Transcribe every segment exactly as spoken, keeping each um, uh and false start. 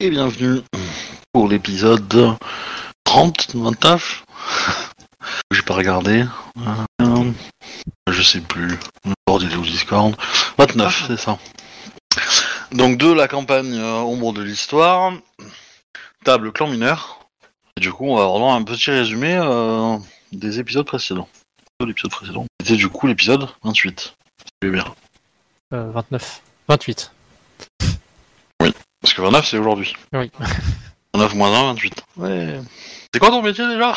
Et bienvenue pour l'épisode trente, vingt-neuf. J'ai pas regardé. Euh, je sais plus. Discord, il est au Discord. vingt-neuf, c'est ça. Donc de la campagne euh, Ombre de l'Histoire, table clan mineur. Et du coup, on va avoir un petit résumé euh, des épisodes précédents. L'épisode précédent. C'était du coup l'épisode vingt-huit. C'est bien. Euh, vingt-neuf. vingt-huit. Oui, parce que vingt-neuf c'est aujourd'hui. Oui. vingt-neuf moins un, vingt-huit. Ouais. C'est quoi ton métier déjà?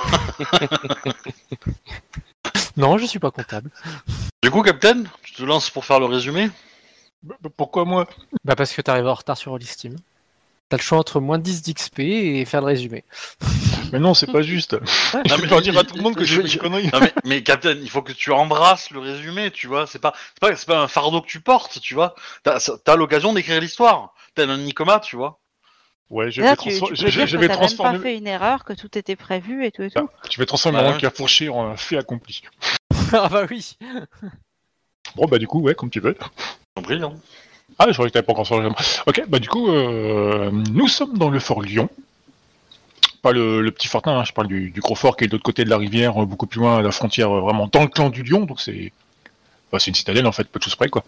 Non, je suis pas comptable. Du coup, Captain, tu te lances pour faire le résumé? Bah, pourquoi moi? Bah parce que t'arrives en retard sur Rollistim. T'as le choix entre moins dix d'X P et faire le résumé. Mais non, c'est pas juste. Je vais pas dire à tout le monde que j'ai fait une connerie. Non mais, mais Captain, il faut que tu embrasses le résumé, tu vois. C'est pas, c'est pas, c'est pas un fardeau que tu portes, tu vois. T'as, t'as l'occasion d'écrire l'histoire. T'es un Nicoma, tu vois. Ouais, je Là, vais, tu, transfor- tu je, peux je- dire je que vais t'as transformer. même pas fait une erreur, que tout était prévu et tout et tout. Ah, je vais transformer Bah mon ouais. manque à fourcher en un fait accompli. Ah bah oui. Bon, bah du coup, ouais, comme tu veux. Compris, hein. Ah, je croyais que t'avais pas encore changé. Ok, bah du coup, euh, nous sommes dans le fort Lyon. Pas le, le petit fortin, hein, je parle du, du gros fort qui est de l'autre côté de la rivière, euh, beaucoup plus loin à la frontière, euh, vraiment dans le clan du Lion, donc c'est... Bah, c'est une citadelle en fait, peu de choses près, quoi.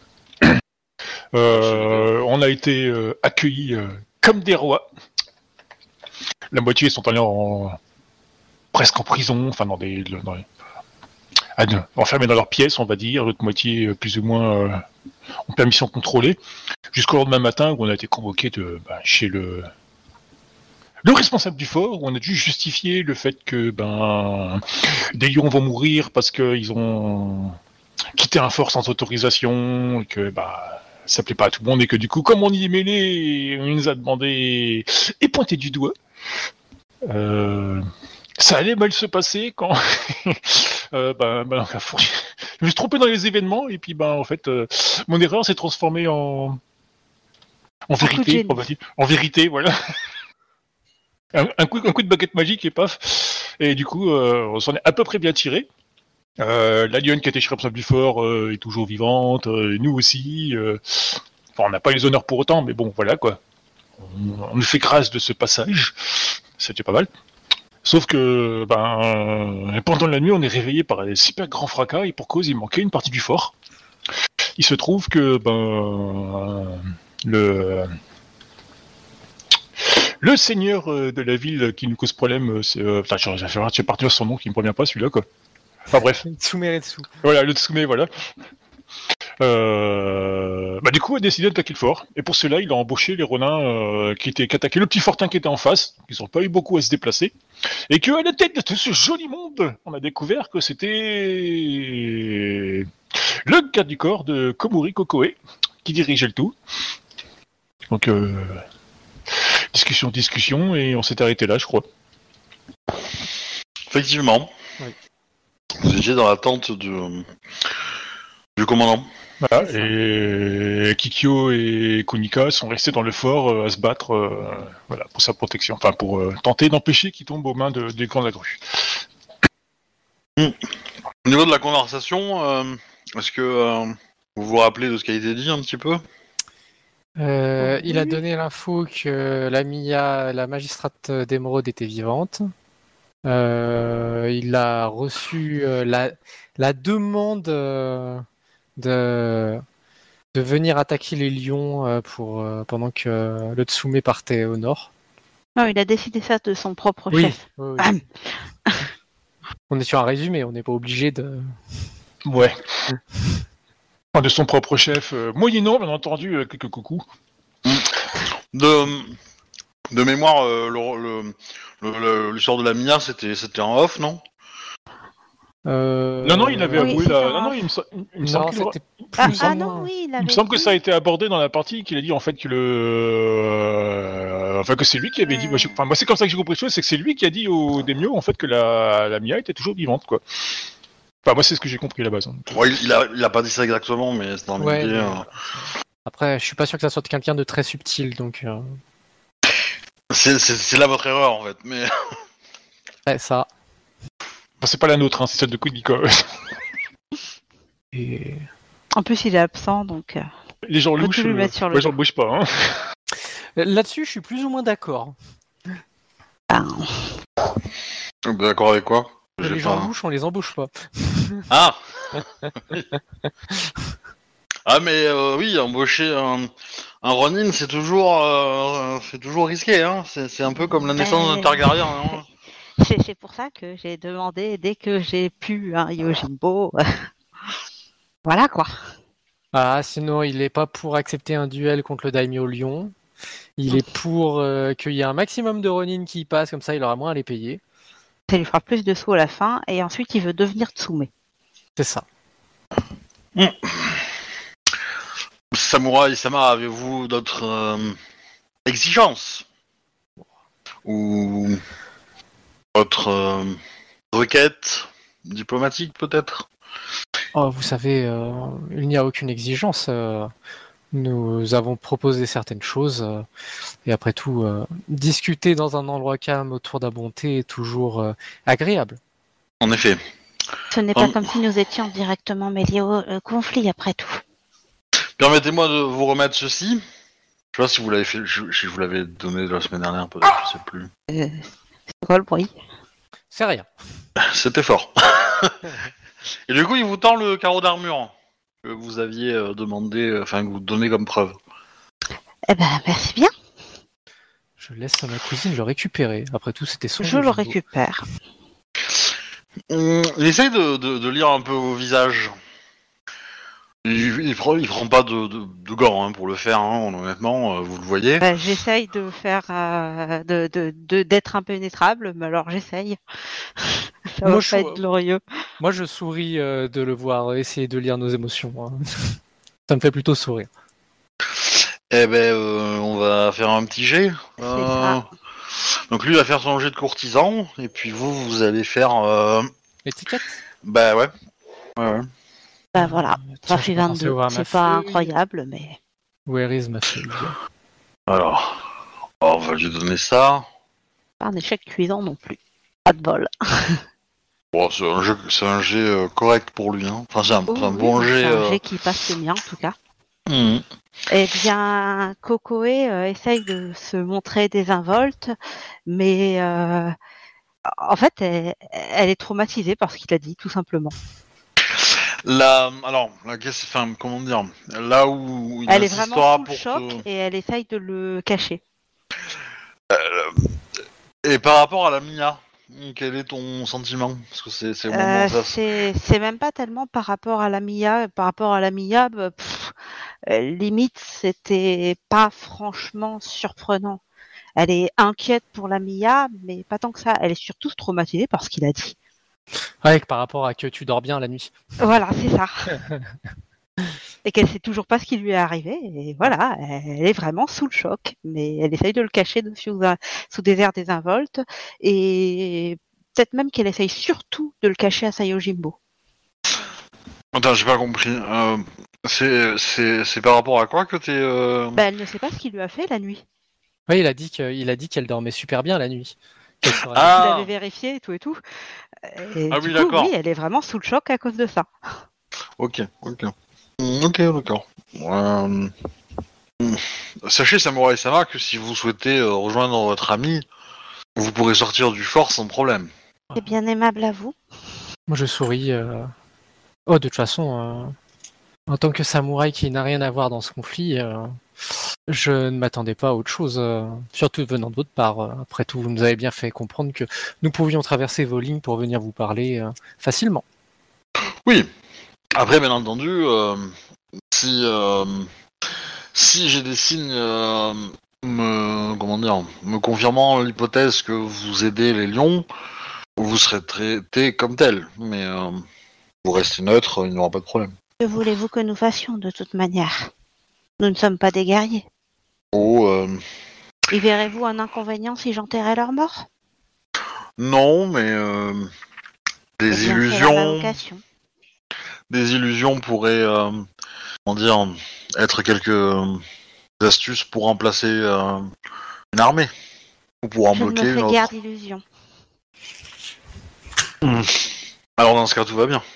Euh, on a été euh, accueillis euh, comme des rois. La moitié sont allés en... presque en prison, enfin dans des... Dans les... ah, non, enfermés dans leur pièce, on va dire, l'autre moitié euh, plus ou moins euh, en permission contrôlée, jusqu'au lendemain matin où on a été convoqué de, bah, chez le... le responsable du fort, où on a dû justifier le fait que ben des lions vont mourir parce qu'ils ont quitté un fort sans autorisation, et que bah ça plaît pas à tout le monde, et que du coup, comme on y est mêlé, on nous a demandé et pointé du doigt. Euh, ça allait mal se passer quand euh, ben, ben, je me suis trompé dans les événements, et puis ben en fait euh, mon erreur s'est transformée en en vérité, on va dire. En vérité, voilà. Un, un, coup, un coup de baguette magique et paf. Et du coup, euh, on s'en est à peu près bien tiré. Euh, la lionne qui était chez responsable du fort euh, est toujours vivante, euh, nous aussi. Euh... Enfin, on n'a pas les honneurs pour autant, mais bon, voilà quoi. On, on nous fait grâce de ce passage. C'était pas mal. Sauf que, ben, pendant la nuit, on est réveillé par un super grand fracas, et pour cause, il manquait une partie du fort. Il se trouve que, ben, le... Le seigneur euh, de la ville qui nous cause problème, c'est... Euh, putain, j'ai fait partir son nom qui me revient pas, celui-là, quoi. Enfin, bref. Tsumeretsu. Voilà, le Tsume, voilà. Euh... Bah, du coup, il a décidé d'attaquer le fort. Et pour cela, il a embauché les Ronins euh, qui étaient qui attaquaient le petit fortin qui était en face. Ils n'ont pas eu beaucoup à se déplacer. Et qu'à la tête de tout ce joli monde, on a découvert que c'était... le garde du corps de Komuri Kokoe qui dirigeait le tout. Donc... Euh... Discussion, discussion, et on s'est arrêté là, je crois. Effectivement. Oui. Vous étiez dans la tente de... du commandant. Voilà, et Kikyo et Kunika sont restés dans le fort euh, à se battre euh, voilà, pour sa protection, enfin pour euh, tenter d'empêcher qu'il tombe aux mains de, des grands de la grue. Mmh. Au niveau de la conversation, euh, est-ce que euh, vous vous rappelez de ce qui a été dit un petit peu? Euh, il a donné l'info que la Mia, la magistrate d'émeraude, était vivante. Euh, il a reçu euh, la, la demande euh, de, de venir attaquer les lions euh, pour, euh, pendant que le Tsume partait au nord. Non, il a décidé ça de son propre Oui, chef. oui, oui. On est sur un résumé, on n'est pas obligé de... Ouais. De son propre chef, euh, moyennant, bien entendu, euh, quelques coucous. De, de mémoire, euh, le, le, le, le, l'histoire de la Mia, c'était, c'était en off, non? Euh... Non, non, il avait Oui, avoué c'était la... un- Non, non, il me, so- il me Non, semble qu'il aura- c'était Ah, plus ah ou non, moins. oui, il Il avait me semble que dit. ça a été abordé dans la partie qu'il a dit en fait que le, euh, enfin que c'est lui qui avait dit. Moi, je- Enfin, moi c'est comme ça que j'ai compris les choses, c'est que c'est lui qui a dit au Demio en fait que la, la Mia était toujours vivante quoi. Enfin moi c'est ce que j'ai compris à la base. Hein. Ouais, il, il, a, il a pas dit ça exactement, mais c'est dans Ouais, l'idée. mais- Euh... Après, je suis pas sûr que ça soit quelqu'un de très subtil, donc... Euh... C'est, c'est, c'est là votre erreur en fait, mais... Ouais, ça... Enfin, c'est pas la nôtre, hein, c'est celle de Kunika. Et... En plus, il est absent, donc. euh, Les gens On peut louches, tout lui euh, mettre sur le ouais, dos. j'en bouge pas. Hein. Là-dessus, je suis plus ou moins d'accord. Ben, D'accord avec quoi? Les J'ai gens pas- louches, on les embauche pas. Ah. Ah mais euh, oui, embaucher un, un Ronin, c'est toujours, euh, c'est toujours risqué. Hein. C'est, c'est un peu comme la naissance d'un Ben, Targaryen. Hein. c'est c'est pour ça que j'ai demandé dès que j'ai pu un Yojimbo. Voilà quoi. Ah, sinon, il est pas pour accepter un duel contre le Daimyo Lion. Il est pour euh, qu'il y ait un maximum de Ronin qui y passe, comme ça il aura moins à les payer. Ça lui fera plus de sous à la fin et ensuite il veut devenir Tsume. C'est ça. Samouraï Sama, avez-vous d'autres euh, exigences ou d'autres euh, requêtes diplomatiques peut-être? Oh, vous savez, euh, il n'y a aucune exigence. euh, nous avons proposé certaines choses. euh, et après tout, euh, discuter dans un endroit calme autour d'un bon thé est toujours euh, agréable. En effet. Ce n'est pas Hum. comme si nous étions directement mêlés au euh, conflit après tout. Permettez-moi de vous remettre ceci. Je sais pas si vous l'avez fait, je- si je vous l'avais donné la semaine dernière, peut-être, je sais plus. Euh, c'est quoi le bruit? C'est rien. C'était fort. Et du coup, il vous tend le carreau d'armure que vous aviez euh, demandé, euh, enfin que vous donnez comme preuve. Eh ben merci bien, Je laisse à ma cousine le récupérer. Après tout, c'était son je le Yojimbo. récupère. Hum, il essaye de, de- de lire un peu vos visages. Il, il, prend, il prend pas de, de, de gants hein, pour le faire, hein, honnêtement, euh, vous le voyez. Ben, j'essaye de faire, euh, de, de, de- d'être impénétrable, mais alors j'essaye. Ça va Moi, pas je- être glorieux. Moi, je souris euh, de le voir essayer de lire nos émotions. hein. Ça me fait plutôt sourire. Eh ben, euh, on va faire un petit jet. C'est ça. Donc lui, il va faire son jet de courtisan, et puis vous, vous allez faire... Euh... Étiquette Bah ouais. Ouais, ouais. Ben voilà, Tiens, ça fait j'ai pas pensé vingt-deux. ouvrir ma C'est pas feuille. incroyable, mais Where is ma feuille? Alors, on va lui donner ça. pas un échec cuisant non plus. Pas de bol. Bon, c'est un, jeu, c'est un jet euh, correct pour lui. Hein. Enfin, c'est un, c'est un Oui, bon oui, jet. c'est un euh, jet qui passe le mien en tout cas. mhm. Eh bien, Kokoe euh, essaye de se montrer désinvolte, mais euh, en fait, elle, elle est traumatisée par ce qu'il a dit, tout simplement. La, alors, la question, enfin, comment dire, là où il Elle est vraiment insistera sous le pour choc te- et elle essaye de le cacher. Et par rapport à la Mia, quel est ton sentiment? Parce que c'est, c'est au moment Euh, où ça. c'est c'est même pas tellement par rapport à la Mia. Par rapport à la Mia, bah, pff, euh, limite, c'était pas franchement surprenant. Elle est inquiète pour la Mia, mais pas tant que ça. Elle est surtout traumatisée par ce qu'il a dit. Ouais, par rapport à que tu dors bien la nuit. Voilà, c'est ça. Et qu'elle sait toujours pas ce qui lui est arrivé. Et voilà, elle est vraiment sous le choc. Mais elle essaye de le cacher de- sous, un- sous des airs désinvoltes. Et peut-être même qu'elle essaye surtout de le cacher à Sayojimbo. Attends, j'ai pas compris. Euh, c'est, c'est, c'est par rapport à quoi que t'es. Euh... Bah, elle ne sait pas ce qu'il lui a fait la nuit. Oui, il a dit que- il a dit qu'elle dormait super bien la nuit. Qu'elle serait- Il Ah, avait vérifié et tout et tout. Et Ah du oui, coup, d'accord. oui, elle est vraiment sous le choc à cause de ça. ok, ok. Mm, Ok, d'accord. Euh, mm. Sachez, Samurai Sama, que si vous souhaitez euh, rejoindre votre ami, vous pourrez sortir du fort sans problème. C'est bien aimable à vous. Moi, je souris. euh. Oh, de toute façon, euh, en tant que samouraï qui n'a rien à voir dans ce conflit, euh, je ne m'attendais pas à autre chose, euh, surtout venant de votre part. euh. Après tout, vous nous avez bien fait comprendre que nous pouvions traverser vos lignes pour venir vous parler euh, facilement. Oui. Après, bien entendu, euh, si euh, si j'ai des signes euh, me comment dire me confirmant l'hypothèse que vous aidez les lions, vous serez traité comme tel. Mais euh, vous restez neutre, il n'y aura pas de problème. Que voulez-vous que nous fassions de toute manière? Nous ne sommes pas des guerriers. Oh, euh, Y verrez-vous un inconvénient si j'enterrais leur mort? non, mais euh, des Eh bien, c'est la illusions, vocation. des illusions pourraient, euh, comment dire, être quelques euh, astuces pour remplacer euh, une armée ou pour en Je ne me bloquer une fais autre. guère d'illusions. Alors dans ce cas, tout va bien.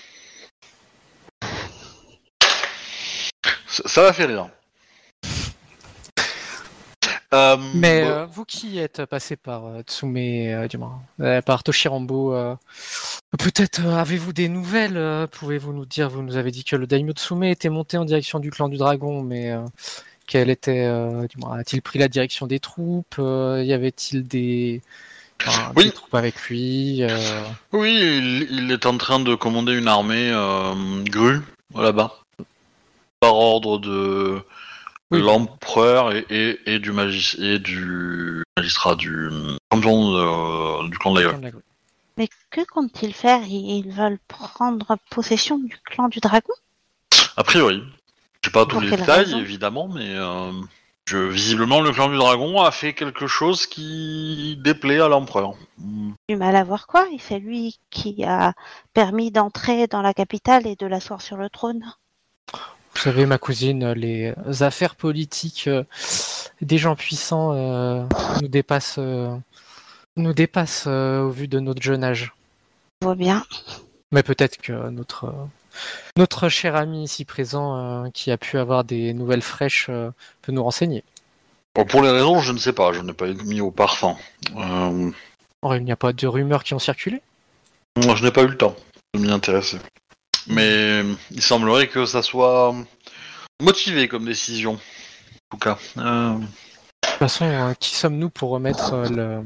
Ça, ça va faire rire. Euh, Mais bon, euh, vous qui êtes passé par euh, Tsume, euh, du moins, euh, par Toshirambo, euh, peut-être euh, avez-vous des nouvelles euh, Pouvez-vous nous dire, vous nous avez dit que le daimyo Tsume était monté en direction du clan du dragon, mais euh, quel était, euh, du moins, a-t-il pris la direction des troupes euh, Y avait-il des, enfin, des oui, troupes avec lui euh, oui, il, il est en train de commander une armée euh, grue là-bas, par ordre de Oui, l'empereur et, et, et du magis et du magistrat du champion de- du clan de la clan gueule. de la grue. Mais que comptent-ils faire? Ils ils veulent prendre possession du clan du dragon? A priori, j'ai pas tous Pour les quelle détails raison? évidemment, mais euh, je, visiblement le clan du dragon a fait quelque chose qui déplaît à l'empereur. Hmm. Du mal à voir quoi? Et c'est lui qui a permis d'entrer dans la capitale et de l'asseoir sur le trône. Vous savez, ma cousine, les affaires politiques euh, des gens puissants euh, nous dépassent, euh, nous dépassent euh, au vu de notre jeune âge. Je vois bien. Mais peut-être que notre, euh, notre cher ami ici présent, euh, qui a pu avoir des nouvelles fraîches, euh, peut nous renseigner. Bon, pour les raisons, je ne sais pas, je n'ai pas mis au parfum. Euh, Or, il n'y a pas de rumeurs qui ont circulé? moi, je n'ai pas eu le temps de m'y intéresser. Mais il semblerait que ça soit motivé comme décision, en tout cas. Euh, De toute façon, euh, qui sommes-nous pour remettre euh, le-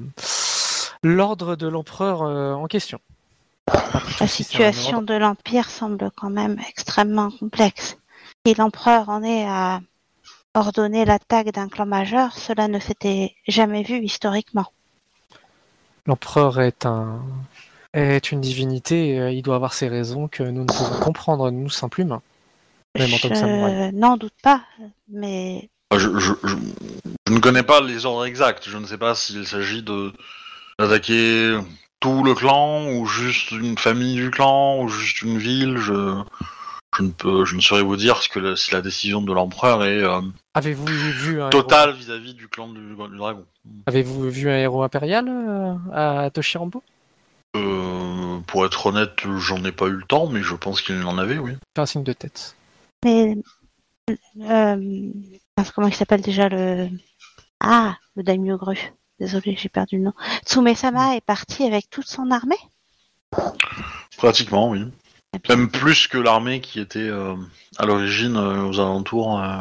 l'ordre de l'empereur euh, en question? Après tout, La si c'est un situation ordre- de l'Empire semble quand même extrêmement complexe. Si l'empereur en est à ordonner l'attaque d'un clan majeur, cela ne s'était jamais vu historiquement. L'empereur est un est une divinité, et, euh, il doit avoir ses raisons que nous ne pouvons comprendre, nous, simples humains. Même en tant que samouraï. Je n'en doute pas, mais je, je, je, je ne connais pas les ordres exacts. Je ne sais pas s'il s'agit de d'attaquer tout le clan ou juste une famille du clan ou juste une ville. Je, je ne peux, je ne saurais vous dire ce que la, si la décision de l'empereur est euh, Avez-vous vu un héros... totale vis-à-vis du clan du, du dragon. Avez-vous vu un héros impérial euh, à Toshirambo? Euh, pour être honnête, j'en ai pas eu le temps, mais je pense qu'il en avait, oui. Fais un signe de tête. mais euh, mince, comment il s'appelle déjà le ah le daimyo Gru. Désolée, j'ai perdu le nom. Tsume-sama est parti avec toute son armée. Pratiquement, oui. Même plus que l'armée qui était euh, à l'origine euh, aux alentours. Euh,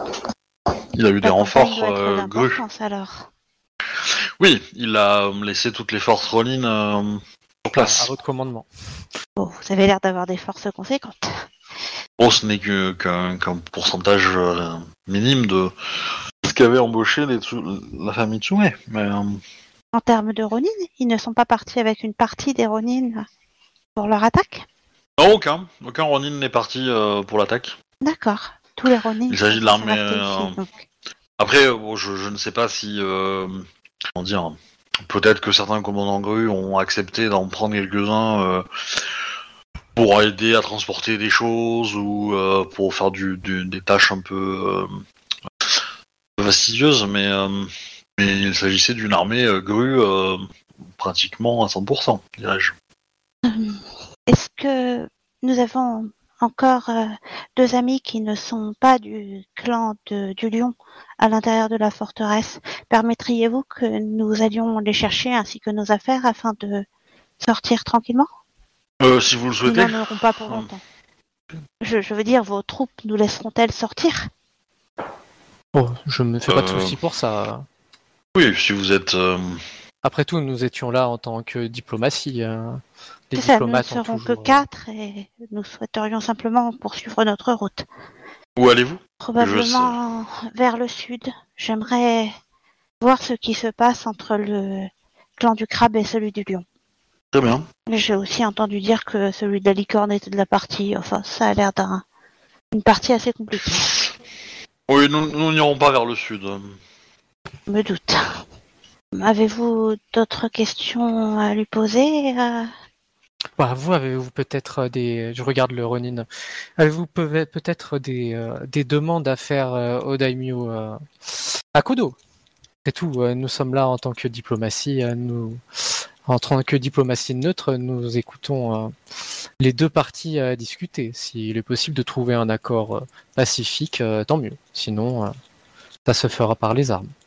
il a eu des La campagne renforts doit être euh, grus. d'importance, alors. Oui, il a euh, laissé toutes les forces Ronin euh, sur À place. votre commandement. Bon, vous avez l'air d'avoir des forces conséquentes. Bon, ce n'est que- qu'un qu'un pourcentage euh, minime de ce qu'avait embauché les Tsu- la famille Tsume. Mais, euh, En termes de Ronin, ils ne sont pas partis avec une partie des Ronin pour leur attaque? non, aucun. Aucun Ronin n'est parti euh, pour l'attaque. D'accord. Tous les Ronin. Il s'agit de sont l'armée, restés euh, ici, donc. Après, euh, bon, je, je ne sais pas si... Euh, comment dire... Peut-être que certains commandants grues ont accepté d'en prendre quelques-uns euh, pour aider à transporter des choses ou euh, pour faire du, du- des tâches un peu euh, fastidieuses, mais, euh, mais il s'agissait d'une armée euh, grue euh, pratiquement à cent pour cent, dirais-je. Est-ce que nous avons encore euh, deux amis qui ne sont pas du clan de, du lion à l'intérieur de la forteresse? Permettriez-vous que nous allions les chercher ainsi que nos affaires afin de sortir tranquillement? Euh, si vous le Nous souhaitez. n'en aurons pas pour longtemps. Je, je veux dire, vos troupes nous laisseront-elles sortir? Oh, je me fais pas de Euh. soucis pour ça. Oui, si vous êtes... euh, Après tout, nous étions là en tant que diplomatie. euh, Les C'est ça, nous ne diplomates ont serons que toujours... euh, quatre et nous souhaiterions simplement poursuivre notre route. Où allez-vous? Probablement vers le sud. J'aimerais voir ce qui se passe entre le clan du crabe et celui du lion. Très bien. J'ai aussi entendu dire que celui de la licorne était de la partie. Enfin, ça a l'air d'un une partie assez compliquée. Oui, nous nous n'irons pas vers le sud. Je me doute. Avez-vous d'autres questions à lui poser? euh Bah, vous avez-vous peut-être des... Je regarde le Ronin. Avez-vous peut- peut-être des, euh, des demandes à faire euh, au daimyo euh, à Kodo? C'est tout. euh, Nous sommes là en tant que diplomatie. euh, Nous... En tant que diplomatie neutre, nous écoutons euh, les deux parties à discuter. S'il est possible de trouver un accord euh, pacifique, euh, tant mieux. Sinon, euh, ça se fera par les armes.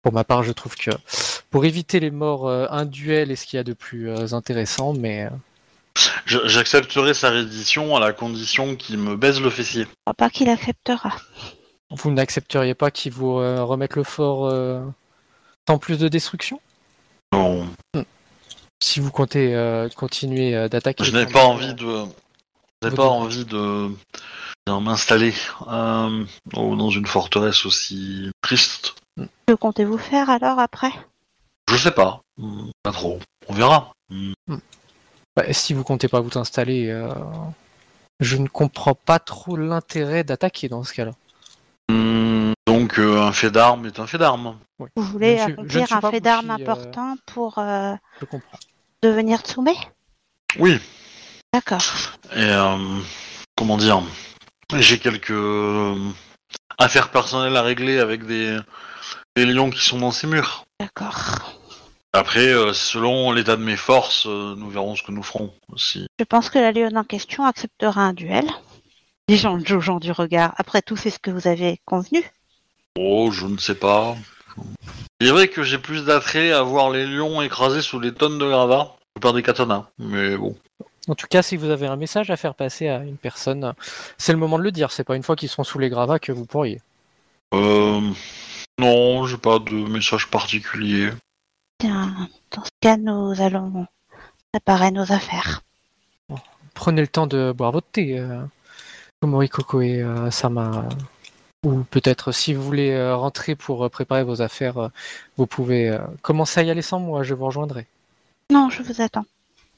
Pour ma part, je trouve que pour éviter les morts, euh, un duel est ce qu'il y a de plus euh, intéressant, mais... Je- J'accepterai sa reddition à la condition qu'il me baise le fessier. Je crois pas qu'il acceptera. Vous n'accepteriez pas qu'ils vous euh, remettent le fort euh, sans plus de destruction? Non, Si vous comptez euh, continuer euh, d'attaquer... je les n'ai camps pas de- envie de, je n'ai Vous pas devez. envie de, de m'installer euh, dans une forteresse aussi triste. Que comptez-vous faire alors après? Je sais pas, Hmm, pas trop. On verra. Hmm. Bah, si vous comptez pas vous installer, euh, je ne comprends pas trop l'intérêt d'attaquer dans ce cas-là. Hmm, Donc euh, un fait d'armes est un fait d'armes. Oui. Vous voulez Je ne suis- je ne accomplir suis un pas fait d'armes Bushi, euh, important pour euh, Je comprends. devenir Tsume? Oui. D'accord. Et euh, comment dire, j'ai quelques euh, affaires personnelles à régler avec des, des lions qui sont dans ces murs. D'accord. Après, euh, selon l'état de mes forces, euh, nous verrons ce que nous ferons aussi. Je pense que la lionne en question acceptera un duel. Les gens jaugeant du regard. Après tout, c'est ce que vous avez convenu. Oh, je ne sais pas. Il est vrai que j'ai plus d'attrait à voir les lions écrasés sous les tonnes de gravats que par des katanas. Mais bon. En tout cas, si vous avez un message à faire passer à une personne, c'est le moment de le dire. C'est pas une fois qu'ils seront sous les gravats que vous pourriez. Euh, non, j'ai pas de message particulier. Bien, dans ce cas, nous allons préparer nos affaires. Prenez le temps de boire votre thé, euh, Komori Koko et euh, Sama. Ou peut-être, si vous voulez euh, rentrer pour euh, préparer vos affaires, euh, vous pouvez euh, commencer à y aller sans moi, je vous rejoindrai. Non, je vous attends.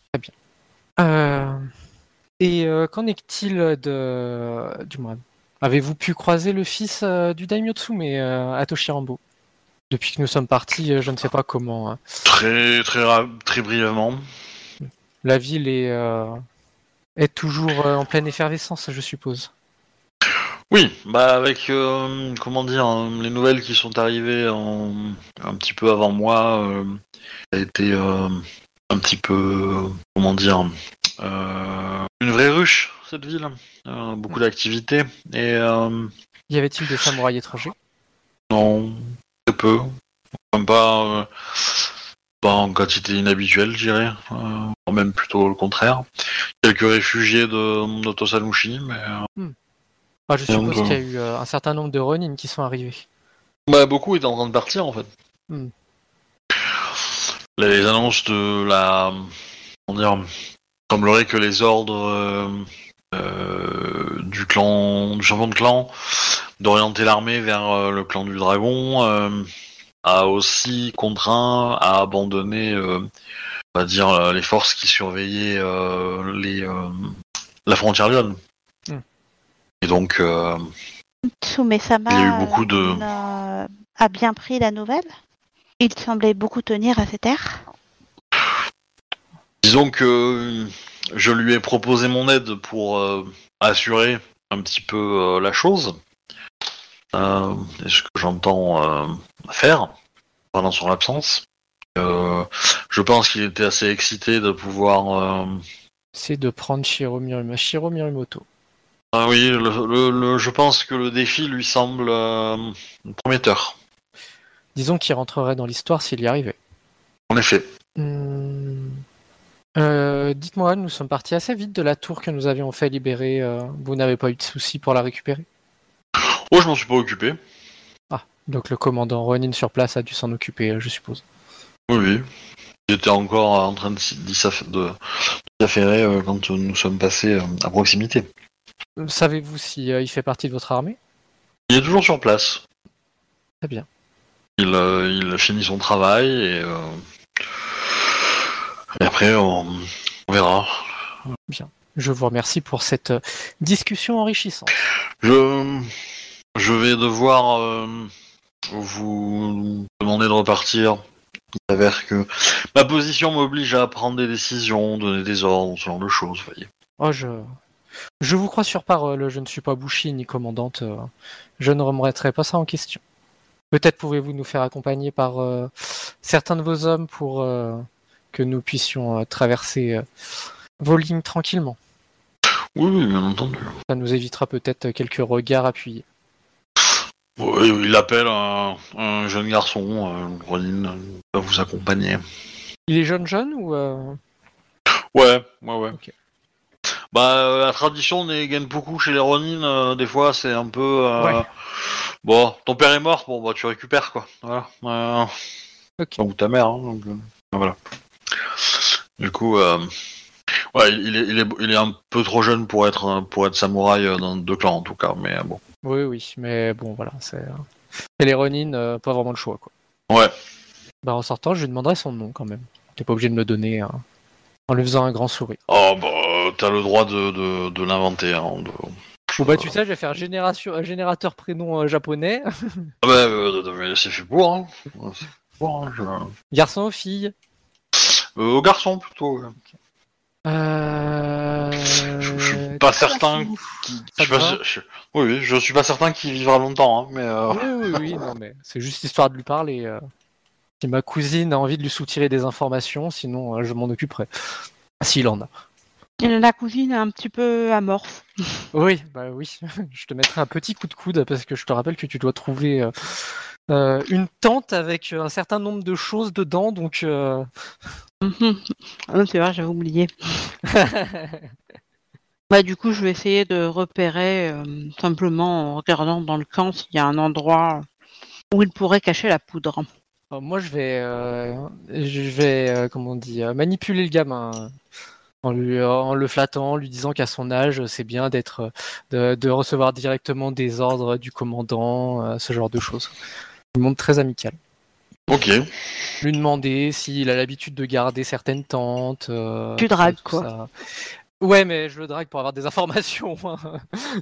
Euh, Et euh, qu'en est-il de... Du moins, avez-vous pu croiser le fils euh, du Daimyo Tsume, euh, Atoshi Rambo? Depuis que nous sommes partis, euh, je ne sais pas comment. hein. Très, très, ra- très brièvement. La ville est, euh, est toujours euh, en pleine effervescence, je suppose. Oui, bah avec euh, comment dire, euh, les nouvelles qui sont arrivées en- un petit peu avant moi, euh, ça a été euh, un petit peu, comment dire, euh, une vraie ruche cette ville. Euh, beaucoup d'activités et euh, Y avait-il des samouraïs étrangers? non, très peu, même pas, euh, pas en quantité inhabituelle, je dirais, euh, même plutôt le contraire. Quelques réfugiés de d'Otosanushi, mais euh, Ah, je Et donc, suppose qu'il y a euh, eu euh, un certain nombre de Ronin qui sont arrivés. bah, beaucoup étaient en train de partir en fait. Hmm. Les annonces de la, comment dire, il semblerait que les ordres euh, euh, du clan, du champion de clan, d'orienter l'armée vers euh, le clan du dragon, euh, a aussi contraint à abandonner, euh, on va dire, euh, les forces qui surveillaient euh, les, euh, la frontière lyonne. Hmm. Et donc, euh, Tsume-sama Il y a eu beaucoup de- euh, a- a bien pris la nouvelle. Il semblait beaucoup tenir à ses terres. disons que euh, je lui ai proposé mon aide pour euh, assurer un petit peu euh, la chose. Euh, et ce que j'entends euh, faire pendant son absence. Euh, je pense qu'il était assez excité de pouvoir. Euh... C'est de prendre Shiro, Mirum- Shiro Mirumoto. Ah oui, le, le- le- je pense que le défi lui semble euh, prometteur. Disons qu'il rentrerait dans l'histoire s'il y arrivait. En effet. Hmm. Euh, dites-moi, nous sommes partis assez vite de la tour que nous avions fait libérer. euh, vous n'avez pas eu de soucis pour la récupérer? Oh, je m'en suis pas occupé. Ah, donc le commandant Ronin sur place a dû s'en occuper, euh, je suppose. Oui, oui. J'étais encore en train de, s'y- d'y s'aff- de, d'y affairer euh, quand nous sommes passés euh, à proximité. Euh, Savez-vous si euh, il fait partie de votre armée? Il est toujours sur place. Très bien. Il, euh, il a fini son travail et, euh, et après on, on verra. Je vous remercie pour cette euh, discussion enrichissante. Je, je vais devoir euh, vous demander de repartir. Il s'avère que ma position m'oblige à prendre des décisions, donner des ordres, ce genre de choses, vous voyez. Oh, je... je vous crois sur parole, je ne suis pas Bushi ni commandante. euh, Je ne remettrai pas ça en question. Peut-être pouvez-vous nous faire accompagner par euh, certains de vos hommes pour euh, que nous puissions euh, traverser euh, vos lignes tranquillement. Oui, oui, bien entendu. Ça nous évitera peut-être quelques regards appuyés. Ouais, il appelle un, un jeune garçon, euh, Ronin, euh, va vous accompagner. Il est jeune jeune ou euh... Ouais, ouais, ouais. Ok. Bah, euh, la tradition des Genpuku chez les Ronin, euh, des fois, c'est un peu... Euh, Ouais. Bon, ton père est mort, bon, bah, tu récupères, quoi. Voilà. Euh, Ok. Ou ta mère, hein, donc... euh, voilà. Du coup, euh, ouais, il, il est, il, est, il est un peu trop jeune pour être, pour être samouraï euh, dans deux clans, en tout cas, mais euh, bon. Oui, oui, mais bon, voilà, c'est. euh, Et les Ronin, euh, pas vraiment le choix, quoi. Ouais. Bah, en sortant, je lui demanderai son nom quand même. T'es pas obligé de me le donner hein, en lui faisant un grand sourire. Oh, bah, euh, t'as le droit de, de, de l'inventer, hein, de... Bon, bah, tu sais, je vais faire génération... euh, générateur prénom euh, japonais. Ah bah, euh, mais c'est fait pour, hein. C'est fait pour, hein, je... Garçon ou fille euh, Au garçon, plutôt, ouais. Euh. Je, je suis pas certain Fou. qui... Ça je te suis pas va sûr- je- Oui, oui, je suis pas certain qu'il vivra longtemps, hein, mais... Euh... Oui, oui, oui, non, mais c'est juste histoire de lui parler. euh. Si ma cousine a envie de lui soutirer des informations, sinon euh, je m'en occuperai. S'il en a. La cousine est un petit peu amorphe. Oui, bah oui. Je te mettrai un petit coup de coude parce que je te rappelle que tu dois trouver euh, euh, une tente avec un certain nombre de choses dedans, donc. euh, Mhm. Ah, c'est vrai, j'avais oublié. Bah, du coup, je vais essayer de repérer euh, simplement en regardant dans le camp s'il y a un endroit où il pourrait cacher la poudre. Alors, moi, je vais, euh, je vais, euh, comment on dit, euh, manipuler le gamin en, lui, en le flattant, en lui disant qu'à son âge, c'est bien d'être, de, de recevoir directement des ordres du commandant, euh, ce genre de choses. Un monde très amical. Ok. Lui demander s'il a l'habitude de garder certaines tentes. euh, Tu tout ça, dragues, tout quoi. ça. Ouais, mais je le drague pour avoir des informations. hein.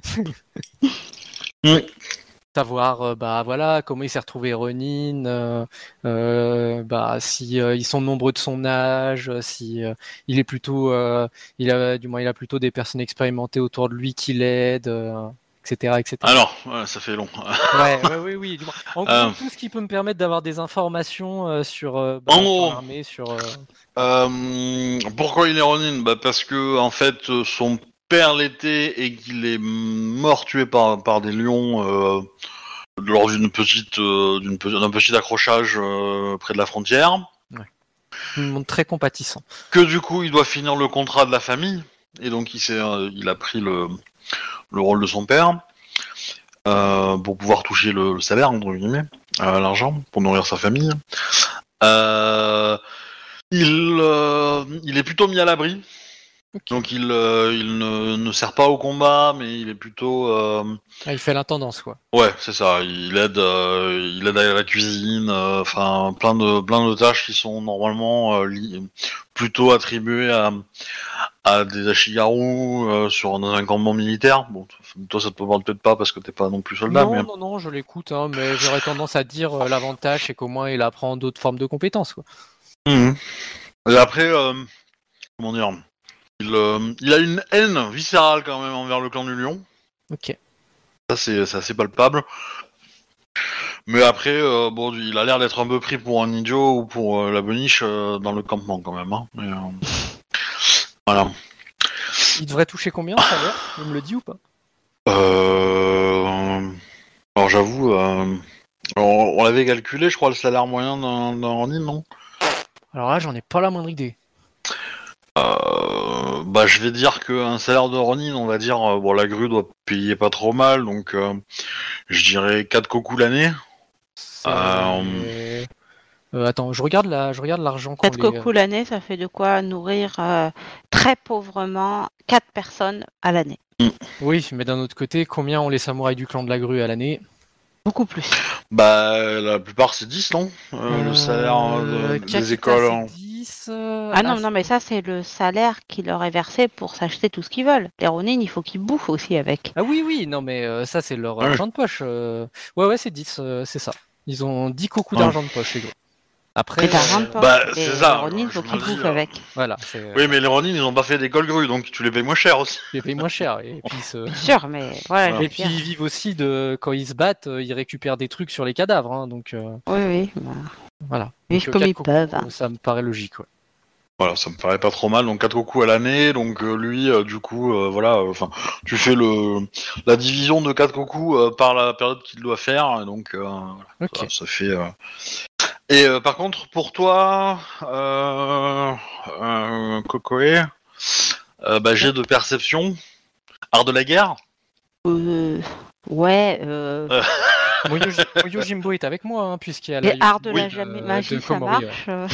Mm. Savoir euh, bah voilà comment il s'est retrouvé Ronin, euh, euh, bah si euh, ils sont nombreux de son âge, euh, si euh, il est plutôt euh, il a du moins il a plutôt des personnes expérimentées autour de lui qui l'aident, euh, et cetera, et cetera. Alors, ouais, ça fait long. Ouais, ouais, oui, oui. Du moins. En gros, Euh, tout ce qui peut me permettre d'avoir des informations euh, sur, euh, bah, En sur gros, l'armée, sur. euh, euh, pourquoi il est Ronin? Bah parce que en fait, euh, son père l'était et qu'il est mort tué par, par des lions euh, lors d'une petite, euh, d'une pe- d'un petit accrochage euh, près de la frontière. un monde très compatissant. Que du coup, il doit finir le contrat de la famille et donc il s'est, euh, il a pris le, le rôle de son père euh, pour pouvoir toucher le, le salaire entre guillemets, euh, l'argent pour nourrir sa famille. Euh, il, euh, il est plutôt mis à l'abri. Ok. Donc il, euh, il ne, ne sert pas au combat, mais il est plutôt... euh, Ah, il fait l'intendance, quoi. Ouais, c'est ça. Il aide, euh, il aide à la cuisine, euh, enfin plein de plein de tâches qui sont normalement euh, li- plutôt attribuées à, à des ashigaru euh, sur dans un campement militaire. Bon, toi ça te parle peut-être pas parce que t'es pas non plus soldat, Non, mais non, non, je l'écoute, hein, mais j'aurais tendance à dire euh, l'avantage, c'est qu'au moins il apprend d'autres formes de compétences, quoi. Mhm. Et après, euh, comment dire, il, euh, il a une haine viscérale quand même envers le clan du Lion. Ok. Ça c'est c'est assez palpable. Mais après, euh, bon, il a l'air d'être un peu pris pour un idiot ou pour euh, la beniche euh, dans le campement quand même. Hein. Mais, euh, voilà. Il devrait toucher combien, ça l'air Il me le dit ou pas Euh... Alors j'avoue, euh... on, on l'avait calculé, je crois, le salaire moyen d'un d'un Ronin, non? Alors là, j'en ai pas la moindre idée. Euh, bah, je vais dire qu'un salaire de Ronin, on va dire, euh, bon, la grue doit payer pas trop mal, donc euh, je dirais quatre cocos l'année. C'est- Euh, Euh, attends, je regarde la, je regarde l'argent qu'on Quatre les. cocos l'année, ça fait de quoi nourrir euh, très pauvrement quatre personnes à l'année. Oui, mais d'un autre côté, combien ont les samouraïs du clan de la grue à l'année Beaucoup plus. Bah, la plupart c'est dix, non? Euh, Le salaire Euh, euh, de- Kakita, des écoles. c'est hein. dix. euh, Ah non, As- non, mais ça, c'est le salaire qui leur est versé pour s'acheter tout ce qu'ils veulent. Les Ronin, il faut qu'ils bouffent aussi avec. Ah oui, oui, non, mais euh, ça, c'est leur Ouais. argent de poche. euh. Ouais, ouais, c'est dix, euh, c'est ça. Ils ont dix cocos Ouais. d'argent de poche, les gars. Après, C'est d'argent de euh, poche. Bah, Et c'est ça, les Ronin, il je faut me qu'ils dis, bouffent euh, avec. voilà, c'est. Oui, mais les Ronin, ils ont pas fait d'école grue, donc tu les payes moins cher aussi. Ils payent moins cher. Et puis, ce- Bien sûr, mais voilà. Voilà. je et veux puis dire. ils vivent aussi de. Quand ils se battent, euh, ils récupèrent des trucs sur les cadavres. hein, donc, euh, Oui, oui. bah, voilà. Vivent Donc, euh, comme quatre ils cocos, peuvent, hein. euh, ça me paraît logique, ouais. Voilà, ça me paraît pas trop mal. Donc quatre coups à l'année, donc euh, lui, euh, du coup, euh, voilà, enfin, tu fais le la division de quatre coups euh, par la période qu'il doit faire, et donc euh, voilà, Ok. ça, ça fait. euh, Et euh, par contre, pour toi, euh, euh, Kokoe, euh, bah, j'ai de perception, art de la guerre. Euh, ouais. Euh... Euh. Mon, Yoji- mon Yojimbo est avec moi, hein, puisqu'il y a la Les arts de oui, la Yojimbo jamais de, magie, de ça Komori, ouais. marche. euh.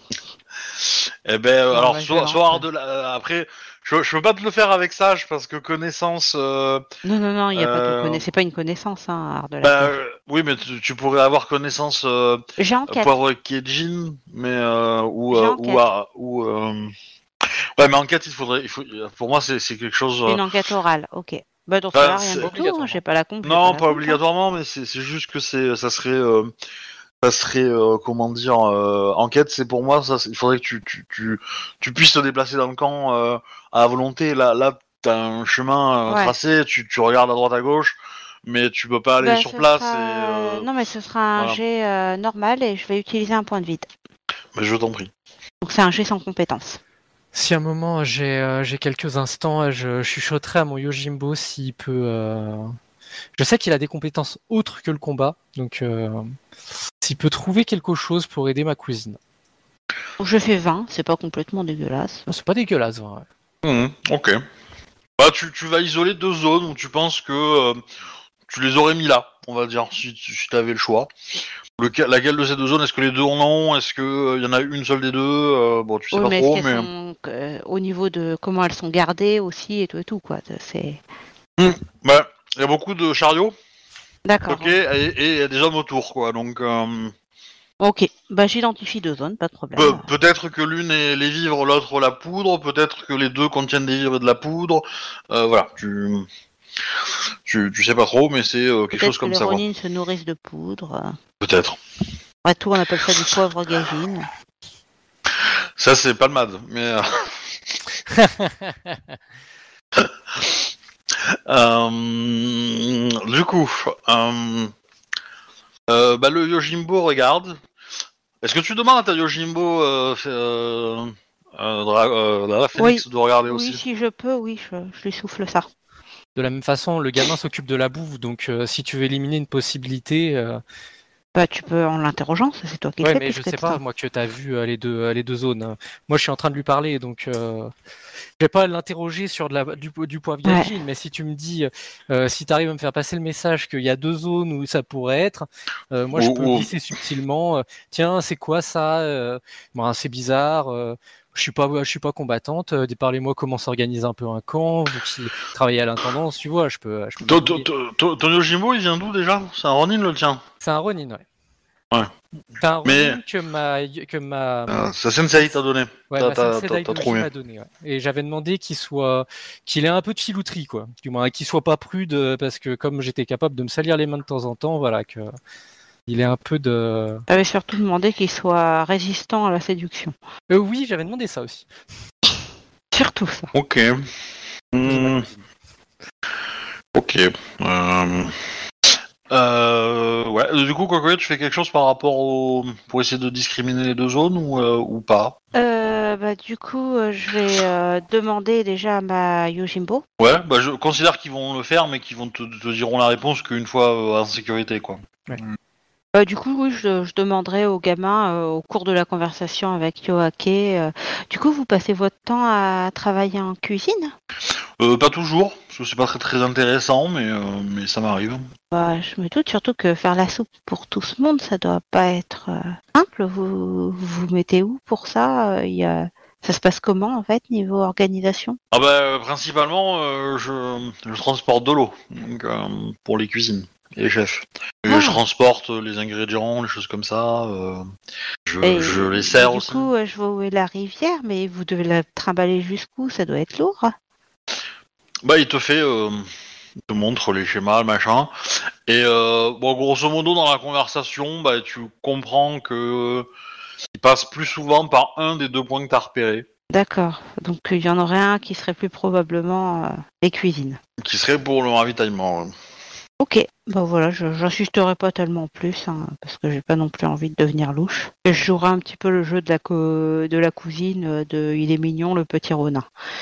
Eh ben, euh, Non, alors, ouais, je soit, lance, soit art ouais. de la. euh, après, je, je peux pas te le faire avec sage parce que connaissance. Euh, Non, non, non, il n'y a pas de euh, connaissance. C'est pas une connaissance, hein, art de la bah, guerre. euh, oui, mais tu, tu pourrais avoir connaissance euh, J'ai enquête. poivre Kiejin, mais euh, ou J'ai euh, enquête. ou, ah, ou euh, ouais, mais enquête, il faudrait. Il faut, pour moi, c'est, c'est quelque chose. J'ai euh, une enquête orale, ok. Bah dans ce Enfin, cas-là, rien c'est- du tout. hein, Obligatoirement. J'ai pas la comp. j'ai Non, la pas comp, hein. obligatoirement, mais c'est, c'est juste que c'est, ça serait, euh, ça serait, euh, comment dire, euh, enquête. C'est pour moi, ça, c'est- il faudrait que tu, tu, tu, tu puisses te déplacer dans le camp euh, à volonté. Là, là, t'as un chemin euh, Ouais. tracé, tu, tu regardes à droite à gauche, mais tu peux pas aller Bah, sur ce place. sera... Et, euh, Non, mais ce sera un voilà. jet euh, normal et je vais utiliser un point de vide. Mais je t'en prie. Donc c'est un jet sans compétence. Si à un moment j'ai euh, j'ai quelques instants, je chuchoterai à mon Yojimbo s'il peut. euh, Je sais qu'il a des compétences autres que le combat, donc euh, s'il peut trouver quelque chose pour aider ma cousine. Donc je fais vingt, c'est pas complètement dégueulasse. Non, c'est pas dégueulasse, ouais. Mhm, ok. Bah, tu, tu vas isoler deux zones où tu penses que euh, tu les aurais mis là, on va dire, si, si tu avais le choix. Lequel, laquelle de ces deux zones, est-ce que les deux en ont? Est-ce qu'il y en a une seule des deux? euh, Bon, tu sais Oui, pas mais trop, est-ce mais... qu'elles sont euh, au niveau de comment elles sont gardées aussi et tout et tout quoi. C'est Bah, il y a beaucoup de chariots, d'accord. ok, et et il y a des hommes autour, quoi. Donc, euh, Ok, bah j'identifie deux zones, pas de problème. pe- peut-être que l'une est les vivres, l'autre la poudre, peut-être que les deux contiennent des vivres et de la poudre. Euh, voilà, tu... tu... tu sais pas trop, mais c'est euh, quelque Peut-être chose que comme les ça, quoi. ronines se nourrissent de poudre. Peut-être. Après tout, on appelle ça du poivre gagine. Ça, c'est pas le mad, mais... euh, Euh, du coup, euh, euh, bah, le Yojimbo regarde. Est-ce que tu demandes à ta Yojimbo euh, fait, euh, euh, Dra- euh, la Phoenix de regarder Oui, aussi? si je peux, oui, je, je lui souffle ça. De la même façon, le gamin s'occupe de la bouffe, donc euh, si tu veux éliminer une possibilité, euh, Bah tu peux en l'interrogeant, ça c'est toi qui le ouais, fais. mais je puisque sais t'es pas, ça. moi, que t'as vu euh, les deux euh, les deux zones. hein. Moi, je suis en train de lui parler, donc euh, je vais pas l'interroger sur de la, du, du poivre Ouais. gagine, mais si tu me dis, euh, si tu arrives à me faire passer le message qu'il y a deux zones où ça pourrait être, euh, moi, je Ou- peux ou- glisser subtilement. euh, Tiens, c'est quoi ça euh, bon, c'est bizarre. euh, je suis pas, je suis pas combattante. euh, Parlez-moi comment s'organise un peu un camp. Vous qui travaillez à l'intendance, tu vois, je peux. Je peux Ton, me ton- débrouiller. ton- ton Yojimbo, il vient d'où déjà? C'est un Ronin le tien? C'est un Ronin, ouais. Ouais. C'est un Mais- Ronin que ma, que ma, Euh, Ça, Sensei t'a donné. Ouais, T'as- ma t'as- sensei t'as- t'as Daidoji trouvé. m'a donné. Ouais. Et j'avais demandé qu'il soit, qu'il ait un peu de filouterie, quoi. Du moins, qu'il soit pas prude, euh, parce que comme j'étais capable de me salir les mains de temps en temps, voilà, que il ait un peu de. J'avais surtout demandé qu'il soit résistant à la séduction. Euh, oui, j'avais demandé ça aussi. Surtout ça. Ok. Hmm, ok. Euh... Euh, ouais. Du coup, Kokoe, tu fais quelque chose par rapport au... pour essayer de discriminer les deux zones ou, euh, ou pas? Euh, bah du coup, euh, je vais euh, demander déjà à ma Yojimbo. Ouais, bah je considère qu'ils vont le faire, mais qu'ils vont te, te diront la réponse qu'une fois euh, en sécurité, quoi. Euh, du coup, oui, je, je demanderai au gamin euh, au cours de la conversation avec Yoake. euh, du coup, vous passez votre temps à travailler en cuisine? Euh, pas toujours, parce que c'est pas très très intéressant, mais, euh, mais ça m'arrive. Bah, je me doute surtout que faire la soupe pour tout ce monde, ça doit pas être euh, simple. Vous, vous vous mettez où pour ça? Euh, il y a... Ça se passe comment en fait niveau organisation? Ah bah euh, principalement, euh, je, je transporte de l'eau, donc euh, pour les cuisines et les chefs. Et Ah. je transporte les ingrédients, les choses comme ça. euh, je, Et- je les sers du aussi. coup, euh, je vois où est la rivière, mais vous devez la trimballer jusqu'où? Ça doit être lourd. Bah il te fait, euh, il te montre les schémas, le machin. Et euh, bon, grosso modo dans la conversation, bah tu comprends que il passe plus souvent par un des deux points que t'as repérés, D'accord. Donc il y en aurait un qui serait plus probablement euh, les cuisines. qui serait pour le ravitaillement. ouais. Ok. Bah voilà, je j'insisterai pas tellement plus, hein, parce que j'ai pas non plus envie de devenir louche. Et je jouerai un petit peu le jeu de la co- de la cousine euh, de il est mignon le petit Ronin.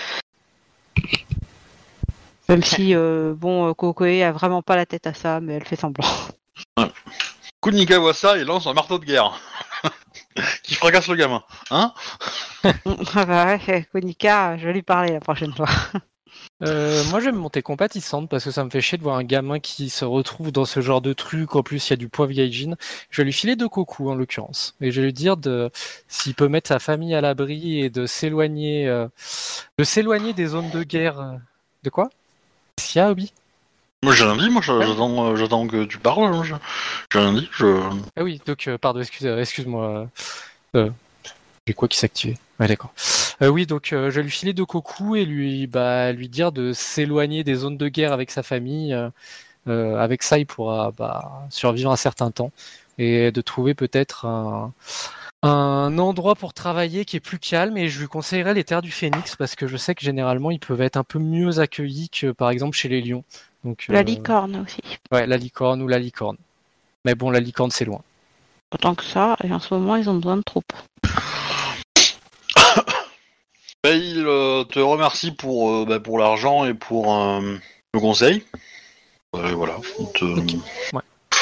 Même si euh, bon euh, Kokoe a vraiment pas la tête à ça, mais elle fait semblant. Kunika voit ça et lance un marteau de guerre qui fracasse le gamin. Hein? Ah bah ouais, Konika, je vais lui parler la prochaine fois. Euh, moi, je vais me monter compatissante parce que ça me fait chier de voir un gamin qui se retrouve dans ce genre de truc. En plus, il y a du poivre gaijin. Je vais lui filer deux coucous en l'occurrence. Et je vais lui dire de s'il peut mettre sa famille à l'abri et de s'éloigner euh, de s'éloigner des zones de guerre. euh. De quoi? Qu'est-ce qu'il y a, Obi? Moi j'ai rien dit, moi je- j'attends, euh, j'attends que tu parles. hein, je- J'ai rien dit. Je... Ah oui, donc euh, pardon, excuse, euh, excuse-moi. Euh, j'ai quoi qui s'est activé? Ouais, d'accord. Euh, oui, donc euh, je vais lui filer deux coucous et lui, bah, lui dire de s'éloigner des zones de guerre avec sa famille. euh, Euh, avec ça, il pourra bah, survivre un certain temps et de trouver peut-être un, un endroit pour travailler qui est plus calme. Et je lui conseillerais les terres du Phénix parce que je sais que généralement ils peuvent être un peu mieux accueillis que par exemple chez les lions. Donc, La euh, licorne aussi. ouais, la licorne ou la licorne. Mais bon, la licorne c'est loin. Autant que ça, et en ce moment ils ont besoin de troupes. Bah, il euh, te remercie pour, euh, bah, pour l'argent et pour euh, le conseil. Euh, et voilà. Il, te- Ok. Ouais.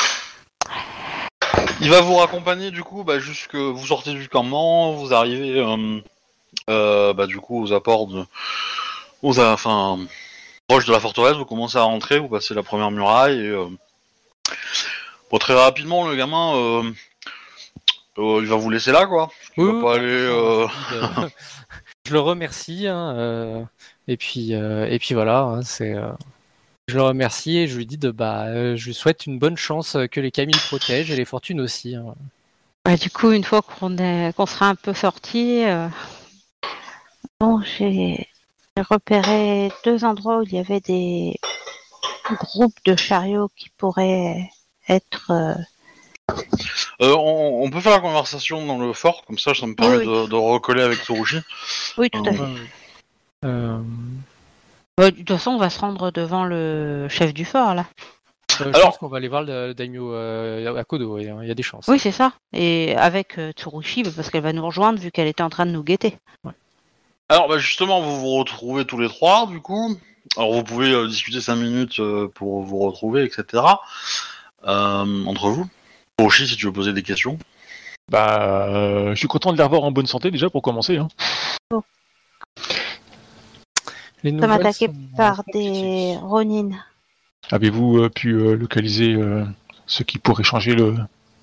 il va vous raccompagner du coup bah, jusque vous sortez du campement, vous arrivez euh, euh, bah, du coup aux apports de, aux, a- enfin proche de la forteresse. Vous commencez à rentrer, vous passez la première muraille et euh, bon, très rapidement le gamin euh, euh, il va vous laisser là quoi. Il Oui, va oui, pas bah, de aller. toute façon, Euh... je, lui dis de- je le remercie. Hein, euh, et puis, euh, et puis voilà. Hein, c'est. euh, Je le remercie et je lui dis de bah, euh, je lui souhaite une bonne chance, euh, que les Camille protègent et les fortunes aussi. Hein. Bah, du coup, une fois qu'on est qu'on sera un peu sorti, euh, bon, j'ai j'ai repéré deux endroits où il y avait des groupes de chariots qui pourraient être. euh, Euh, on, on peut faire la conversation dans le fort, comme ça ça me permet Oui, oui. de, de recoller avec Tsurushi. Oui, tout à Euh, fait. Ouais, ouais. Euh, Bah, de toute façon, on va se rendre devant le chef du fort là. euh, je Alors- pense qu'on va aller voir le, le daimyo euh, à Kodo, ouais, hein, il y a des chances. Oui, c'est ça. Et avec euh, Tsurushi, bah, parce qu'elle va nous rejoindre vu qu'elle était en train de nous guetter. Alors bah justement, vous vous retrouvez tous les trois, du coup. Alors vous pouvez euh, discuter cinq minutes euh, pour vous retrouver, et cetera. Euh, entre vous. Tsurushi, si tu veux poser des questions. Bah, euh, je suis content de les revoir en bonne santé déjà pour commencer. Hein. Les Nous sommes nouvelles attaqués sont par compliquées. des Ronin. Avez-vous euh, pu euh, localiser euh, ce qui pourrait changer le,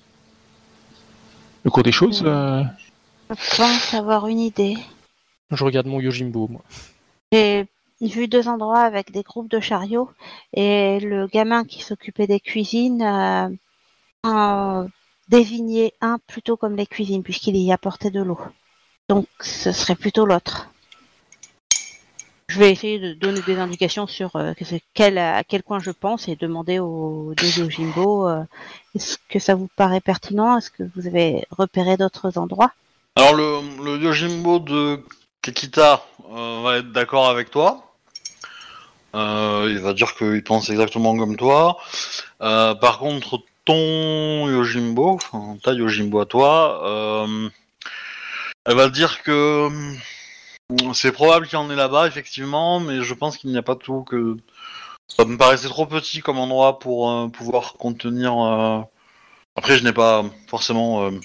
le cours des choses euh Je pense avoir une idée. Je regarde mon Yojimbo, moi. J'ai vu deux endroits avec des groupes de chariots et le gamin qui s'occupait des cuisines euh, en désignait un plutôt comme les cuisines puisqu'il y apportait de l'eau. Donc ce serait plutôt l'autre. Je vais essayer de donner des indications sur euh, que c'est quel, à quel coin je pense et demander aux deux Yojimbo euh, est-ce que ça vous paraît pertinent? Est-ce que vous avez repéré d'autres endroits? Alors le, le Yojimbo de Kekita euh, va être d'accord avec toi. Euh, il va dire qu'il pense exactement comme toi. Euh, par contre, ton Yojimbo, enfin ta Yojimbo à toi, euh, elle va dire que hum, c'est probable qu'il y en ait là-bas, effectivement, mais je pense qu'il n'y a pas tout que... Ça me paraissait trop petit comme endroit pour euh, pouvoir contenir... euh, Après, je n'ai pas forcément... euh,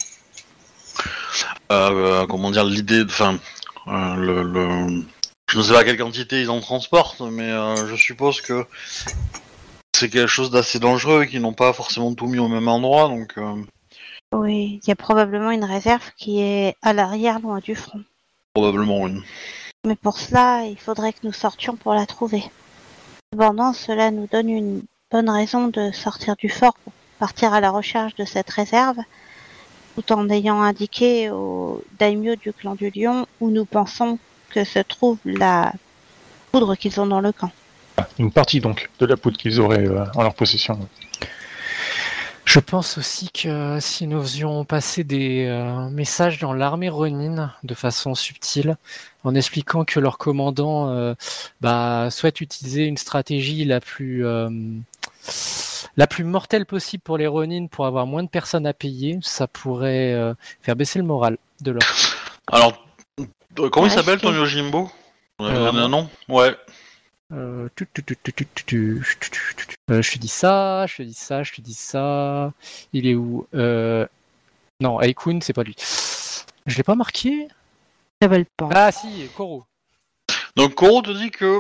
euh, comment dire, l'idée... Enfin, euh, le, le... Je ne sais pas quelle quantité ils en transportent, mais euh, je suppose que c'est quelque chose d'assez dangereux et qu'ils n'ont pas forcément tout mis au même endroit, donc... euh, Oui, il y a probablement une réserve qui est à l'arrière, loin du front. Probablement une. Mais pour cela, il faudrait que nous sortions pour la trouver. Cependant, cela nous donne une bonne raison de sortir du fort pour partir à la recherche de cette réserve, tout en ayant indiqué au daimyo du clan du Lion où nous pensons que se trouve la poudre qu'ils ont dans le camp. Une partie donc de la poudre qu'ils auraient euh, en leur possession. Je pense aussi que si nous faisions passer des euh, messages dans l'armée Ronin de façon subtile, en expliquant que leur commandant euh, bah, souhaite utiliser une stratégie la plus, euh, la plus mortelle possible pour les Ronin pour avoir moins de personnes à payer, ça pourrait euh, faire baisser le moral de leur. Alors, euh, comment il Ouais, s'appelle c'est- ton Yojimbo? On a Euh, donné un nom? Ouais. Euh, tu, tu, tu, tu, tu, tu, tu, tu, tu, tu, tu. Euh, je te dis ça, je te dis ça, je te dis ça. Il est où euh... Non, Aikun, c'est pas lui. Je l'ai pas marqué. Ça va le pas. Ah si, Koro. Donc, Koro te dit que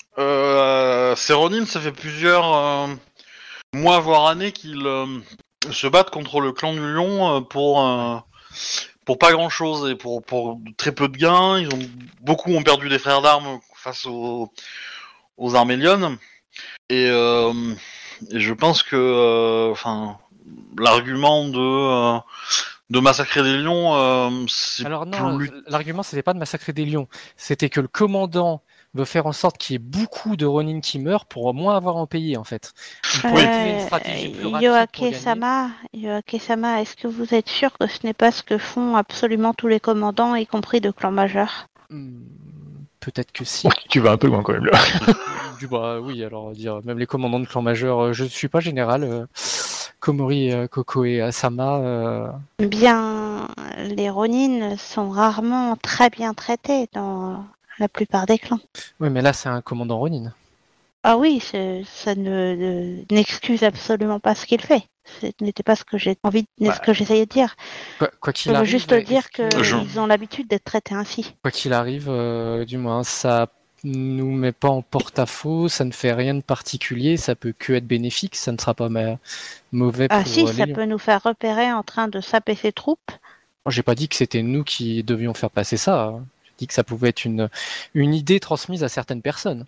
euh, ces Ronin, ça fait plusieurs euh, mois, voire années qu'ils euh, se battent contre le clan du Lion euh, pour, euh, pour pas grand-chose et pour, pour très peu de gains. Ils ont, beaucoup ont perdu des frères d'armes face aux, aux Arméliennes. Et, euh, et je pense que enfin, l'argument de, euh, de massacrer des lions, euh, c'est Alors non, plus... l'argument c'était pas de massacrer des lions, c'était que le commandant veut faire en sorte qu'il y ait beaucoup de Ronin qui meurent pour au moins avoir à en payer en fait. Pour Oui. trouver une stratégie plus rapide pour gagner. Yoake-sama, Yoake-sama, est-ce que vous êtes sûr que ce n'est pas ce que font absolument tous les commandants, y compris de clans majeurs? Hmm, peut-être que si. Oh, tu vas un peu loin quand même là. Du bah oui, alors dire même les commandants de clans majeurs, euh, je ne suis pas général. euh, Komori, euh, Koko et Asama. euh, Bien, les Ronin sont rarement très bien traités dans la plupart des clans. Ouais, mais là c'est un commandant Ronin. Ah oui, c'est- ça ne ne- n'excuse absolument pas ce qu'il fait. Ce n'était pas ce que j'ai envie, de- Bah, ce que j'essayais de dire. Quoi, quoi Je qu'il veux arrive, juste est-ce dire que- qu'ils Je- ont l'habitude d'être traités ainsi. quoi qu'il arrive, euh, du moins ça nous met pas en porte-à-faux, ça ne fait rien de particulier, ça peut que être bénéfique, ça ne sera pas ma- mauvais Ah pour si, euh, ça les lions. peut nous faire repérer en train de saper ses troupes. Moi, j'ai pas dit que c'était nous qui devions faire passer ça. hein. J'ai dit que ça pouvait être une, une idée transmise à certaines personnes.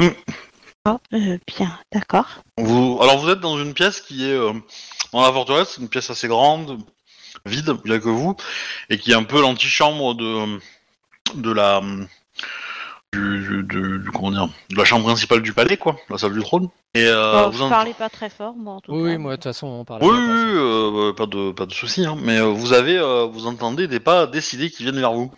Oh, euh, bien, d'accord. Vous... Alors vous êtes dans une pièce qui est euh, dans la forteresse, c'est une pièce assez grande, vide, il n'y a que vous, et qui est un peu l'antichambre de, de la... Du, du, du- du- comment dire, de la chambre principale du palais, quoi, la salle du trône. Et euh, Oh, vous je en- parlais pas très fort, moi en tout Oui, cas. moi de toute façon, on parle Oui, à oui, la place, oui, hein. euh, pas de, pas de soucis, hein. Mais euh, vous avez, euh, vous entendez des pas décidés qui viennent vers vous.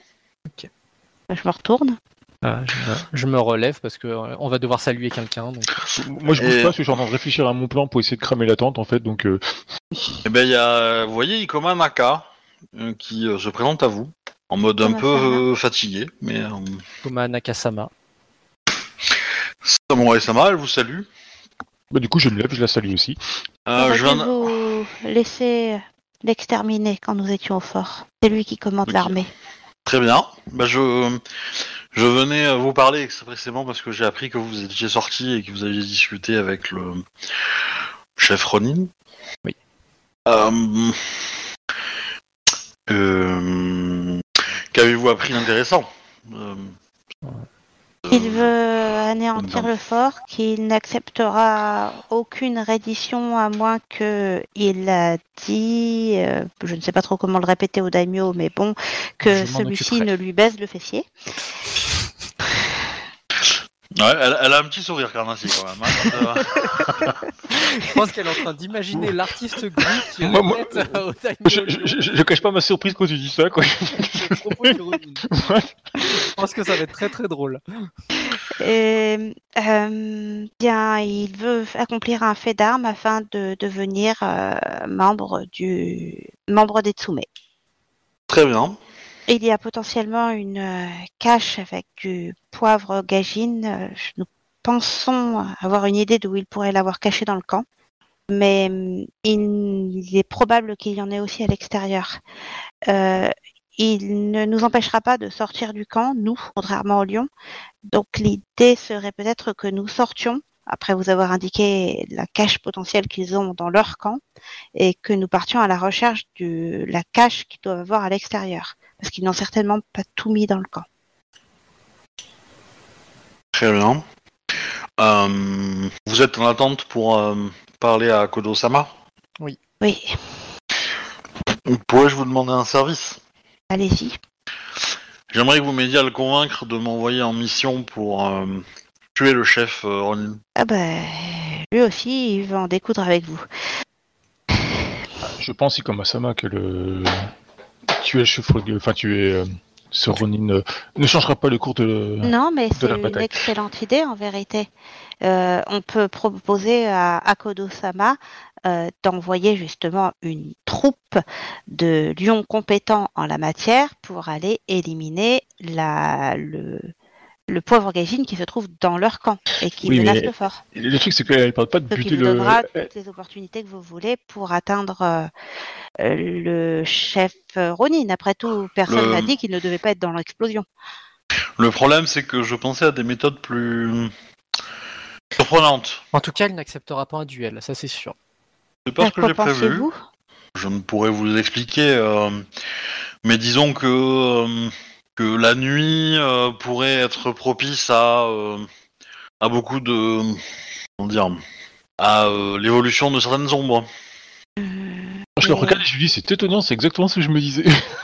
Je me retourne. Ah, je, me, je me relève parce que euh, on va devoir saluer quelqu'un. Donc... Moi je bouge Et- pas parce que je suis en train de réfléchir à mon plan pour essayer de cramer la tente en fait, donc euh, Et ben il y a, vous voyez, Ikoma Naka euh, qui euh, se présente à vous en mode un Comment peu ça va euh, fatigué, mais euh, Koma Nakasama. Samurai Sama, elle vous salue. bah, du coup je me lève, je la salue aussi. Euh, je J'aurais viens, dû vous laisser l'exterminer quand nous étions au fort. C'est lui qui commande Ok. l'armée. très bien. Bah, je, je venais euh, vous parler expressément parce que j'ai appris que vous étiez sorti et que vous aviez discuté avec le chef Ronin. Oui. Euh, euh, Qu'avez-vous appris d'intéressant? Euh, Il veut anéantir non. le fort, qu'il n'acceptera aucune reddition à moins que il a dit, euh, je ne sais pas trop comment le répéter au daimyo, mais bon, que Je m'en celui-ci occuperai. ne lui baise le fessier. Ouais, elle, elle a un petit sourire Karnassi quand même. Hein, quand, euh, Je pense qu'elle est en train d'imaginer l'artiste Gru qui Moi, moi- répète au daimyo Je, je, je, je cache pas ma surprise quand tu dis ça quoi. le propos du Ronin. Je pense que ça va être très très drôle. Et, euh, bien, il veut accomplir un fait d'armes afin de devenir euh, membre du membre des Tsume. très bien. Il y a potentiellement une euh, cache avec du poivre gagine. Euh, Nous pensons avoir une idée d'où il pourrait l'avoir caché dans le camp. Mais hum, il, il est probable qu'il y en ait aussi à l'extérieur. Euh, il ne nous empêchera pas de sortir du camp, nous, contrairement aux lions. Donc l'idée serait peut-être que nous sortions, après vous avoir indiqué la cache potentielle qu'ils ont dans leur camp, et que nous partions à la recherche de la cache qu'ils doivent avoir à l'extérieur. Parce qu'ils n'ont certainement pas tout mis dans le camp. Très bien. Euh, vous êtes en attente pour euh, parler à Kodo-sama? Oui, Pourrais-je vous demander un service? allez-y. J'aimerais que vous m'aidiez à le convaincre de m'envoyer en mission pour euh, tuer le chef euh, Ronin. Ah ben, lui aussi, il veut en découdre avec vous. Je pense comme Asama que le tu es le chef, enfin tu es euh, ce Ronin euh, ne changera pas le cours de. Non, mais de c'est la une bataille. excellente idée en vérité. Euh, on peut proposer à Akodo-sama euh, d'envoyer justement une troupe de lions compétents en la matière pour aller éliminer la, le, le poivre gaijin qui se trouve dans leur camp et qui Oui, menace mais le fort. le truc, c'est qu'elle ne parle pas de Ce qui buter vous le. donnera euh, toutes les opportunités que vous voulez pour atteindre euh, euh, le chef euh, Ronin. Après tout, personne Le- n'a dit qu'il ne devait pas être dans l'explosion. Le problème, c'est que je pensais à des méthodes plus surprenantes. En tout cas, il n'acceptera pas un duel, ça c'est sûr. C'est pas À ce que quoi j'ai prévu. pensez-vous? Je ne pourrais vous expliquer, euh, mais disons que euh, que la nuit euh, pourrait être propice à euh, à beaucoup de comment dire à euh, l'évolution de certaines ombres. Je le Mais- regarde et je lui dis, c'est étonnant, c'est exactement ce que je me disais.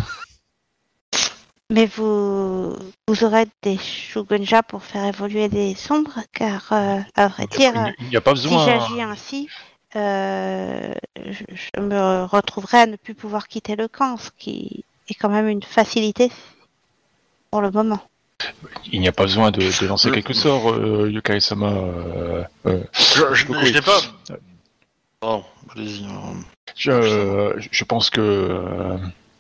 Mais vous, vous aurez des Shugenja pour faire évoluer les sombres, car à vrai dire, Il n'y a pas si besoin. j'agis ainsi, euh, je, je me retrouverai à ne plus pouvoir quitter le camp, ce qui est quand même une facilité pour le moment. Il n'y a pas besoin de, de lancer Le- quelques sorts, euh, Yokai-sama. Euh, euh, Je, je, Beaucoup, je n'ai pas. oui. Oh, allez-y. euh. Je, je pense que euh,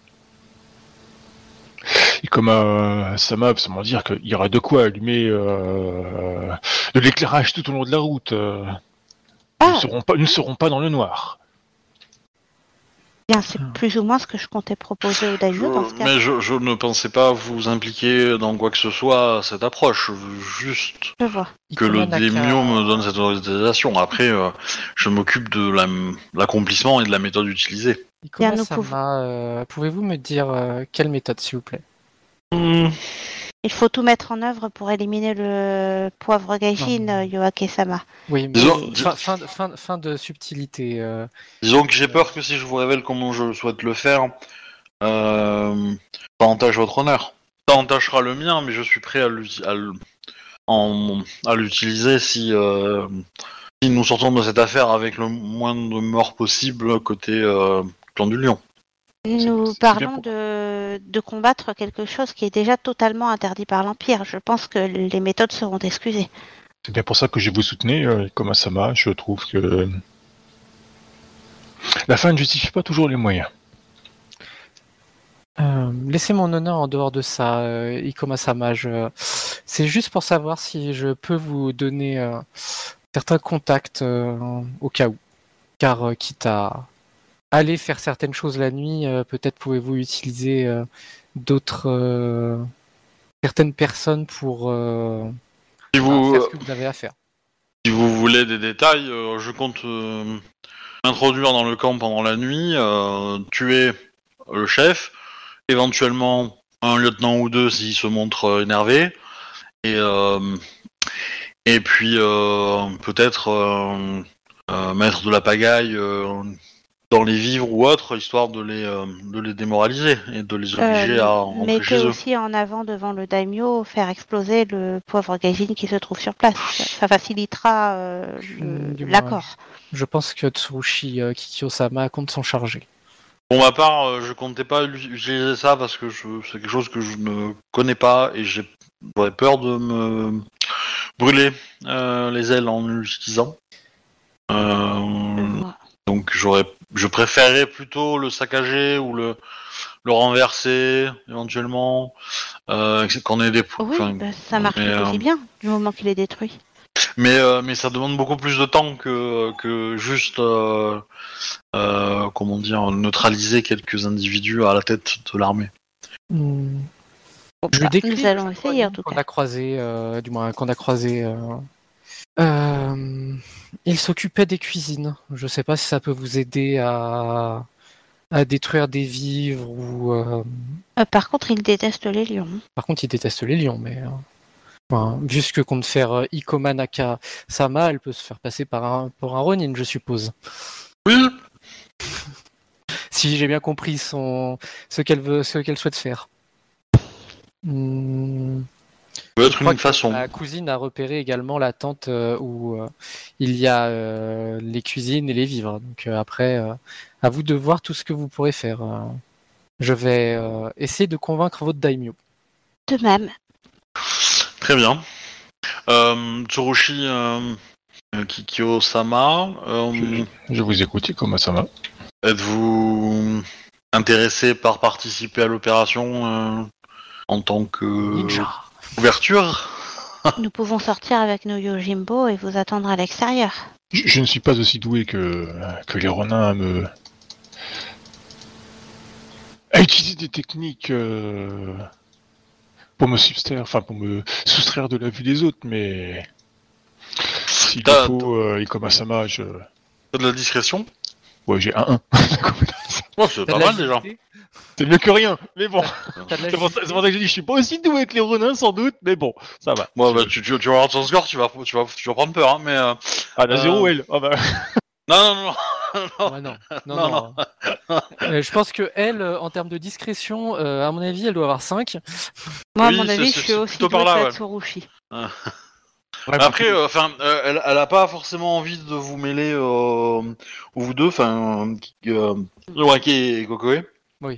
Ikoma Sama peut sûrement dire qu'il y aura de quoi allumer euh, de l'éclairage tout au long de la route. euh. Nous, ne Ah, serons pas, nous ne serons pas dans le noir. bien, c'est plus ou moins ce que je comptais proposer au Daiju dans ce Je- cas. mais je, je ne pensais pas vous impliquer dans quoi que ce soit à cette approche. Je veux juste Je vois. que le Ikoma Naka- Daimyo me donne cette autorisation. Après, euh, je m'occupe de la- l'accomplissement et de la méthode utilisée. Ikoma Bien, nous Sama, euh, pouvez-vous me dire euh, quelle méthode, s'il vous plaît? Il faut tout mettre en œuvre pour éliminer le poivre gaijin, euh, Yoake-sama. Oui, mais Disons- fin, fin, de- fin, fin de subtilité. euh, Disons que j'ai peur que si je vous révèle comment je souhaite le faire, euh, ça entache votre honneur. Ça entachera le mien, mais je suis prêt à l'uti- à l'- en- à l'utiliser si, euh, si nous sortons de cette affaire avec le moins de morts possible côté euh, clan du Lion. Nous c'est bien parlons pour- de, de combattre quelque chose qui est déjà totalement interdit par l'Empire. Je pense que les méthodes seront excusées. C'est bien pour ça que je vous soutenais, euh, Ikoma Sama. Je trouve que la fin ne justifie pas toujours les moyens. Euh, laissez mon honneur en dehors de ça, euh, Ikoma Sama. Je... C'est juste pour savoir si je peux vous donner euh, certains contacts euh, au cas où. Car euh, quitte à aller faire certaines choses la nuit, euh, peut-être pouvez-vous utiliser euh, d'autres euh, certaines personnes pour euh, Si vous, faire ce que vous avez à faire. si vous voulez des détails, euh, je compte euh, m'introduire dans le camp pendant la nuit, euh, tuer le chef, éventuellement un lieutenant ou deux s'il se montre euh, énervé, et, euh, et puis euh, peut-être euh, euh, mettre de la pagaille euh, dans les vivres ou autres, histoire de les, euh, de les démoraliser et de les obliger Euh, à rentrer mettez chez eux. aussi en avant devant le daimyo faire exploser le poivre gaijin qui se trouve sur place. Ça, ça facilitera euh, le- Du moins, l'accord. Je pense que Tsurushi euh, Kikyo-sama compte s'en charger. Pour ma part, euh, je comptais pas lu- utiliser ça parce que je- c'est quelque chose que je ne connais pas et j'ai- j'aurais peur de me brûler euh, les ailes en l'utilisant. Euh, Je vois. donc j'aurais, je préférerais plutôt le saccager ou le, le renverser éventuellement, euh, qu'on ait des. Oui, enfin, bah, ça marche mais, tout euh, aussi bien du moment qu'il est détruit. Mais, euh, mais ça demande beaucoup plus de temps que, que juste, euh, euh, comment dire, neutraliser quelques individus à la tête de l'armée. Hmm. Bon, Je bah, décris nous allons le essayer en tout qu'on cas. a croisé, euh, du moins qu'on a croisé. Euh... Euh, il s'occupait des cuisines. Je sais pas si ça peut vous aider à, à détruire des vivres ou. euh, Euh, par contre, il déteste les lions. Par contre, il déteste les lions, mais. euh, enfin, vu ce que compte faire euh, Ikoma Naka Sama, elle peut se faire passer par un, pour un Ronin, je suppose. Oui. Si j'ai bien compris son, ce qu'elle veut, ce qu'elle souhaite faire. Hmm. Peut Je être crois une que façon. ma cousine a repéré également la tente euh, où euh, il y a euh, les cuisines et les vivres. Donc euh, après, euh, à vous de voir tout ce que vous pourrez faire. euh. Je vais euh, essayer de convaincre votre daimyo. De même. Très bien. Euh, Tsurushi euh, Kikyo-sama, euh, Je vous écoute, comment ça va? êtes-vous intéressé par participer à l'opération euh, en tant que Ninja. ouverture? Nous pouvons sortir avec nos Yojimbo et vous attendre à l'extérieur. Je, je ne suis pas aussi doué que, que les Ronins à me... à utiliser des techniques euh, pour me subtraire, enfin pour me soustraire de la vue des autres, mais s'il le T'as- faut, euh, Ikoma-sama, je... T'as de la discrétion? Ouais, j'ai un un. Ouais, c'est T'as pas de mal déjà. l'agilité. C'est mieux que rien, mais bon. T'as de C'est pour, ça, l'agilité. c'est pour ça que j'ai dit, je suis pas aussi doué que les Ronins sans doute, mais bon, ça va. Bon, Je- bah, tu, tu, tu vas voir ton score, tu vas, tu vas, tu vas prendre peur, hein, mais... Euh... Ah, la euh, zéro, elle. Ah bah... Non, non, non, non. Ouais, non, non, Non, non. Euh, je pense que elle, euh, en termes de discrétion, euh, à mon avis, elle doit avoir cinq. Moi, Oui, à mon c'est- avis, c'est- je suis c'est aussi plutôt douée par là, que ouais. la Tsurushi. Ouais, Après, euh, enfin, euh, elle, elle a pas forcément envie de vous mêler euh, vous deux, enfin, euh, Iwaki et Kokoe. Oui.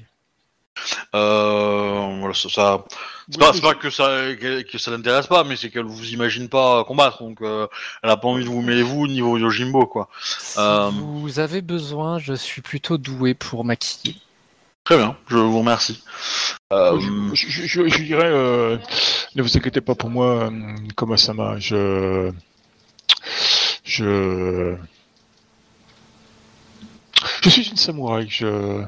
Euh, voilà, ça, ça- c'est oui, pas, mais c'est pas que ça, que, que ça l'intéresse pas, mais c'est qu'elle vous imagine pas combattre, donc euh, elle a pas envie de vous mêler vous niveau Yojimbo, quoi. Si Euh, vous avez besoin, je suis plutôt doué pour maquiller. Très bien, je vous remercie. Euh, Je, je, je, je dirais, euh, ne vous inquiétez pas pour moi, euh, Koma-sama, je... Je... Je suis une samouraï, je...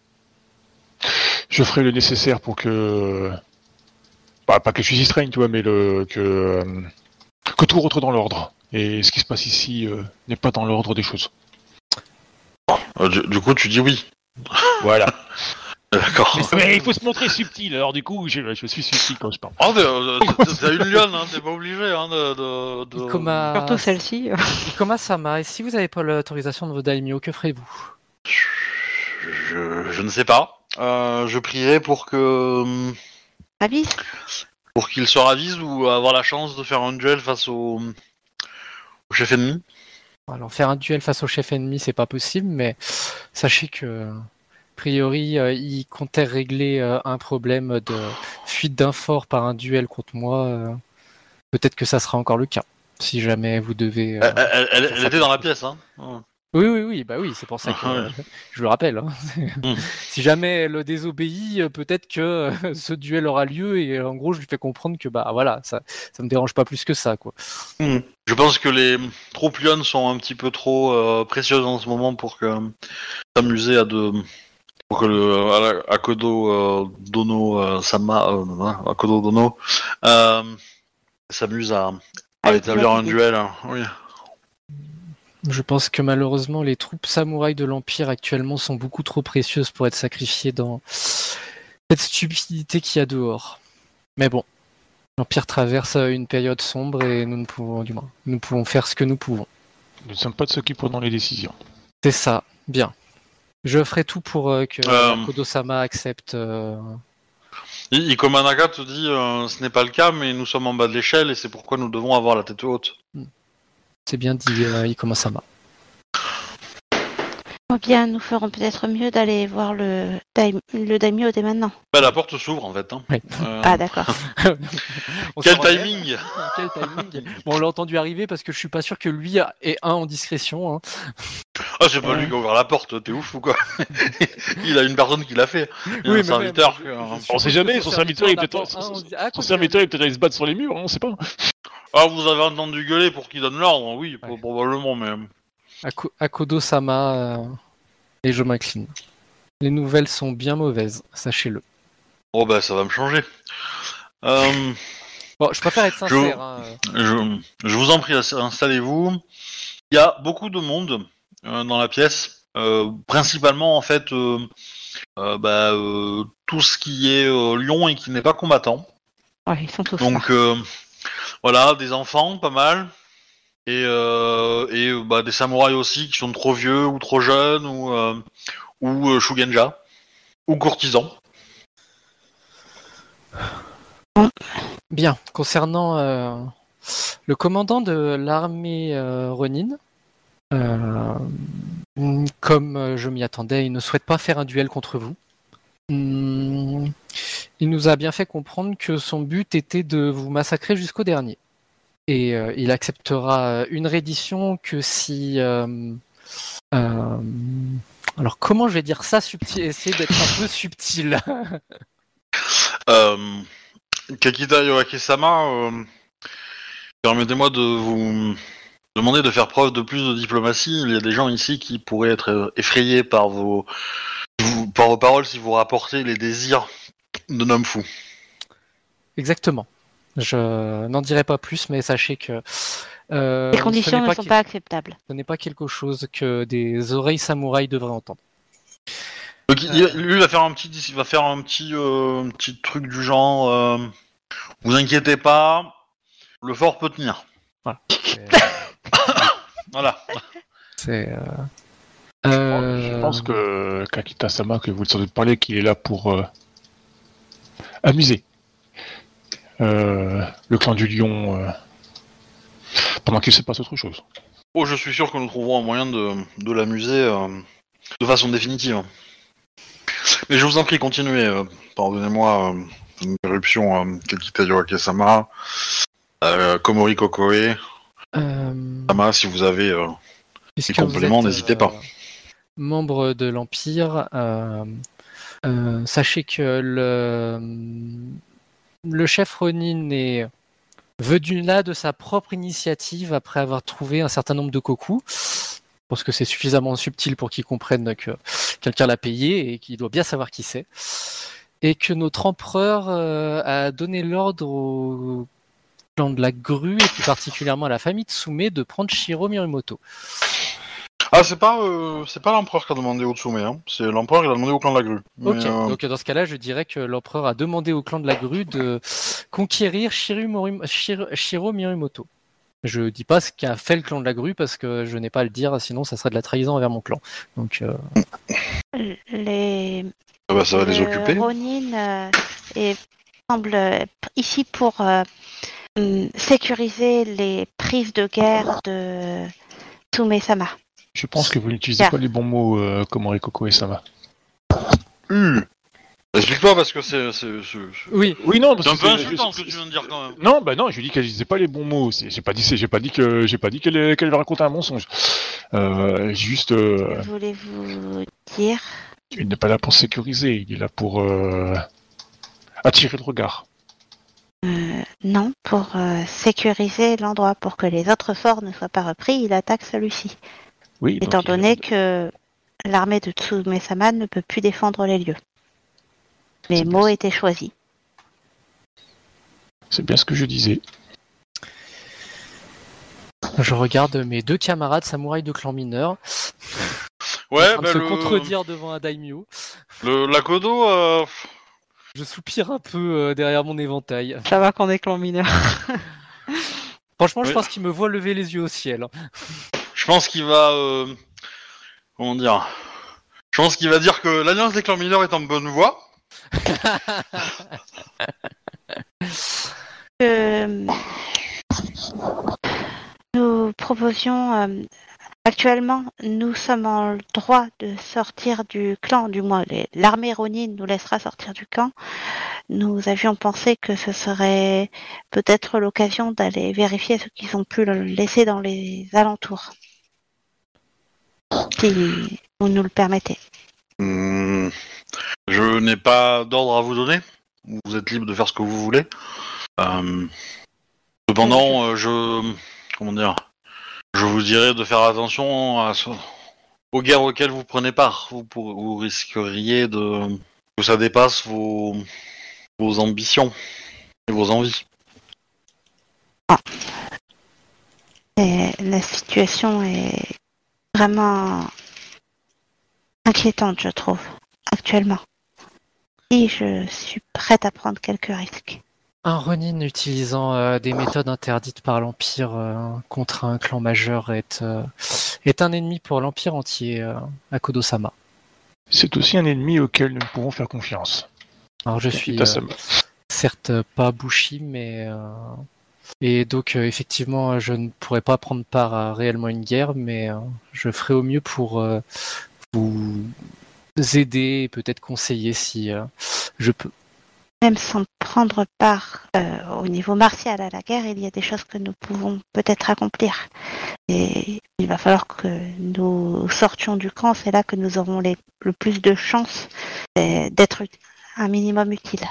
Je ferai le nécessaire pour que... Bah, pas que je suis restreint, tu vois, mais le... que... euh, que tout rentre dans l'ordre. Et ce qui se passe ici euh, n'est pas dans l'ordre des choses. euh, du, du coup, tu dis oui. Voilà. D'accord. Mais il faut se montrer subtil, alors du coup, je, je suis subtil quand je parle. Oh, t'es, euh, t'es- t'es une lionne, hein, t'es pas obligé hein, de, de, de- Ikoma... Surtout celle-ci. Ikoma-sama, et si vous n'avez pas l'autorisation de vos daimyo, que ferez-vous? Je, je ne sais pas. Euh, je prierai pour que Avise. pour qu'il se ravise ou avoir la chance de faire un duel face au, au chef ennemi. Alors, faire un duel face au chef ennemi, c'est pas possible, mais sachez que, a priori, euh, il comptait régler euh, un problème de fuite d'infort par un duel contre moi. euh, Peut-être que ça sera encore le cas, si jamais vous devez. euh, Elle, elle- elle- faire elle ça était dans la quelque pièce, hein. Ouais. Oui, oui, oui, bah oui, c'est pour ça que Ah ouais. euh, je le rappelle. hein. Mm. Si jamais elle désobéit, euh, peut-être que euh, ce duel aura lieu et euh, en gros, je lui fais comprendre que bah voilà, ça, ça me dérange pas plus que ça, quoi. Je pense que les troupes lionnes sont un petit peu trop euh, précieuses en ce moment pour que s'amuser à de pour que le à la- Akodo euh, Dono euh, Sama euh, hein, Akodo Dono euh, s'amuse à, à À établir un établir. duel. hein. Oui. Je pense que malheureusement, les troupes samouraïs de l'Empire actuellement sont beaucoup trop précieuses pour être sacrifiées dans cette stupidité qu'il y a dehors. Mais bon, l'Empire traverse une période sombre et nous ne pouvons, du moins, nous pouvons faire ce que nous pouvons. Nous ne sommes pas de ceux qui prenons les décisions. C'est ça, bien. Je ferai tout pour euh, que Euh. Kodo-sama accepte. euh, I- Ikomanaka te dit euh, ce n'est pas le cas, mais nous sommes en bas de l'échelle et c'est pourquoi nous devons avoir la tête haute. C'est bien dit, euh, Ikoma-sama. Oh bien, nous ferons peut-être mieux d'aller voir le, daim- le daimyo dès maintenant. Bah, la porte s'ouvre en fait. Hein. Oui. Euh, Ah d'accord. On Quel se relève. timing Quel timing Bon, on l'a entendu arriver parce que je suis pas sûr que lui ait un en discrétion. hein. Ah, c'est pas Ouais. lui qui a ouvert la porte, t'es ouf ou quoi? Il a une personne qui l'a fait. Il y a Oui, un mais serviteur. même, que- je- je On sait suppose jamais, que son serviteur est peut-être- d'apprendre un, on dit, ah, Son quoi, serviteur est peut-être allé se battre sur les murs, hein, on sait pas. Ah, vous avez entendu gueuler pour qu'il donne l'ordre, oui, Ouais. probablement, mais. Ako- Akodo-sama, euh, et je m'incline. Les nouvelles sont bien mauvaises, sachez-le. Oh, bah, ça va me changer. Euh, Bon, je préfère être sincère. hein. je, je vous en prie, installez-vous. Il y a beaucoup de monde euh, dans la pièce, euh, principalement en fait euh, euh, bah, euh, tout ce qui est euh, lion et qui n'est pas combattant. Ouais, ils sont tous là. Donc euh, voilà, des enfants, pas mal, et, euh, et euh, bah, des samouraïs aussi qui sont trop vieux ou trop jeunes ou euh, ou euh, shugenja ou courtisans. Bien, concernant euh, le commandant de l'armée euh, Ronin, euh, comme euh, je m'y attendais, il ne souhaite pas faire un duel contre vous. Hum, il nous a bien fait comprendre que son but était de vous massacrer jusqu'au dernier. Et euh, il acceptera une reddition que si... Euh, euh, alors comment je vais dire ça subtil, essayer d'être un peu subtil. euh, Kakita Yoake-sama, euh, permettez-moi de vous demander de faire preuve de plus de diplomatie. Il y a des gens ici qui pourraient être effrayés par vos, vous, par vos paroles si vous rapportez les désirs d'un homme fou. Exactement. Je n'en dirai pas plus, mais sachez que euh, Les conditions ce ne pas sont que- pas acceptables. ce n'est pas quelque chose que des oreilles samouraïs devraient entendre. Donc, il, lui il va faire un petit, il va faire un petit, euh, un petit truc du genre. Euh, vous inquiétez pas, le fort peut tenir. Voilà. C'est, Voilà. c'est, euh, Je euh, pense que Kakita-sama, que vous le savez parler, qu'il est là pour euh, amuser euh, le clan du lion euh, pendant qu'il se passe autre chose. Oh, je suis sûr que nous trouverons un moyen de, de l'amuser euh, de façon définitive. Mais je vous en prie, continuez. Euh, pardonnez-moi euh, une interruption. Euh, Kakita Yoake-sama, euh, Komori Kokoe, euh, Sama, si vous avez euh, puisque des compléments, vous êtes, n'hésitez euh, pas. membre de l'Empire, euh, euh, sachez que le, le chef Ronin est venu là de sa propre initiative après avoir trouvé un certain nombre de koku. Parce que c'est suffisamment subtil pour qu'ils comprennent que quelqu'un l'a payé et qu'il doit bien savoir qui c'est. Et que notre empereur euh, a donné l'ordre au clan de la grue et plus particulièrement à la famille Tsume de prendre Shiro Mirumoto. Ah, c'est pas, euh, c'est pas l'empereur qui a demandé au Tsume, hein. C'est l'empereur qui a demandé au clan de la grue. Mais, Ok, euh, donc dans ce cas-là, je dirais que l'empereur a demandé au clan de la grue de conquérir Shiro, Morim- Shiro, Shiro Mirumoto. Je dis pas ce qu'a fait le clan de la grue parce que je n'ai pas à le dire, sinon ça serait de la trahison envers mon clan. Donc, euh... Les ah bah, ça va les le occuper. Ronin euh, est- semble euh, ici pour euh, hum, sécuriser les prises de guerre de Tsume-sama. Je pense que vous n'utilisez Bien. pas les bons mots, euh, Komori Kokoe-sama. Hum. Explique-toi parce que c'est, c'est, c'est, c'est- oui, Oui, non, parce c'est un que peu c'est- insultant je- ce que tu viens de dire quand même. Non, bah non, je lui dis qu'elle disait pas les bons mots. C'est- J'ai pas dit, c'est- j'ai pas dit que, j'ai pas dit qu'elle, qu'elle racontait un mensonge. Euh, juste, euh, Que voulez-vous dire? il n'est pas là pour sécuriser, il est là pour euh, attirer le regard. Euh, non, pour euh, sécuriser l'endroit, pour que les autres forts ne soient pas repris, il attaque celui-ci. Oui. donc Étant il- donné que l'armée de Tsume-sama ne peut plus défendre les lieux. Les C'est mots bien. étaient choisis. C'est bien ce que je disais. je regarde mes deux camarades samouraïs de clan mineur Ouais, en train de bah se le, contredire devant un daimyo. le la Kodo, euh, Je soupire un peu euh, derrière mon éventail. Ça va qu'on est clan mineur. Franchement, je Oui. pense qu'il me voit lever les yeux au ciel. je pense qu'il va, euh, comment dire, je pense qu'il va dire que l'alliance des clans mineurs est en bonne voie. Euh, nous proposions euh, actuellement, nous sommes en droit de sortir du clan, du moins les- l'armée Ronin nous laissera sortir du camp. Nous avions pensé que ce serait peut-être l'occasion d'aller vérifier ce qu'ils ont pu le laisser dans les alentours. Si vous nous le permettez. Hum, je n'ai pas d'ordre à vous donner. Vous êtes libre de faire ce que vous voulez. Euh, cependant, euh, je, comment dire, je vous dirais de faire attention à ce- aux guerres auxquelles vous prenez part. Vous, pour- vous risqueriez de que ça dépasse vos, vos ambitions et vos envies. Et la situation est vraiment inquiétante, je trouve, actuellement. Et je suis prête à prendre quelques risques. Un Ronin utilisant euh, des méthodes interdites par l'Empire euh, contre un clan majeur est, euh, est un ennemi pour l'Empire entier, euh, à Kodo-sama. C'est aussi un ennemi auquel nous ne pouvons faire confiance. Alors je suis euh, Kakita-sama. certes pas Bushi, mais... euh, Et donc euh, effectivement, je ne pourrais pas prendre part à réellement une guerre, mais euh, je ferai au mieux pour euh, vous aider et peut-être conseiller si euh, je peux. même sans prendre part euh, au niveau martial à la guerre, il y a des choses que nous pouvons peut-être accomplir. Et il va falloir que nous sortions du camp, c'est là que nous aurons les, le plus de chances euh, d'être un minimum utile.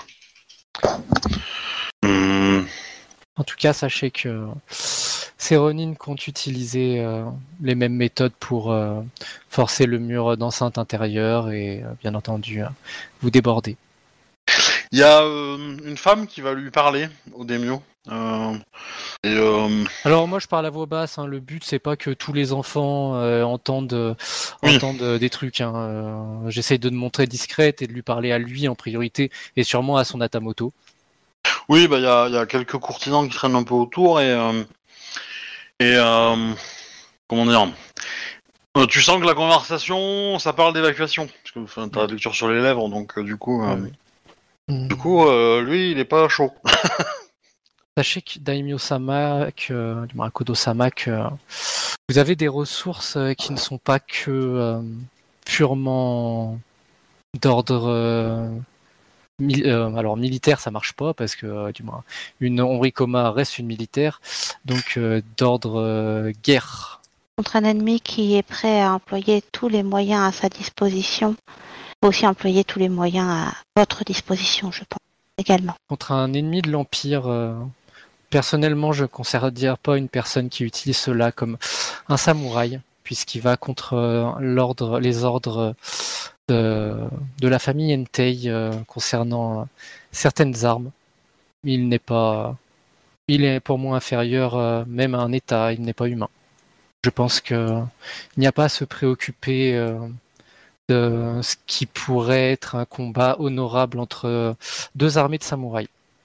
Hum, En tout cas, sachez que ces Ronin comptent utiliser euh, les mêmes méthodes pour euh, forcer le mur d'enceinte intérieure et, euh, bien entendu, euh, vous déborder. Il y a euh, une femme qui va lui parler au daimyo. Euh, et euh, Alors moi, je parle à voix basse. Hein. Le but, c'est pas que tous les enfants euh, entendent, euh, Oui. entendent euh, des trucs. Hein. Euh, j'essaye de me montrer discrète et de lui parler à lui en priorité et sûrement à son Atamoto. oui, bah il y a, il y a quelques courtisans qui traînent un peu autour et euh, et euh, comment dire. Euh, tu sens que la conversation, ça parle d'évacuation, parce que enfin, t'as la lecture sur les lèvres, donc euh, du coup, euh, Ouais, oui. Mm. du coup, euh, lui, il est pas chaud. Sachez que Daimyo-sama, que, du moins Kodo-sama, que vous avez des ressources euh, qui ne sont pas que euh, purement d'ordre euh, mil- euh, alors militaire, ça marche pas parce que euh, du moins une Onrikoma reste une militaire, donc euh, d'ordre euh, guerre. Contre un ennemi qui est prêt à employer tous les moyens à sa disposition, il faut aussi employer tous les moyens à votre disposition, je pense, également. Contre un ennemi de l'Empire, euh, personnellement, je ne considère pas une personne qui utilise cela comme un samouraï, puisqu'il va contre euh, l'ordre, les ordres de, de la famille Entei euh, concernant euh, certaines armes. Il n'est pas, il est pour moi inférieur euh, même à un État. Il n'est pas humain. Je pense que il n'y a pas à se préoccuper euh, de ce qui pourrait être un combat honorable entre euh, deux armées de samouraïs.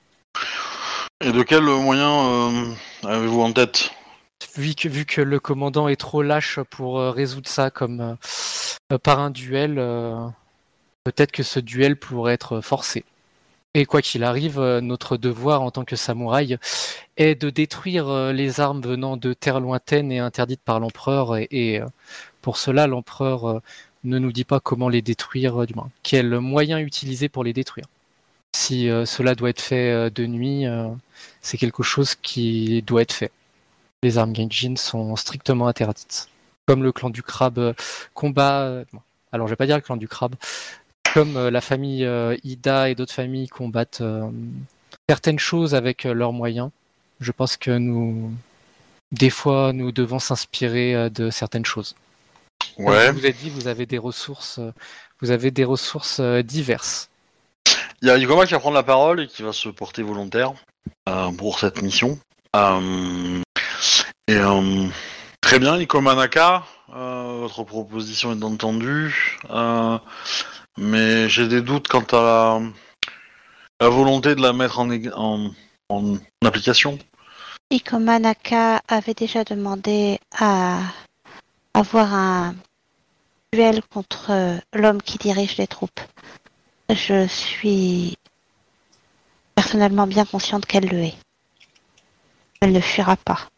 Et de quel moyen euh, avez-vous en tête? Vu que, vu que le commandant est trop lâche pour euh, résoudre ça comme euh, par un duel, euh, peut-être que ce duel pourrait être forcé. Et quoi qu'il arrive, euh, notre devoir en tant que samouraï est de détruire euh, les armes venant de terres lointaines et interdites par l'empereur. Et, et euh, pour cela, l'empereur euh, ne nous dit pas comment les détruire, euh, du moins, quel moyen utiliser pour les détruire. Si euh, cela doit être fait euh, de nuit, euh, c'est quelque chose qui doit être fait. Les armes Genjin sont strictement interdites. Comme le clan du crabe euh, combat... euh, alors je vais pas dire le clan du crabe, comme euh, la famille euh, Ida et d'autres familles combattent euh, certaines choses avec euh, leurs moyens, je pense que nous, des fois, nous devons s'inspirer euh, de certaines choses. Ouais. Comme je vous ai dit, vous avez des ressources, euh, vous avez des ressources euh, diverses. Il y a Ikoma qui va prendre la parole et qui va se porter volontaire euh, pour cette mission. Euh, et euh, très bien, Ikoma Naka, euh, votre proposition est entendue, euh, mais j'ai des doutes quant à la, la volonté de la mettre en, ég- en, en application. Ikoma Naka avait déjà demandé à avoir un duel contre l'homme qui dirige les troupes. Je suis personnellement bien consciente qu'elle le est. Elle ne fuira pas.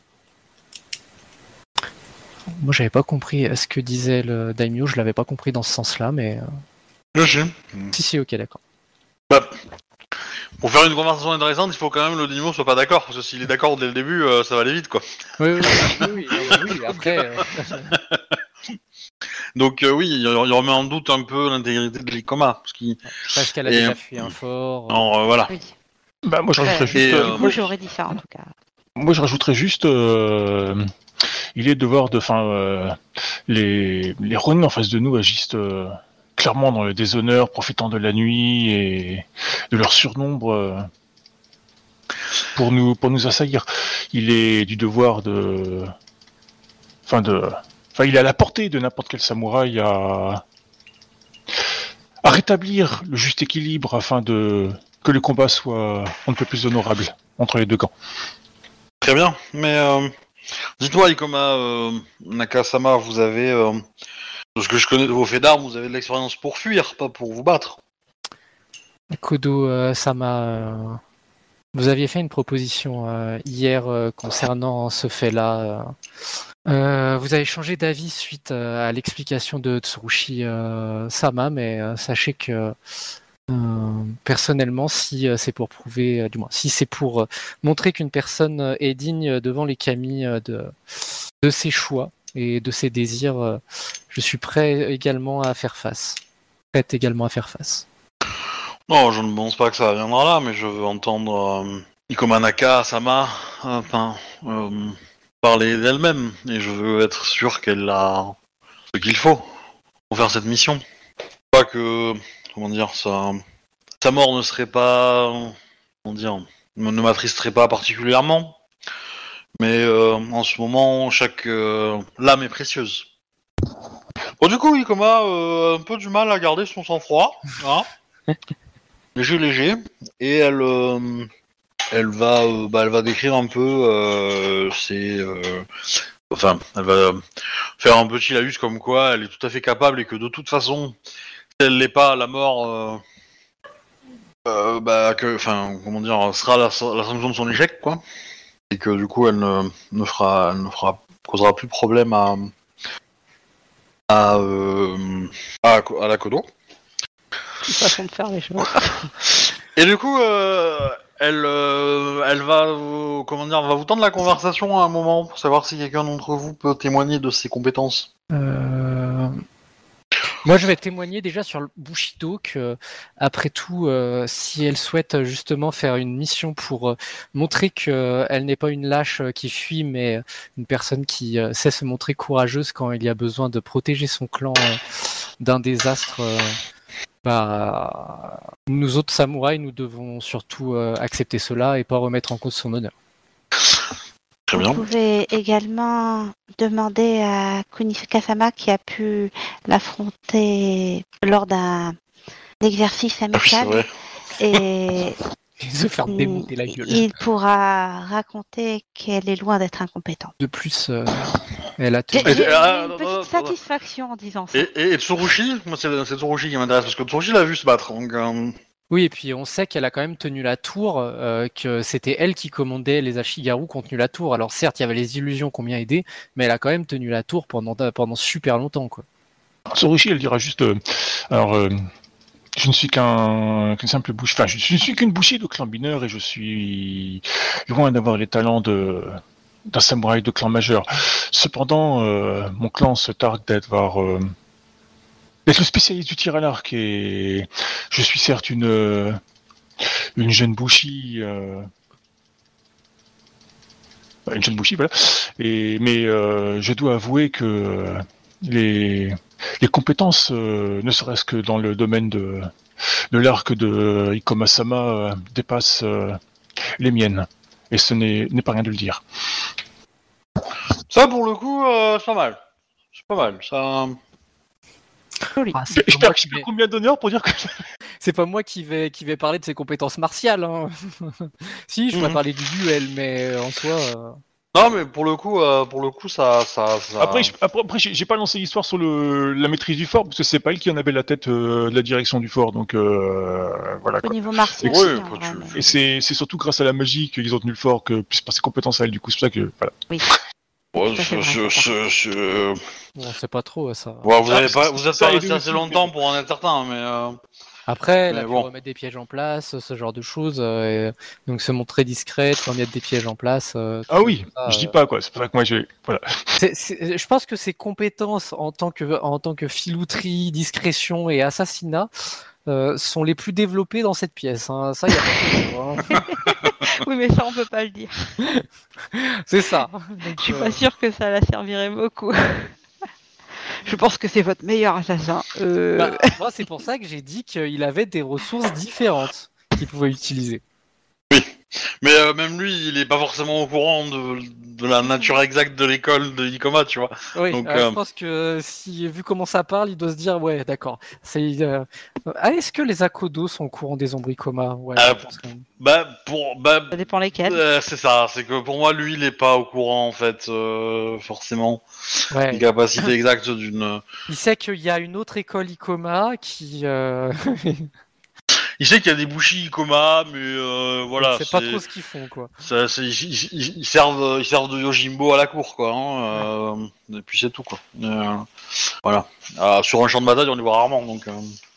Moi, j'avais pas compris ce que disait le daimyo, je l'avais pas compris dans ce sens-là, mais euh, Je sais. si, si, ok, d'accord. Bah, pour faire une conversation intéressante, il faut quand même que le Dynamo soit pas d'accord, parce que s'il est d'accord dès le début, euh, ça va aller vite, quoi. Oui, oui, oui, oui, oui, oui, après. euh, Donc euh, oui, il, il remet en doute un peu l'intégrité de l'Ikoma, parce qu'il... Parce qu'elle a Et, déjà euh, fui un fort. Alors, euh, voilà. Oui. Bah, moi, je rajouterais Euh, juste. Et, euh, euh, Du coup, j'aurais dit ça en tout cas. Moi, je rajouterais juste. euh, il est devoir de. Enfin, euh, les les Ronin en face de nous agissent euh, clairement dans le déshonneur, profitant de la nuit et de leur surnombre euh, pour nous pour nous assaillir. Il est du devoir de. Enfin de. Enfin, il est à la portée de n'importe quel samouraï à à rétablir le juste équilibre afin de que le combat soit un peu plus honorable entre les deux camps. Très bien, mais euh, dites-moi, Ikoma euh, Nakasama, vous avez... Euh, de ce que je connais de vos faits d'armes, vous avez de l'expérience pour fuir, pas pour vous battre. Kodo euh, Sama, euh, vous aviez fait une proposition euh, hier euh, concernant ce fait-là. euh. Euh, vous avez changé d'avis suite euh, à l'explication de Tsurushi euh, Sama, mais euh, sachez que Euh, personnellement, si euh, c'est pour prouver, euh, du moins, si c'est pour euh, montrer qu'une personne euh, est digne devant les Kami euh, de, de ses choix et de ses désirs, euh, je suis prêt également à faire face. Prête également à faire face. Non, je ne pense pas que ça viendra là, mais je veux entendre euh, Ikoma Naka, Sama, enfin, euh, parler d'elle-même, et je veux être sûr qu'elle a ce qu'il faut pour faire cette mission. Pas que, comment dire, ça, sa mort ne serait pas, comment dire, ne m'attristerait pas particulièrement, mais euh, en ce moment, chaque euh, lame est précieuse. Bon, du coup, Ikoma euh, a un peu du mal à garder son sang-froid, hein. Léger, léger, et elle, euh, elle va, euh, bah, elle va décrire un peu euh, ses, euh, enfin, elle va faire un petit laïus comme quoi elle est tout à fait capable et que de toute façon, si elle l'est pas, la mort, euh, euh, bah, que, enfin, comment dire, sera la, la sanction de son échec, quoi, et que du coup, elle ne, ne fera, elle ne fera, causera plus de problème à, à, euh, à, à la Kodo. Une façon de faire les choses. Et du coup, euh, elle, euh, elle va, euh, comment dire, va vous tendre la conversation à un moment pour savoir si quelqu'un d'entre vous peut témoigner de ses compétences. Euh... Moi, je vais témoigner déjà sur le Bushido que, après tout, euh, si elle souhaite justement faire une mission pour euh, montrer qu'elle n'est pas une lâche euh, qui fuit, mais une personne qui euh, sait se montrer courageuse quand il y a besoin de protéger son clan euh, d'un désastre, euh, bah, nous autres samouraïs, nous devons surtout euh, accepter cela et pas remettre en cause son honneur. Très bien. Vous pouvez également demander à Kunisuka-sama qui a pu l'affronter lors d'un exercice Ah oui, c'est amical vrai. et Se faire démonter la gueule. il pourra raconter qu'elle est loin d'être incompétente. De plus, euh, elle a J'ai Et- j'ai ah, une non, petite non, non. satisfaction en disant ça. Et, et, et Tsurushi, moi c'est, c'est Tsurushi qui m'intéresse parce que Tsurushi l'a vu se battre. Donc, euh, Oui, et puis on sait qu'elle a quand même tenu la tour, euh, que c'était elle qui commandait les Ashigaru qui ont tenu la tour. Alors certes, il y avait les illusions qui ont bien aidé, mais elle a quand même tenu la tour pendant, pendant super longtemps, quoi. Tsurushi, elle dira juste. euh, alors, euh, je ne suis qu'un qu'une simple bouche. Enfin, je, je ne suis qu'une bouchée de clan mineur et je suis loin d'avoir les talents de d'un samouraï de clan majeur. Cependant, euh, mon clan se targue d'être euh, d'être le spécialiste du tir à l'arc et je suis certes une euh, une jeune bouchie. Euh, une jeune bouchie, voilà. Et, mais euh, je dois avouer que euh, les, les compétences, euh, ne serait-ce que dans le domaine de, de l'arc de Ikoma-sama, euh, dépassent euh, les miennes. Et ce n'est, n'est pas rien de le dire. ça pour le coup, euh, c'est pas mal. C'est pas mal. Ça. Joli. Ah, c'est, pas J'espère moi que qui je vais, combien d'honneur pour dire que... c'est pas moi qui vais, qui vais parler de ses compétences martiales. Hein. Si, je pourrais Mhm. parler du duel, mais en soi... euh, Non, mais pour le coup, euh, pour le coup, ça, ça, ça... Après, je- après, après, j'ai j'ai pas lancé l'histoire sur le, la maîtrise du fort, parce que c'est pas elle qui en avait la tête euh, de la direction du fort, donc euh, voilà Au quoi. niveau martial. Oui, hein, quoi, tu- vraiment. Et c'est c'est surtout grâce à la magie qu'ils ont tenu le fort, que plus par ses compétences à elle, du coup, c'est pour ça que, voilà. Oui. Ouais, Ça, c'est je, vrai, je, c'est je, je- Bon, on sait pas trop ça. Ouais, vous Ah, avez ça, pas, ça, vous êtes ça pas a resté aidé assez aussi, longtemps mais- pour en être certain, mais. Euh... Après, elle Mais a pu bon. remettre des pièges en place, ce genre de choses, euh, et donc se montrer discrète, remettre des pièges en place. euh, Ah tout oui, ça, je dis euh. pas quoi, c'est pour ça que moi j'ai. Voilà. C'est- c'est- je pense que ses compétences en tant que, en tant que filouterie, discrétion et assassinat euh, sont les plus développées dans cette pièce. Hein. Ça, y a pas photo, hein. Oui, mais ça, on peut pas le dire. C'est ça. Donc, Je suis euh, pas sûre que ça la servirait beaucoup. Je pense que c'est votre meilleur assassin. Euh... bah, moi, c'est pour ça que j'ai dit qu'il avait des ressources différentes qu'il pouvait utiliser. Mais euh, même lui, il est pas forcément au courant de, de la nature exacte de l'école de Ikoma, tu vois. Oui, Donc, euh, euh, je pense que si vu comment ça parle, il doit se dire ouais, d'accord. C'est euh, ah, est-ce que les Akodo sont au courant des ombricoma? Ouais, Ah, je pense que- Bah, pour. Bah, Ça dépend lesquels. euh, c'est ça, c'est que pour moi, lui, il est pas au courant, en fait, euh, forcément. ouais. Les capacités exactes d'une. Il sait qu'il y a une autre école Ikoma qui. Euh... Il sait qu'il y a des bouchis Ikoma, mais euh, voilà. il sait pas trop ce qu'ils font quoi. ça, c'est- ils, ils- ils servent, ils servent de Yojimbo à la cour, quoi. Hein, euh, et puis c'est tout, quoi. Euh, voilà. Ah, sur un champ de bataille, on les voit rarement, donc. Euh...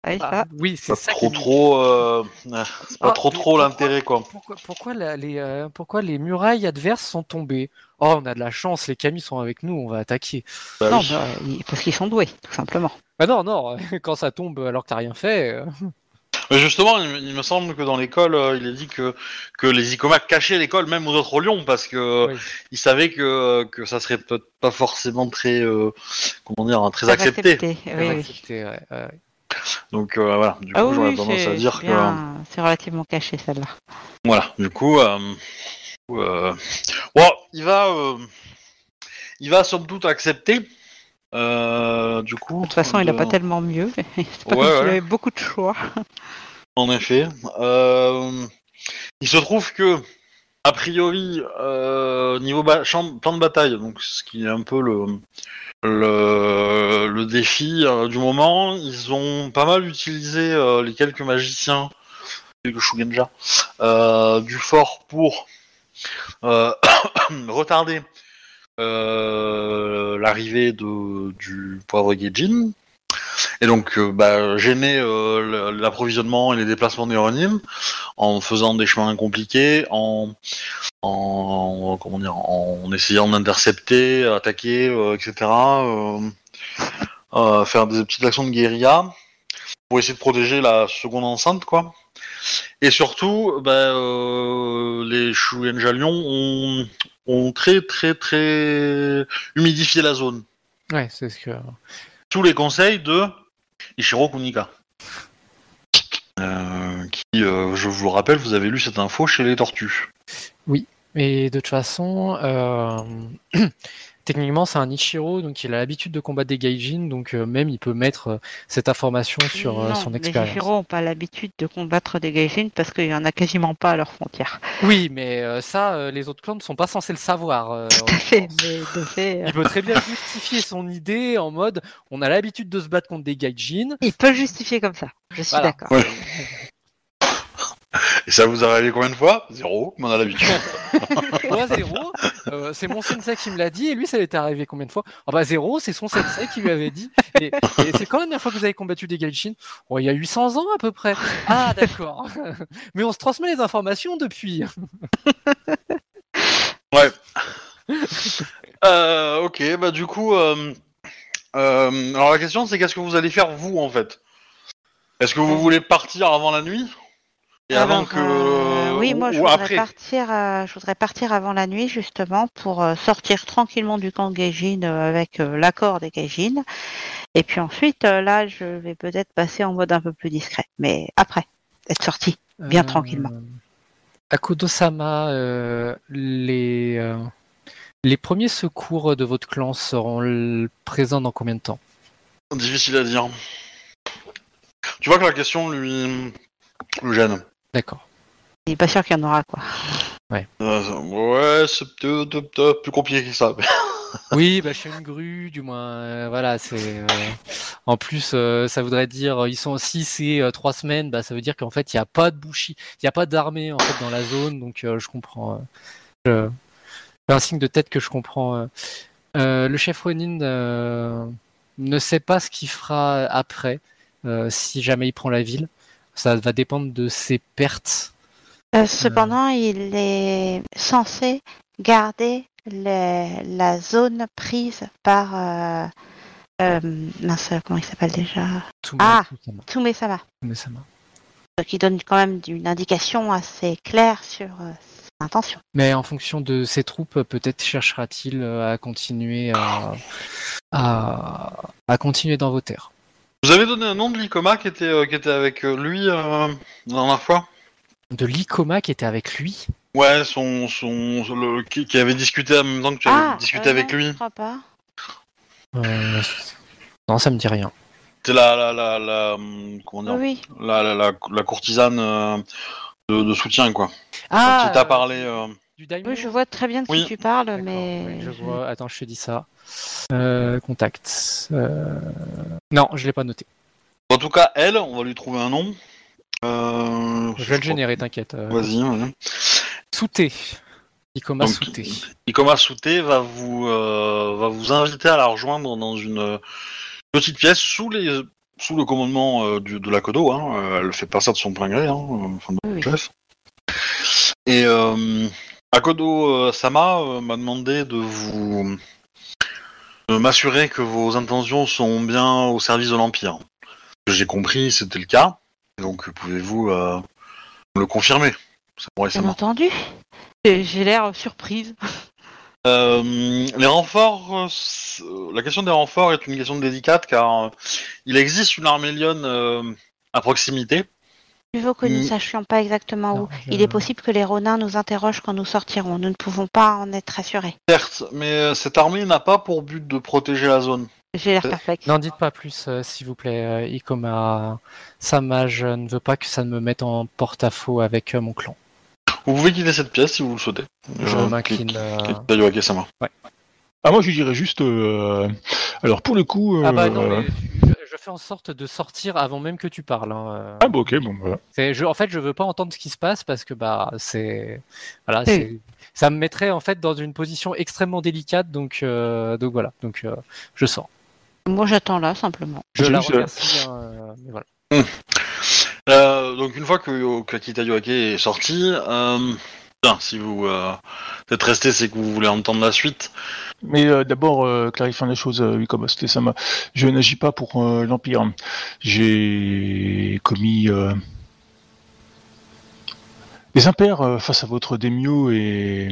Ouais, Ah, ça. oui, c'est Pas ça. trop qui est- trop, euh, euh, c'est pas Ah, trop mais trop pourquoi- l'intérêt quoi. Pourquoi, pourquoi, la- les, euh, pourquoi les murailles adverses sont tombées? Oh, on a de la chance, les camis sont avec nous, on va attaquer. Bah Non, oui. bah, ils- parce qu'ils sont doués, tout simplement. Ah non, non, quand ça tombe alors que t'as rien fait. euh, Mais justement, il, me- il me semble que dans l'école, euh, il est dit que que les Icomacs cachaient l'école même aux autres lions parce que Oui. ils savaient que que ça serait peut-être pas forcément très euh, comment dire, hein, très Très accepté. accepté, très Oui, oui. accepté, ouais, ouais. Donc euh, voilà. Du Ah coup, oui, j'aurais oui, tendance c'est à dire c'est que bien, c'est relativement caché celle-là. voilà. Du coup, euh, euh, bon, il va euh, il va somme toute accepter. Euh, du coup. De toute façon, il n'a de- pas tellement mieux. C'est pas Ouais, comme s'il ouais. avait beaucoup de choix. En effet. Euh, il se trouve que, a priori, euh, niveau ba- champ- plan de bataille, donc ce qui est un peu le, le, le défi euh, du moment, ils ont pas mal utilisé euh, les quelques magiciens, quelques Shugenja, euh, du fort pour euh, retarder euh, l'arrivée de, du poivre Gaijin. Et donc, euh, bah, gêner euh, l'approvisionnement et les déplacements des Ronin en faisant des chemins compliqués, en, en comment dire, en essayant d'intercepter, attaquer, euh, et cetera. Euh, euh, faire des petites actions de guérilla pour essayer de protéger la seconde enceinte, quoi. Et surtout, bah, euh, les Shugenja Lions ont, ont très très très humidifié la zone. Ouais, c'est ce que. Sous les conseils de Ichiro Kunika. Euh, qui, euh, je vous le rappelle, vous avez lu cette info chez les Tortues. Et de toute façon, euh, techniquement, c'est un Ichiro, donc il a l'habitude de combattre des Gaijin, donc euh, même il peut mettre euh, cette information sur euh, non, son les expérience. Ichiro n'ont pas l'habitude de combattre des Gaijin parce qu'il y en a quasiment pas à leurs frontières. Oui, mais euh, ça, euh, les autres clans ne sont pas censés le savoir. euh, Tout en à fait, l'occurrence. mais de fait, euh, Il peut très bien justifier son idée en mode on a l'habitude de se battre contre des Gaijin. il peut justifier comme ça. Je suis Voilà. d'accord. Ouais. Et ça vous est arrivé combien de fois? Zéro, comme on a l'habitude. Moi, zéro, euh, c'est mon sensei qui me l'a dit, et lui, ça lui est arrivé combien de fois? Ah bah zéro, c'est son sensei qui lui avait dit. Et, et c'est quand la dernière fois que vous avez combattu des Gaijin? Oh, il y a huit cents ans à peu près. Ah d'accord. Mais on se transmet les informations depuis. Ouais. euh, ok, bah du coup, euh, euh, alors la question c'est qu'est-ce que vous allez faire vous en fait? Est-ce que vous voulez partir avant la nuit? Et avant Alors, que... euh, oui, ou, moi, je ou voudrais après partir. euh, je voudrais partir avant la nuit justement pour euh, sortir tranquillement du camp Gaijin euh, avec euh, l'accord des Gaijin. Et puis ensuite, euh, là, je vais peut-être passer en mode un peu plus discret. Mais après, être sorti bien Euh, tranquillement. Akodo-sama, euh, les, euh, les premiers secours de votre clan seront l- présents dans combien de temps? Difficile à dire. Tu vois que la question lui, lui gêne. D'accord. Il n'est pas sûr qu'il y en aura quoi. Euh, ouais, c'est peut-être peut-être plus compliqué que ça. Oui, bah, chez une grue, du moins. euh, voilà, c'est. euh, En plus, euh, ça voudrait dire, ils sont si c'est euh, trois semaines, bah, ça veut dire qu'en fait, il n'y a pas de bouchi, il n'y a pas d'armée en fait dans la zone, donc euh, je comprends. euh, je... C'est un signe de tête que je comprends. euh. Euh, le chef Ronin euh, ne sait pas ce qu'il fera après, euh, si jamais il prend la ville. Ça va dépendre de ses pertes. Euh, cependant, il est censé garder les- la zone prise par. Euh, euh, mince, comment il s'appelle déjà? Tout Ah, Tume-sama. Tume-sama. Tume-sama. Qui donne quand même une indication assez claire sur euh, ses intentions. Mais en fonction de ses troupes, peut-être cherchera-t-il euh, à continuer à, à, à continuer dans vos terres. Vous avez donné un nom de l'Icoma qui était, euh, qui était avec euh, lui euh, la dernière fois? De l'Icoma qui était avec lui. Ouais, son, son, le, qui, qui avait discuté en même temps que tu avais Ah, discuté euh, avec non, lui. je crois pas. Euh, Non, ça me dit rien. C'était la, la, la, la, hum, comment dire, Oui, la, la, la, la courtisane euh, de, de soutien, quoi. Ah, Qui t'a parlé. Euh... du daimyo. oui, je vois très bien de qui Oui. tu parles, D'accord, mais oui, je vois. Attends, je te dis ça. Euh, contact. Euh, Non, je l'ai pas noté. En tout cas, elle, on va lui trouver un nom. Euh... Je vais le générer, t'inquiète. Euh, Vas-y, vas-y. Souté. Icoma Donc, Souté. Ikoma Souté va vous, euh, va vous inviter à la rejoindre dans une petite pièce sous les, sous le commandement euh, du, de la Kodo, hein, euh, elle fait pas ça de son plein gré, hein, euh, enfin, de Oui. chef. Et euh, Akodo euh, Sama euh, m'a demandé de vous de m'assurer que vos intentions sont bien au service de l'Empire. Que j'ai compris, c'était le cas. Donc pouvez-vous euh, me le confirmer, Samurai Bien Sama. entendu. J'ai j'ai l'air surprise. Euh, les renforts, euh, c- euh, la question des renforts est une question délicate car euh, il existe une armée lionne euh, à proximité. Il faut que nous Mm. sachions pas exactement où. Non, je- Il est possible que les Ronins nous interrogent quand nous sortirons. Nous ne pouvons pas en être assurés. Certes, mais euh, cette armée n'a pas pour but de protéger la zone. J'ai l'air Euh, perplexe. N'en dites pas plus, euh, s'il vous plaît, euh, Ikoma. Sama, je ne veux pas que ça me mette en porte-à-faux avec euh, mon clan. Vous pouvez quitter cette pièce si vous le souhaitez. Je Euh, m'incline. Ki- euh, Ki- Tayuake-sama. Ah, moi, je dirais juste. euh, Alors, pour le coup. Ah bah non, euh, mais je, je fais en sorte de sortir avant même que tu parles. hein, euh. Ah, bah, ok, bon, bah. C'est- je, en fait, je veux pas entendre ce qui se passe parce que bah c'est voilà, Oui. c'est ça me mettrait en fait dans une position extrêmement délicate. Donc euh, donc voilà, donc euh, je sors. Moi, j'attends là, simplement. Je J'ai la juste, euh, remercie. hein, euh, mais voilà. Euh, donc une fois que, que Kitayuake est sorti, euh, bien, si vous euh, êtes resté, c'est que vous voulez entendre la suite. Mais euh, d'abord, euh, clarifiant les choses, euh, Ikoma Sama. Je n'agis pas pour euh, l'Empire. J'ai commis euh, des impairs euh, face à votre daimyo et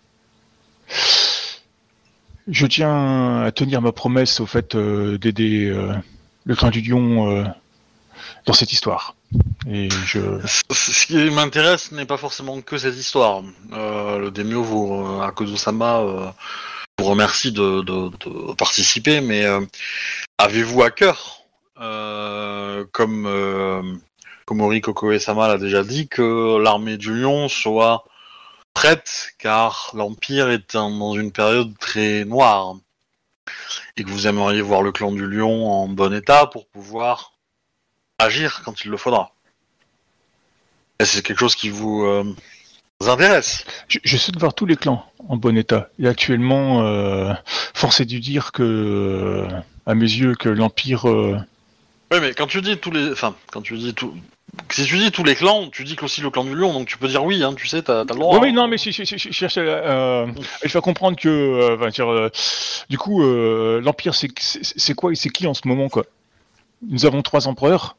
je tiens à tenir ma promesse au fait euh, d'aider euh, le clan du Lion euh, dans cette histoire. Et je... C- Ce qui m'intéresse n'est pas forcément que cette histoire. Euh, le daimyo, vous, euh, Akodo-sama, euh, vous remercie de, de, de participer, mais euh, avez-vous à cœur, euh, comme euh, Komori Kokoe-sama l'a déjà dit, que l'armée du lion soit prête, car l'Empire est un- dans une période très noire, et que vous aimeriez voir le clan du lion en bon état pour pouvoir agir quand il le faudra. Et c'est quelque chose qui vous, euh, vous intéresse. je, je souhaite voir tous les clans en bon état. Et actuellement, euh, force est de dire que, euh, à mes yeux, que l'Empire... euh, Oui, mais quand tu dis tous les, enfin, quand tu dis tout, si tu dis tous les clans, tu dis qu'aussi le clan du lion, donc tu peux dire oui, hein, tu sais, t'as, t'as le droit. Oui, oui, hein. non, mais je, je, je, je cherche à, euh, à lui faire comprendre que, euh, enfin, dire, euh, du coup, euh, l'Empire, c'est, c'est, c'est quoi et c'est qui en ce moment, quoi? Nous avons trois empereurs.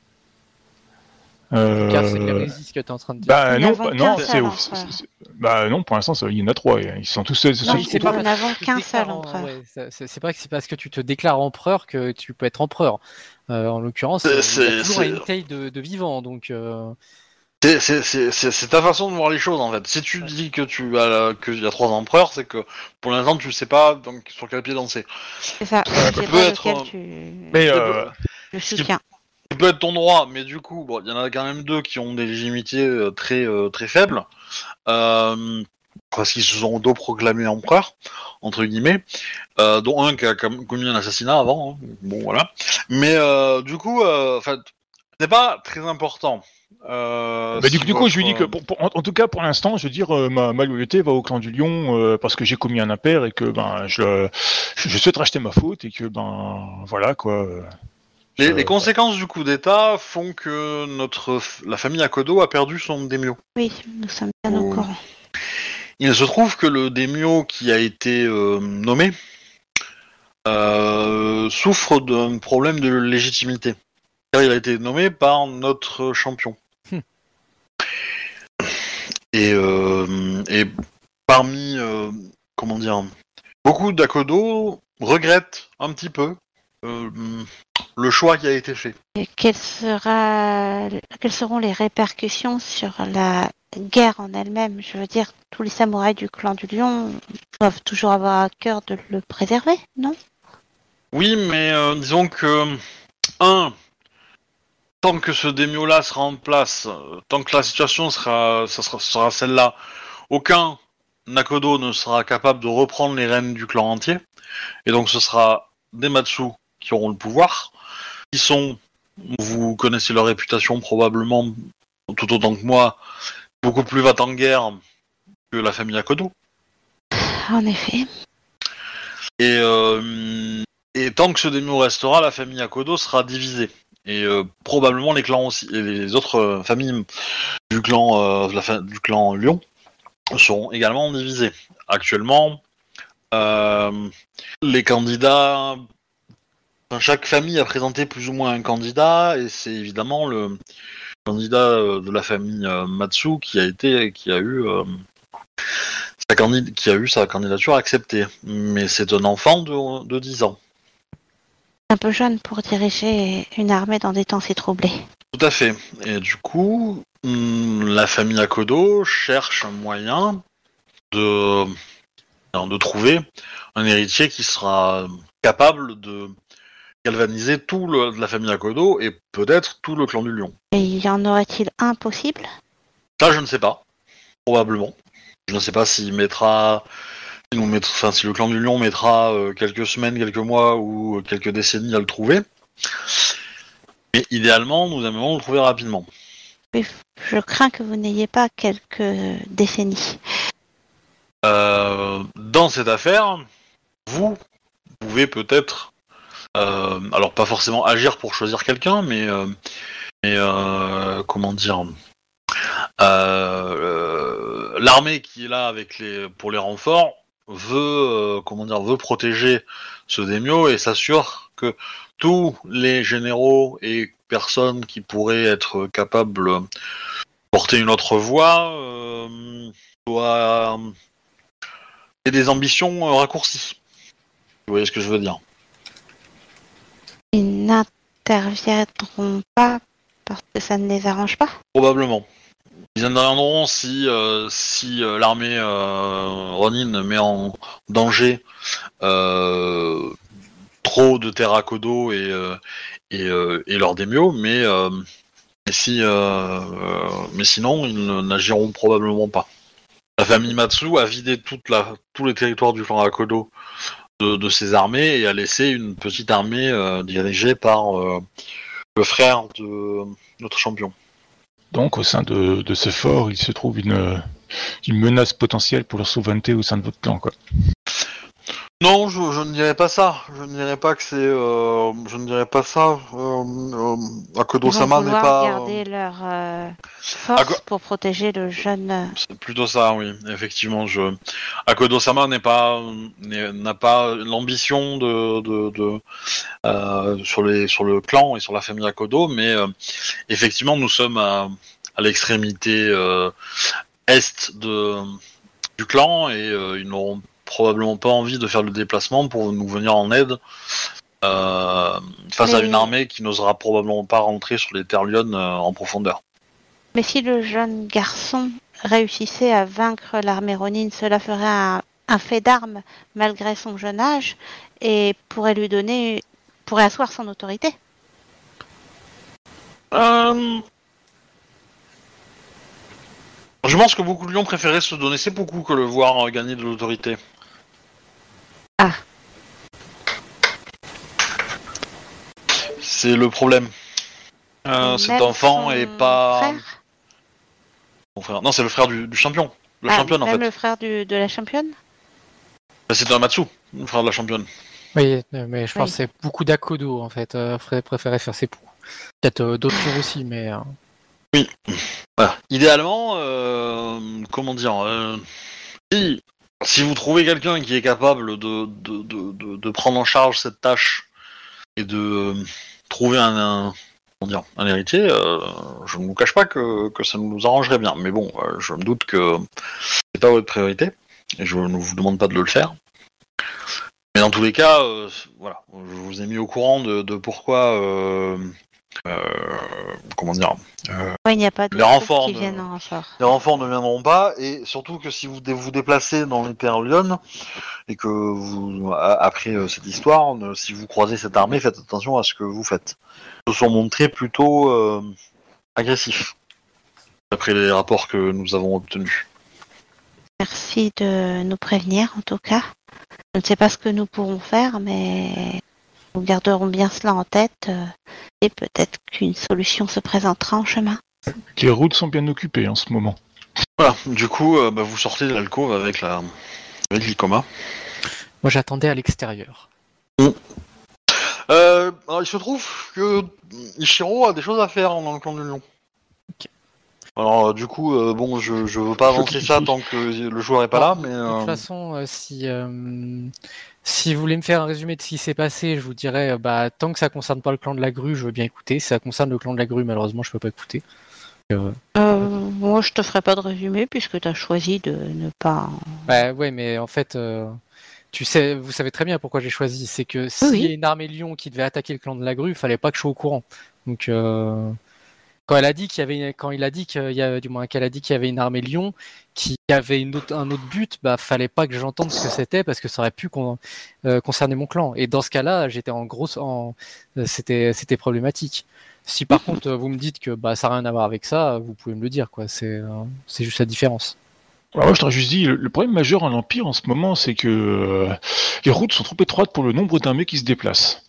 Euh, Car c'est l'hérésie ce que tu es en train de dire. bah Nous non, n'avons pas- qu'un non, seul c'est, empereur. c'est- c'est- bah non, pour l'instant, ça- il y en a trois. Ils sont tous, ils sont Non, Oui, tous- c'est pas nous parce n'avons que tu te qu'un seul déclares en- empereur. ouais, c'est- c'est c'est pas que c'est parce que tu te déclares empereur que tu peux être empereur. Euh, en l'occurrence, C'est- euh, il y c'est- a toujours c'est- une taille de, de vivant, donc. euh, C'est, c'est, c'est, c'est, c'est ta façon de voir les choses en fait. Si tu dis que tu as, qu'il y a trois empereurs, c'est que pour l'instant tu sais pas donc sur quel pied danser. C'est ça. ça Je sais peut pas être, lequel euh, tu... Mais euh, je ce qui- soutiens. Ça peut être ton droit, mais du coup, bon, il y en a quand même deux qui ont des légitimités euh, très euh, très faibles, euh, parce qu'ils se sont autoproclamés empereurs entre guillemets, euh, dont un qui a com- commis un assassinat avant. hein. Bon voilà. Mais euh, du coup, euh, enfin, c'est pas très important. Euh, bah, du, si du coup, votre, je lui dis que, pour, pour- en, en tout cas, pour l'instant, je veux dire, euh, ma, ma loyauté va au clan du Lion euh, parce que j'ai commis un impair et que ben je, je, je souhaite racheter ma faute et que ben voilà quoi. euh, Les, je- les conséquences du coup d'État font que notre la famille Akodo a perdu son daimyo. Oui, nous sommes bien au Oh. courant. Il se trouve que le daimyo qui a été euh, nommé euh, souffre d'un problème de légitimité. Car il a été nommé par notre champion. Hmm. Et, euh, et parmi, euh, comment dire, beaucoup d'Akodo regrettent un petit peu euh, le choix qui a été fait. Et quelle sera... Quelles seront les répercussions sur la guerre en elle-même? Je veux dire, tous les samouraïs du clan du lion doivent toujours avoir à cœur de le préserver, non? Oui, mais euh, disons que, un, tant que ce daimyo-là sera en place, euh, tant que la situation sera, ça sera, sera celle-là, aucun Nakodo ne sera capable de reprendre les rênes du clan entier, et donc ce sera des Matsu qui auront le pouvoir, qui sont, vous connaissez leur réputation probablement tout autant que moi, beaucoup plus va-t-en-guerre que la famille Akodo. En effet. Et, euh, et tant que ce daimyo restera, la famille Akodo sera divisée. Et euh, probablement les clans aussi, et les autres euh, familles du clan, euh, la fa- du clan Lion seront également divisées. Actuellement, euh, les candidats, enfin, chaque famille a présenté plus ou moins un candidat, et c'est évidemment le candidat euh, de la famille euh, Matsu qui a été, qui a eu, euh, sa candid- qui a eu sa candidature acceptée. Mais c'est un enfant de, de dix ans. Un peu jeune pour diriger une armée dans des temps si troublés. Tout à fait. Et du coup, hum, la famille Akodo cherche un moyen de, de trouver un héritier qui sera capable de galvaniser tout le, la famille Akodo et peut-être tout le clan du Lion. Et y en aurait-il un possible? Ça, je ne sais pas. Probablement. Je ne sais pas s'il mettra, si, nous mettra, enfin, si le clan du Lion mettra euh, quelques semaines, quelques mois ou quelques décennies à le trouver. Mais idéalement, nous aimerions le trouver rapidement. Oui, je crains que vous n'ayez pas quelques décennies. Euh, dans cette affaire, vous pouvez peut-être, euh, alors pas forcément agir pour choisir quelqu'un, mais, euh, mais euh, comment dire, euh, euh, l'armée qui est là avec les pour les renforts veut, euh, comment dire, veut protéger ce daimyo et s'assure que tous les généraux et personnes qui pourraient être capables de porter une autre voie euh, soient et des ambitions euh, raccourcies. Vous voyez ce que je veux dire? Ils n'interviendront pas parce que ça ne les arrange pas. Probablement. Ils interviendront si, euh, si euh, l'armée euh, Ronin met en danger euh, trop de terre à Kodo et, euh, et, euh, et leurs daimyo, mais, euh, mais, si, euh, euh, mais sinon, ils n'agiront probablement pas. La famille Matsu a vidé toute la, tous les territoires du clan Akodo de, de ses armées et a laissé une petite armée euh, dirigée par euh, le frère de notre champion. Donc, au sein de, de ce fort, il se trouve une, une menace potentielle pour leur souveraineté au sein de votre clan, quoi. Non, je, je ne dirais pas ça. Je ne dirais pas que c'est. Euh, je ne dirais pas ça. Euh, euh, Ils Akodo-sama vont n'est vouloir pas. garder leur euh, force Ako- pour protéger le jeune. euh, C'est plutôt ça, oui. Effectivement, je. Akodo-sama n'est pas, n'est- n'a pas l'ambition de, de, de euh, sur les, sur le clan et sur la famille Akodo, mais euh, effectivement, nous sommes à, à l'extrémité euh, est de du clan et euh, ils n'auront probablement pas envie de faire le déplacement pour nous venir en aide euh, face à Mais- une armée qui n'osera probablement pas rentrer sur les terres lyonnes euh, en profondeur. Mais si le jeune garçon réussissait à vaincre l'armée Ronin, cela ferait un, un fait d'armes malgré son jeune âge et pourrait lui donner, pourrait asseoir son autorité. Euh... Je pense que beaucoup de lions préféraient se donner ses beaucoup que le voir euh, gagner de l'autorité. Ah. C'est le problème. Euh, cet Même enfant son est pas... frère Son frère. Non, c'est le frère du, du champion. Le Ah, championne en même fait. le frère du- de la championne. Bah, c'est un Matsu, le frère de la championne. Oui, euh, mais je pense Oui. que c'est beaucoup d'Akodo en fait. Euh, Fred préférait faire ses poux. Peut-être euh, d'autres tours aussi, mais. euh, Voilà. Idéalement, euh, comment dire, euh, si, si vous trouvez quelqu'un qui est capable de, de, de, de, de prendre en charge cette tâche et de euh, trouver un, un, comment dire, un héritier, euh, je ne vous cache pas que, que ça nous arrangerait bien. Mais bon, euh, je me doute que c'est pas votre priorité et je ne vous demande pas de le faire. Mais dans tous les cas, euh, voilà, je vous ai mis au courant de, de pourquoi. Euh, euh, comment dire euh, Ouais, il n'y a pas de Les troupes renforts qui de- viennent en renfort. Les renforts ne viendront pas, et surtout que si vous dé- vous déplacez dans les terres lyonnes, et que vous, a- après euh, cette histoire, ne- si vous croisez cette armée, faites attention à ce que vous faites. Ils se sont montrés plutôt euh, agressifs, d'après les rapports que nous avons obtenus. Merci de nous prévenir en tout cas. Je ne sais pas ce que nous pourrons faire, mais nous garderons bien cela en tête euh, et peut-être qu'une solution se présentera en chemin. Les routes sont bien occupées en ce moment. Voilà, du coup, euh, bah, vous sortez de l'alcôve avec la avec l'Ikoma. Moi, j'attendais à l'extérieur. Euh, alors, il se trouve que Ishiro a des choses à faire dans le clan du lion. Ok. Alors, euh, du coup, euh, bon, je, je veux pas avancer ça tant que le joueur est pas là, mais... De euh, toute façon, euh, si, euh, si vous voulez me faire un résumé de ce qui s'est passé, je vous dirais, euh, bah, tant que ça concerne pas le clan de la grue, je veux bien écouter. Si ça concerne le clan de la grue, malheureusement, je peux pas écouter. Euh, Euh, moi, je te ferai pas de résumé puisque tu as choisi de ne pas. bah, ouais, mais en fait, euh, tu sais, vous savez très bien pourquoi j'ai choisi. C'est que s'il Oui. y a une armée lion qui devait attaquer le clan de la grue, il fallait pas que je sois au courant. Donc, euh, quand elle a dit qu'il y avait, quand il a dit qu'il y avait, du moins qu'elle a dit qu'il y avait une armée lion qui avait une autre, un autre but, bah fallait pas que j'entende ce que c'était parce que ça aurait pu con, euh, concerner mon clan. Et dans ce cas-là, j'étais en grosse, en, euh, c'était, c'était problématique. Si par contre vous me dites que bah ça n'a rien à voir avec ça, vous pouvez me le dire quoi. C'est, euh, c'est juste la différence. Alors moi, je t'aurais juste dit, le, le problème majeur en Empire en ce moment, c'est que euh, les routes sont trop étroites pour le nombre d'armées qui se déplacent.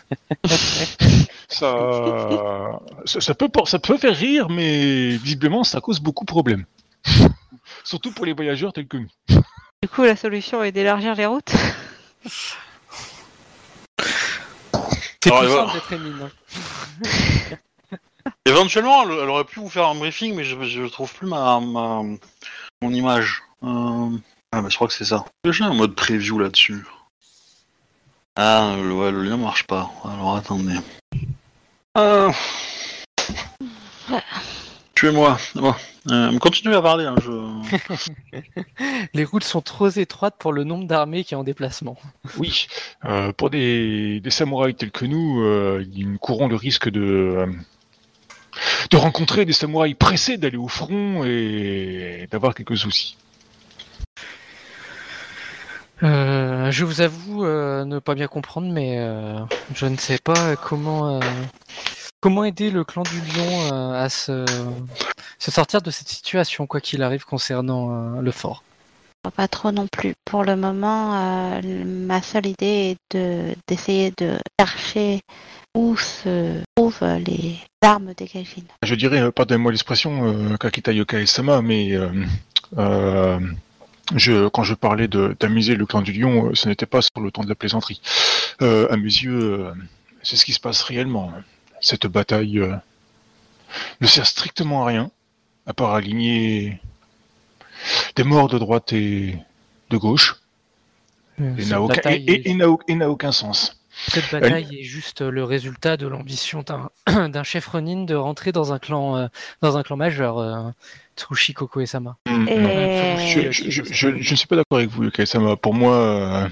ça, ça, ça, peut, ça peut faire rire, mais visiblement, ça cause beaucoup de problèmes. Surtout pour les voyageurs tels que nous. Du coup, la solution est d'élargir les routes. C'est Alors, plus il va- simple d'être émine. Éventuellement, elle, elle aurait pu vous faire un briefing, mais je, je trouve plus ma, ma mon image. Euh... Ah, mais je crois que c'est ça. J'ai un mode preview là-dessus. Ah, le, ouais, le lien marche pas. Alors attendez. Euh... Tuez-moi. Bon. Euh, continuez à parler. Hein, je... Les routes sont trop étroites pour le nombre d'armées qui est en déplacement. Oui, euh, pour des, des samouraïs tels que nous, euh, ils courons le risque de, euh, de rencontrer des samouraïs pressés d'aller au front et d'avoir quelques soucis. Euh, je vous avoue euh, ne pas bien comprendre, mais euh, je ne sais pas comment euh, comment aider le clan du lion euh, à se, se sortir de cette situation, quoi qu'il arrive, concernant euh, le fort. Pas trop non plus. Pour le moment, euh, ma seule idée est de d'essayer de chercher où se trouvent les armes des Gaijin. Je dirais, euh, pardonnez-moi l'expression, euh, Kakita Yokai-sama, mais euh, euh, je, quand je parlais de, d'amuser le clan du lion, euh, ce n'était pas sur le ton de la plaisanterie. Euh, à mes yeux, euh, c'est ce qui se passe réellement. Cette bataille euh, ne sert strictement à rien, à part aligner des morts de droite et de gauche, Euh, et cette n'a aucun, bataille, et, et- est, et n'a au- et n'a aucun sens. cette bataille est juste le résultat de l'ambition d'un d'un chef Ronin de rentrer dans un clan euh, dans un clan majeur, euh, Tsurushi Kokoe-sama. Mm, Et- non. Euh, Je, je, je, je- je ne suis pas d'accord avec vous, Yokai-sama. Pour moi, euh,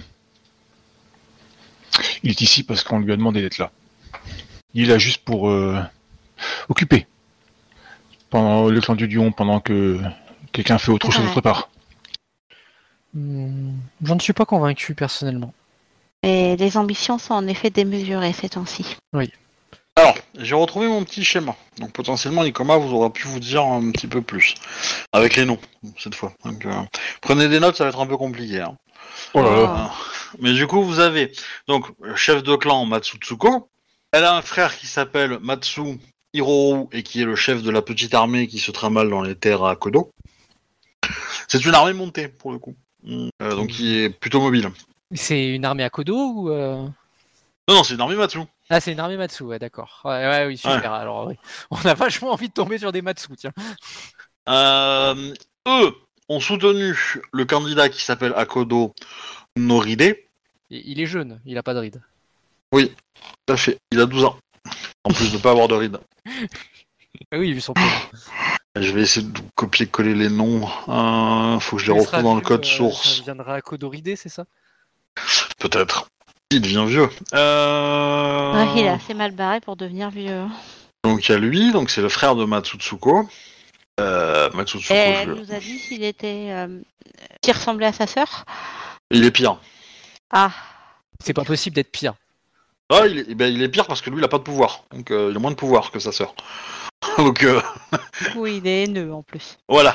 il est ici parce qu'on lui a demandé d'être là. Il est là juste pour euh, occuper pendant le clan du lion, pendant que quelqu'un fait autre chose Ouais. autre part. Hmm, je ne suis pas convaincu personnellement. Et les ambitions sont en effet démesurées ces temps-ci. Alors, j'ai retrouvé mon petit schéma. Donc potentiellement, Nikoma vous aura pu vous dire un petit peu plus. Avec les noms, cette fois. Donc, euh, prenez des notes, ça va être un peu compliqué. Hein. Oh là là. Ah. Mais du coup, vous avez donc le chef de clan Matsutsuko. Elle a un frère qui s'appelle Matsu Hiroru et qui est le chef de la petite armée qui se trimballe dans les terres à Kodo. C'est une armée montée, pour le coup. Euh, donc, qui est plutôt mobile. C'est une armée à Kodo ou euh... Non, non, c'est une armée Matsu. Ah, c'est une armée Matsu, ouais, d'accord. Ouais, ouais, oui, super. Ouais. Alors, oui. On a vachement envie de tomber sur des Matsu, tiens. Euh, eux ont soutenu le candidat qui s'appelle Akodo Noride. Et il est jeune, il a pas de ride. Oui, tout à fait. Il a douze ans. En plus de pas avoir de ride. Ah oui, vu son prénom. Je vais essayer de copier-coller les noms. Euh, faut que je les Il retrouve sera dans le vieux, code euh, source. Ça viendra à Kodoridé, c'est ça? Peut-être. Il devient vieux. Euh... Ouais, il est assez mal barré pour devenir vieux. Donc il y a lui, donc c'est le frère de Matsutsuko. Euh, Matsutsuko, Et je... elle nous a dit s'il était, euh, qui ressemblait à sa sœur. il est pire. Ah, C'est pas possible d'être pire. Ah, il est, eh ben, il est pire parce que lui, il a pas de pouvoir. Donc euh, il a moins de pouvoir que sa sœur. donc euh, du coup, il est haineux en plus. voilà.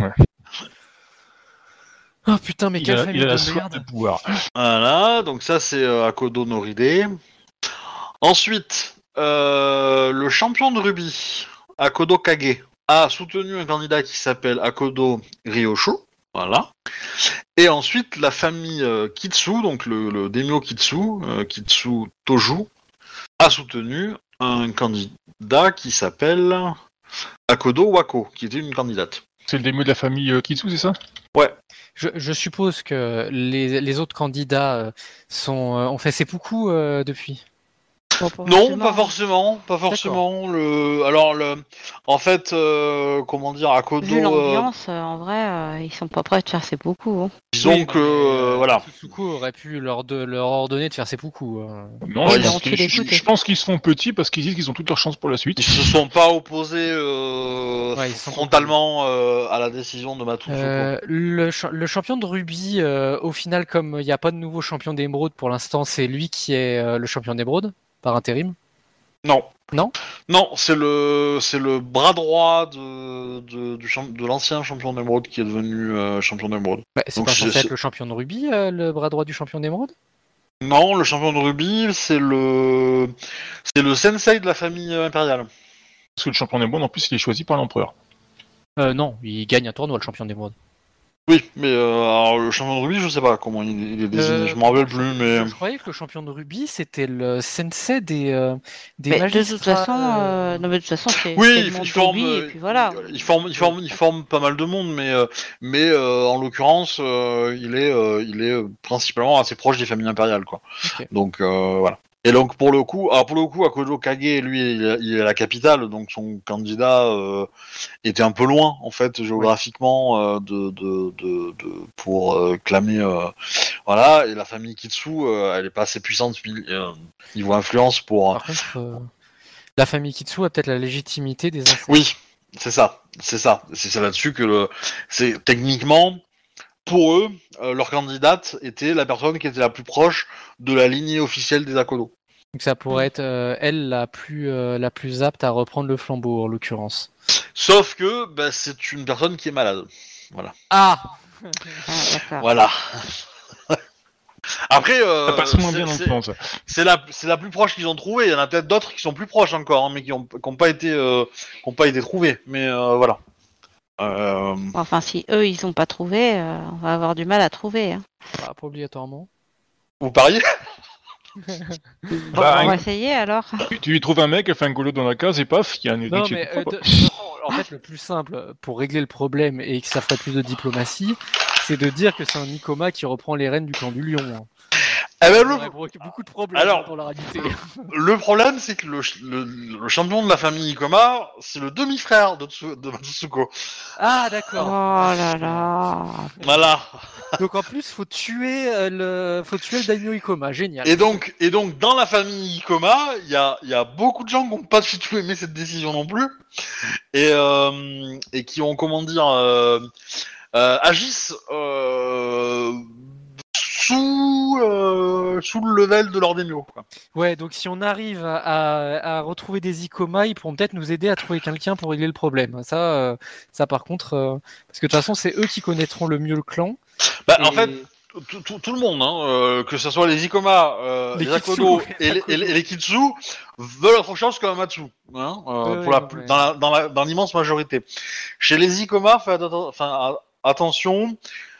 Oh putain, mais Il quelle a, famille il a la de soif de merde. pouvoir. Voilà, donc ça c'est euh, Akodo Noride. Ensuite, euh, le champion de rugby, Akodo Kage, a soutenu un candidat qui s'appelle Akodo Ryoshu. Voilà. Et ensuite, la famille euh, Kitsu, donc le, le daimyo Kitsu, euh, Kitsu Toju, a soutenu un candidat qui s'appelle Akodo Wako, qui était une candidate. C'est le démo de la famille euh, Kitsu, c'est ça? Je, je suppose que les, les autres candidats euh, sont, euh, ont fait seppuku euh, depuis. Bon, pas Non, forcément. pas forcément, pas forcément. Le, alors le, en fait, euh, comment dire, Akodo, Vu euh, l'ambiance, euh, en vrai, euh, ils sont pas prêts de faire ces beaucoup. Hein. disons Oui, que, non, mais, euh, voilà. Kitsuko aurait pu leur, de, leur ordonner de faire seppuku. hein. Non, Ouais, je, ils pense ont qu'ils, tué les je, coups, je pense qu'ils se font petits parce qu'ils disent qu'ils ont toutes leurs chances pour la suite. Ils se sont pas opposés euh, Ouais, ils se sont frontalement euh, à la décision de Matsushiko. Euh, le, cha- le champion de rugby, euh, au final, comme il n'y a pas de nouveau champion d'émeraude pour l'instant, c'est lui qui est euh, le champion d'émeraude, par intérim. Non. Non Non, c'est le c'est le bras droit de de, du champ- de l'ancien champion d'émeraude qui est devenu euh, champion d'émeraude. Bah, C'est Donc pas c'est- censé c'est- être le champion de rugby, euh, le bras droit du champion d'émeraude? Non, le champion de rugby, c'est le c'est le sensei de la famille euh, impériale. Parce que le champion des mondes, en plus, il est choisi par l'empereur. euh, Non, il gagne un tournoi, le champion d'émeraude. Oui, mais euh, alors, le champion de rugby, je sais pas comment il, il est désigné, Euh, je m'en rappelle je- plus, mais Je, je croyais que le champion de rugby, c'était le sensei des, euh, des Mais de toute magistrats. façon, euh, euh, non, mais de toute façon, c'est oui, c'est il, le monde il forme, de lui, euh, et puis voilà. il, il forme, il forme, il forme pas mal de monde, mais euh, mais euh, en l'occurrence, euh, il est euh, il est euh, principalement assez proche des familles impériales, quoi. Ok. Donc euh, voilà. Et donc pour le coup, alors pour le coup, Akodo Kage, lui, il est, il est à la capitale, donc son candidat euh, était un peu loin en fait géographiquement euh, de, de, de, de pour euh, clamer, euh, voilà. Et la famille Kitsu, euh, elle est pas assez puissante euh, niveau influence pour. Par contre, euh, la famille Kitsu a peut-être la légitimité des ancêtres. Oui, c'est ça, c'est ça, c'est ça là-dessus que le, c'est techniquement. Pour eux, euh, leur candidate était la personne qui était la plus proche de la lignée officielle des Akodo. Donc ça pourrait être euh, elle la plus, euh, la plus apte à reprendre le flambeau, en l'occurrence. Sauf que bah, c'est une personne qui est malade. Voilà. Ah Ah, d'accord. Voilà. Après, euh, Ça passe moins c'est- bien dans le c'est- plan, ça. c'est la, c'est la plus proche qu'ils ont trouvée. Il y en a peut-être d'autres qui sont plus proches encore, hein, mais qui n'ont qui ont pas été, euh, qui ont pas été trouvés. Mais euh, voilà. Euh, Enfin, si eux, ils ont pas trouvé, euh, on va avoir du mal à trouver. Hein. Bah, pas obligatoirement. vous pariez? Bon, Bah, on va un- essayer alors. Tu, tu lui trouves un mec, elle fait un golo dans la case et paf, il y a un Non, héritier. mais Pourquoi euh, pas de- de toute façon, en fait, le plus simple pour régler le problème et que ça ferait plus de diplomatie, c'est de dire que c'est un Nikoma qui reprend les rênes du clan du lion. hein. Eh ben, Ça le, aurait provoqué beaucoup de problèmes Alors- hein, dans la réalité. le problème, c'est que le, le, le champion de la famille Ikoma, c'est le demi-frère de, Tsu- de Matsuko. Ah, Oh d'accord. là là. Voilà. Donc en plus, faut tuer euh, le, faut tuer le daimyo Ikoma. Génial. Et donc, et donc, dans la famille Ikoma, il y a, il y a beaucoup de gens qui n'ont pas du tout aimé cette décision non plus, et, euh, et qui ont, comment dire, euh, euh, agissent euh, sous, euh, sous le level de leur daimyo, quoi. Ouais, donc si on arrive à, à- à retrouver des Ikoma, ils pourront peut-être nous aider à trouver quelqu'un pour régler le problème. Ça, euh, ça par contre, euh, parce que de toute façon, c'est eux qui connaîtront le mieux le clan. Bah, en Et- fait, tout, tout, tout le monde, hein, euh, que ce soit les Ikoma, euh, Les les, Kitsu, Akodo les et, les, et les- et les Kitsu, veulent autre chose que Amatsu, hein, euh, Ouais, pour la, non, plus- mais- dans, la, dans, la, dans l'immense majorité. Chez les Ikoma, faites atten- enfin, a- attention,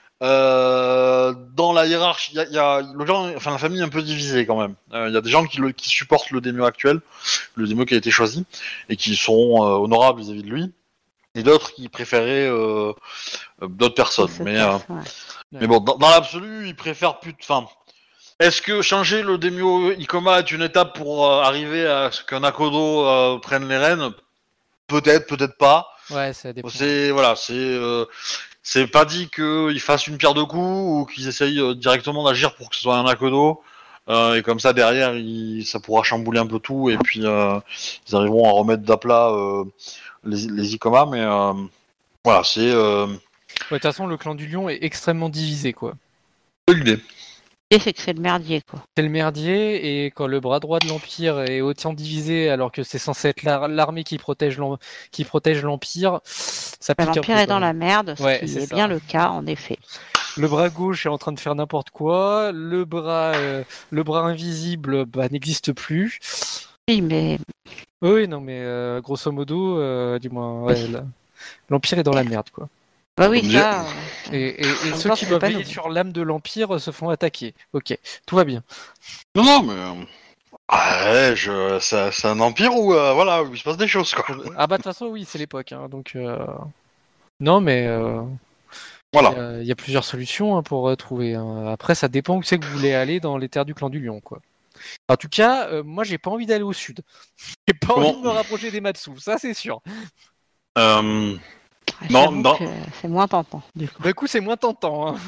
euh, dans la hiérarchie, il y a, y a le genre, enfin, la famille est un peu divisée quand même. Il euh, y a des gens qui, le, qui supportent le daimyo actuel, le daimyo qui a été choisi, et qui sont euh, honorables vis-à-vis de lui, et d'autres qui préféraient euh, euh, d'autres personnes. Ça Mais, passe, euh, ouais. mais bon, dans, dans l'absolu, ils préfèrent plus de. Enfin, est-ce que changer le daimyo Ikoma est une étape pour euh, arriver à ce qu'un Akodo euh, prenne les rênes? Peut-être, peut-être pas. Ouais, ça dépend. C'est voilà, c'est euh, c'est pas dit qu'ils fassent une pierre deux coups ou qu'ils essayent euh, directement d'agir pour que ce soit un Akodo. Euh, et comme ça derrière, il, ça pourra chambouler un peu tout et puis euh, ils arriveront à remettre d'aplat euh, les, les Ikoma. Mais euh, voilà, c'est euh, Ouais, de toute façon, le clan du lion est extrêmement divisé, quoi. l'idée. Et c'est que c'est le merdier, quoi. C'est le merdier, et quand le bras droit de l'Empire est autant divisé, alors que c'est censé être l'ar- l'armée qui protège l'em- qui protège l'Empire, ça Bah, pique un L'Empire peu, est dans quand la même. merde, ce Ouais, qui c'est est ça. bien le cas, en effet. Le bras gauche est en train de faire n'importe quoi, le bras, euh, le bras invisible bah, n'existe plus. Oui, mais Oui, non, mais euh, grosso modo, euh, du moins, ouais, la- l'Empire est dans la merde, quoi. bah oui, Comme ça. euh, Et, et- et même ceux temps, qui c'est doivent pas veiller nous. sur l'âme de l'Empire se font attaquer. Ok, tout va bien. Non, non, mais euh, Ouais, je, c'est, c'est un empire où, euh, voilà, où il se passe des choses, quoi. Ah bah de toute façon oui, c'est l'époque, hein, donc euh... non mais euh... Voilà. il y, a, il y a plusieurs solutions hein, pour euh, trouver. Hein. Après ça dépend où c'est que vous voulez aller dans les terres du clan du Lion, quoi. En tout cas, euh, moi j'ai pas envie d'aller au sud. J'ai pas Comment envie de me rapprocher des Matsu, ça c'est sûr. Euh, Ouais, Non, j'avoue non. que c'est moins tentant, du coup. Du coup c'est moins tentant. Hein.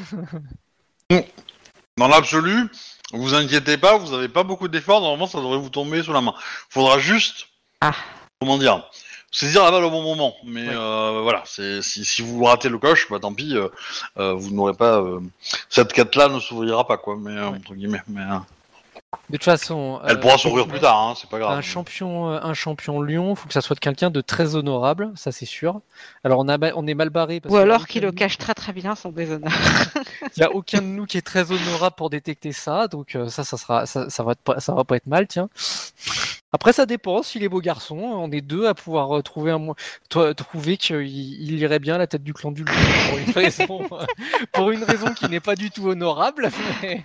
Dans l'absolu, vous inquiétez pas, vous avez pas beaucoup d'efforts, normalement ça devrait vous tomber sous la main. Faudra juste, Ah. comment dire, saisir la balle au bon moment. Mais Ouais. euh, voilà, c'est, si, si vous ratez le coche, bah tant pis, euh, euh, vous n'aurez pas... Euh, cette quête-là ne s'ouvrira pas, quoi, mais euh, Ouais. entre guillemets. Mais, euh, De toute façon, elle euh, pourra s'ouvrir plus tard, hein, c'est pas grave. un champion, euh, un champion Lion, faut que ça soit quelqu'un de très honorable, ça c'est sûr. Alors on, a, on est mal barré parce Ou qu'il y a alors aucun qu'il de le nous- cache très très bien son déshonneur. Il y a aucun de nous qui est très honorable pour détecter ça, donc euh, ça, ça sera, ça, ça va pas, ça va pas être mal, tiens. Après, ça dépend. S'il est beau garçon, on est deux à pouvoir euh, trouver un mo- toi, trouver qu'il il irait bien à la tête du clan du Lion pour une raison, pour une raison qui n'est pas du tout honorable, mais,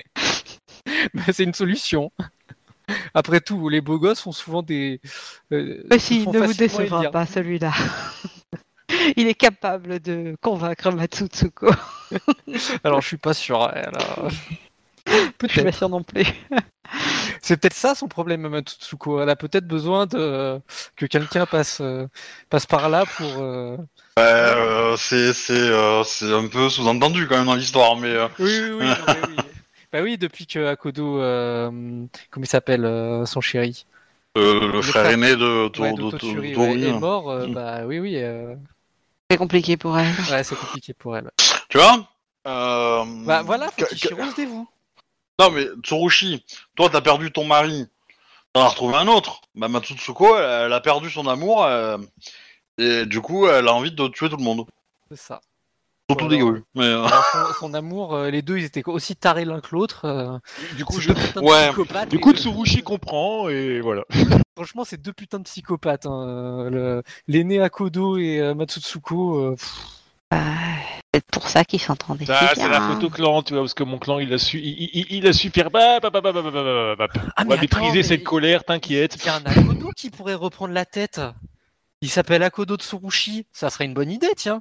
mais c'est une solution. Après tout, les beaux gosses font souvent des. Euh, Mais se si, font ne vous facilement décevra élire. pas celui-là. Il est capable de convaincre Matsutsuko. Alors, je suis pas sûr. Elle a- Je suis pas Peut-être. sûre non plus. C'est peut-être ça son problème, Matsuko. Elle a peut-être besoin de que quelqu'un passe euh, passe par là pour. euh, Euh, c'est, c'est, euh, c'est un peu sous-entendu quand même dans l'histoire, mais... euh, Oui, oui, oui. non, mais oui. Bah oui, depuis que Akodo, euh, comment il s'appelle, euh, son chéri, Euh, le, Le frère, frère- aîné de, ouais, de, de, Totori, de- ouais, de- est mort, euh, Mm. bah oui, oui, euh, C'est compliqué pour elle. ouais, c'est compliqué pour elle. Tu vois euh, Bah voilà, faut que- qu'il que- Shiro se dévoue. Non mais Tsurushi, toi t'as perdu ton mari, t'en as retrouvé un autre. Bah Matsutsuko, elle, elle a perdu son amour, euh, et du coup elle a envie de tuer tout le monde. C'est ça. Surtout Ou des alors- grues. Mais, euh, Alors, son, son amour, euh, les deux, ils étaient aussi tarés l'un que l'autre. euh, Du coup, c'est je... deux putains de Ouais. psychopathes. du les coup deux. Tsurushi comprend, et voilà. Franchement, c'est deux putains de psychopathes. Hein. Le- L'aîné Akodo et euh, Matsutsuko. euh, pff, Bah, c'est pour ça qu'ils s'entendaient Ça, si c'est bien. la photo clan, tu vois, parce que mon clan, il a su, il, il, il a su faire, bah, bah, bah, bah, bah, bah, bah, bah, bah. Ah, On mais va maîtriser attends, mais- cette colère, t'inquiète. Il y a un Akodo qui pourrait reprendre la tête. Il s'appelle Akodo Tsurushi. Ça serait une bonne idée, tiens.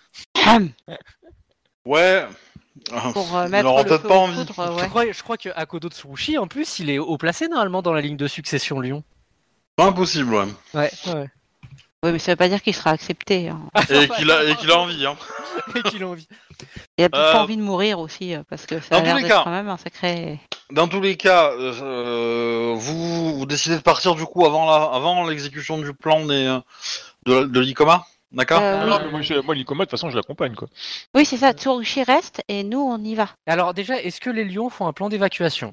ouais. Pour euh, Il mettre aura le peut-être feu pas aux envie. poudres, Je, ouais. crois, je crois que Akodo Tsurushi, en plus, il est haut placé normalement dans la ligne de succession Lyon. Pas impossible, ouais. Ouais, ouais. Oui, mais ça veut pas dire qu'il sera accepté. Hein. Et qu'il a, et qu'il a envie, hein. Et qu'il a envie. Il a peut-être Euh, pas envie de mourir aussi, euh, parce que ça dans a tous l'air les d'être cas. quand même un sacré... Dans tous les cas, euh, vous, vous décidez de partir du coup avant la, avant l'exécution du plan des, euh, de, de l'Icoma, d'accord Euh, Ah oui. non, mais moi, je, moi, l'Icoma, de toute façon, je l'accompagne, quoi. Oui, c'est ça, Tsurushi reste, et nous, on y va. Alors déjà, est-ce que les lions font un plan d'évacuation?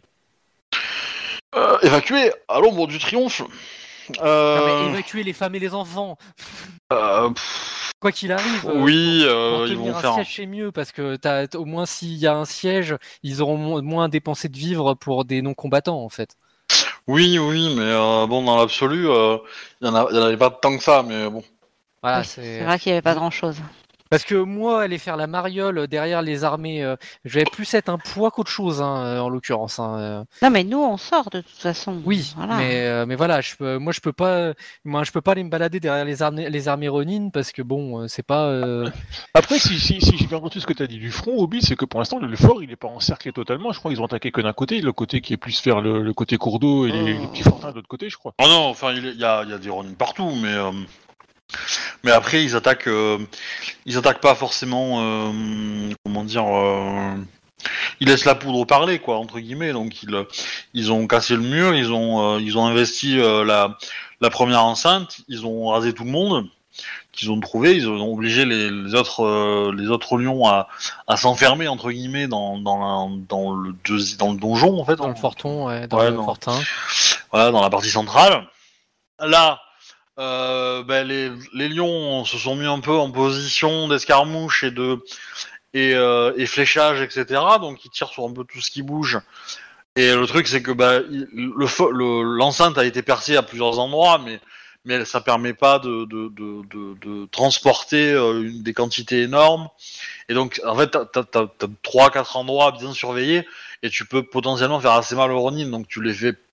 euh, Évacuer à l'ombre du triomphe. Euh, Non mais évacuer les femmes et les enfants. euh, pff, Quoi qu'il arrive. euh, oui, Pour euh, ils tenir vont un faire. siège, c'est mieux parce que t'as, au moins s'il y a un siège, ils auront mo- moins dépensé de vivres pour des non-combattants en fait. Oui, oui, mais euh, bon, dans l'absolu, euh, il y en a, il y en avait pas tant que ça, mais bon. Voilà, Oui, c'est... c'est vrai qu'il n'y avait pas grand-chose. Parce que moi, aller faire la mariole derrière les armées, euh, je vais plus être un poids qu'autre chose, hein, euh, en l'occurrence. Hein, euh. Non, mais nous, on sort de toute façon. Oui, Voilà. mais, euh, mais voilà, je peux, moi je peux pas, moi je peux pas aller me balader derrière les armées, les armées Ronin parce que bon, euh, c'est pas. euh, Après, si, si, si j'ai bien entendu ce que tu as dit du front, Obi, c'est que pour l'instant, le, le fort, il est pas encerclé totalement. Je crois qu'ils ont attaqué que d'un côté, le côté qui est plus vers le, le côté cours d'eau et les, les petits fortins de l'autre côté, je crois. Oh non, enfin, il y a, il y a des Ronin partout, mais euh, mais après ils attaquent, euh, ils attaquent pas forcément, euh, comment dire, euh, ils laissent la poudre parler, quoi, entre guillemets. Donc ils, ils ont cassé le mur, ils ont, euh, ils ont investi euh, la, la première enceinte, ils ont rasé tout le monde qu'ils ont trouvé, ils ont obligé les, les autres, euh, les autres lions à, à s'enfermer entre guillemets dans, dans, la, dans le deuxi- dans le donjon en fait, dans le forton, ouais, dans Ouais, le non. fortin. voilà, dans la partie centrale. Là, euh, ben, les, les lions se sont mis un peu en position d'escarmouche et de et, euh, et fléchage, et cetera. Donc ils tirent sur un peu tout ce qui bouge. Et le truc, c'est que bah, il- le, fo- le, l'enceinte a été percée à plusieurs endroits, mais mais ça permet pas de de, de, de, de transporter euh, une, des quantités énormes. Et donc, en fait, t'as t'as t'as t'as trois quatre endroits bien surveillés et tu peux potentiellement faire assez mal aux Ronin. Donc tu les fais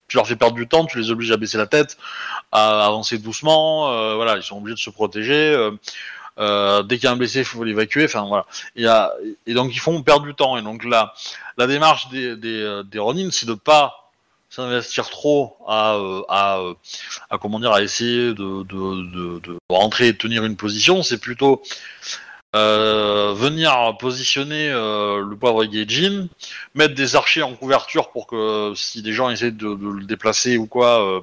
tu leur fais perdre du temps, tu les obliges à baisser la tête, à avancer doucement, euh, voilà, ils sont obligés de se protéger. Euh, euh, dès qu'il y a un blessé, il faut l'évacuer. Enfin voilà. Il y a, et donc ils font perdre du temps. Et donc là, la démarche des, des, des Ronin, c'est de pas s'investir trop à, à, à, à comment dire, à essayer de, de, de, de rentrer et de tenir une position. C'est plutôt euh, venir positionner euh, le poivre Gaijin, mettre des archers en couverture pour que si des gens essaient de, de le déplacer ou quoi. Euh,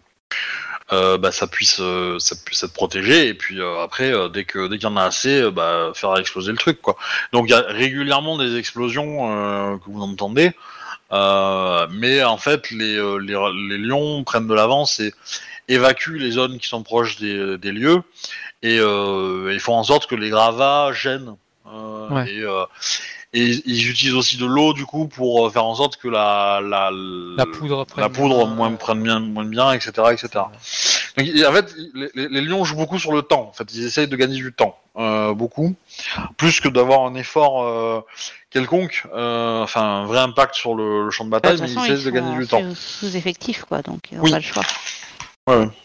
Euh, bah, ça puisse euh, ça puisse être protégé et puis euh, après euh, dès que dès qu'il y en a assez euh, bah, faire exploser le truc quoi. Donc il y a régulièrement des explosions euh, que vous entendez euh, mais en fait les, euh, les les lions prennent de l'avance et évacuent les zones qui sont proches des, des lieux et euh, ils font en sorte que les gravats gênent euh, Ouais. et euh, et ils utilisent aussi de l'eau du coup pour faire en sorte que la la, La poudre prenne la poudre bien, moins euh, prenne bien moins bien et cetera et cetera. Donc, en fait, les, les, les lions jouent beaucoup sur le temps. En fait, ils essayent de gagner du temps, euh, beaucoup, plus que d'avoir un effort euh, quelconque, euh, enfin un vrai impact sur le, le champ de De bataille, toute mais ils façon, essayent de gagner du temps. sous, sous effectif, quoi, donc ils n'ont Oui. pas le choix. Ouais, ouais.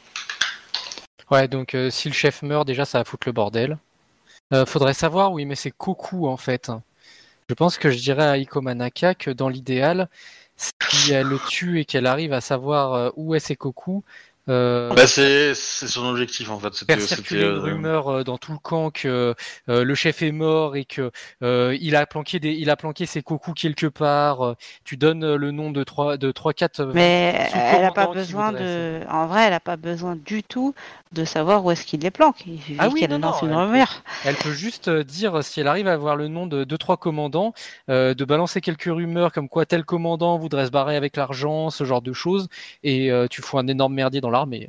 Ouais, donc euh, si le chef meurt, déjà ça va foutre le bordel. Euh, faudrait savoir, oui, mais c'est Koku en fait. Je pense que je dirais à Iko Manaka que dans l'idéal, si elle le tue et qu'elle arrive à savoir euh, où est ses Koku, euh, Bah, c'est, c'est son objectif en fait. C'était, faire circuler c'était, une euh, rumeur euh, dans tout le camp que euh, le chef est mort et que euh, il a planqué des, il a planqué ses Koku quelque part. Euh, tu donnes euh, le nom de trois, de trois, quatre. Mais elle n'a pas sous-commandants qui besoin voudraient- de. En vrai, elle n'a pas besoin du tout de savoir où est-ce qu'il les planque. Il suffit Ah oui, qu'elle non, lance non, une elle rumeur. Elle peut juste euh, dire, si elle arrive à avoir le nom de deux, trois commandants, euh, de balancer quelques rumeurs comme quoi tel commandant voudrait se barrer avec l'argent, ce genre de choses, et euh, tu fous un énorme merdier dans l'armée.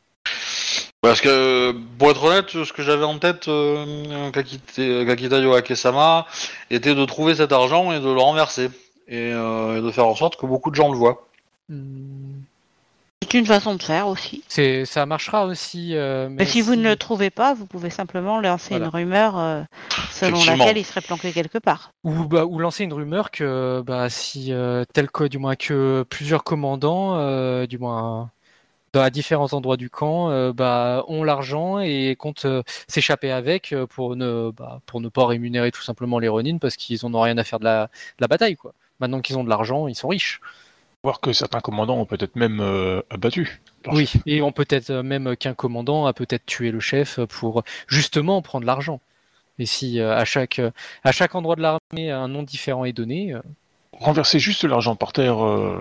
Parce que, pour être honnête, ce que j'avais en tête, euh, Kakita, Kakita Yoake-sama, était de trouver cet argent et de le renverser. Et, euh, et de faire en sorte que beaucoup de gens le voient. Hmm. C'est une façon de faire aussi. C'est, ça marchera aussi. euh, mais Mais si vous ne le trouvez pas, vous pouvez simplement lancer Voilà. une rumeur euh, selon Effectivement. laquelle il serait planqué quelque part. Ou, bah, ou lancer une rumeur que bah, si euh, tel que, du moins que plusieurs commandants, euh, du moins dans différents endroits du camp, euh, bah, ont l'argent et comptent euh, s'échapper avec euh, pour ne bah, pour ne pas rémunérer tout simplement les Ronin parce qu'ils n'ont rien à faire de la, de la bataille quoi. Maintenant qu'ils ont de l'argent, ils sont riches. Voir que certains commandants ont peut-être même euh, abattu. leur Oui, chef. et on peut-être même qu'un commandant a peut-être tué le chef pour justement prendre l'argent. Et si euh, à chaque à chaque endroit de l'armée un nom différent est donné, euh, Renverser juste l'argent par terre, euh...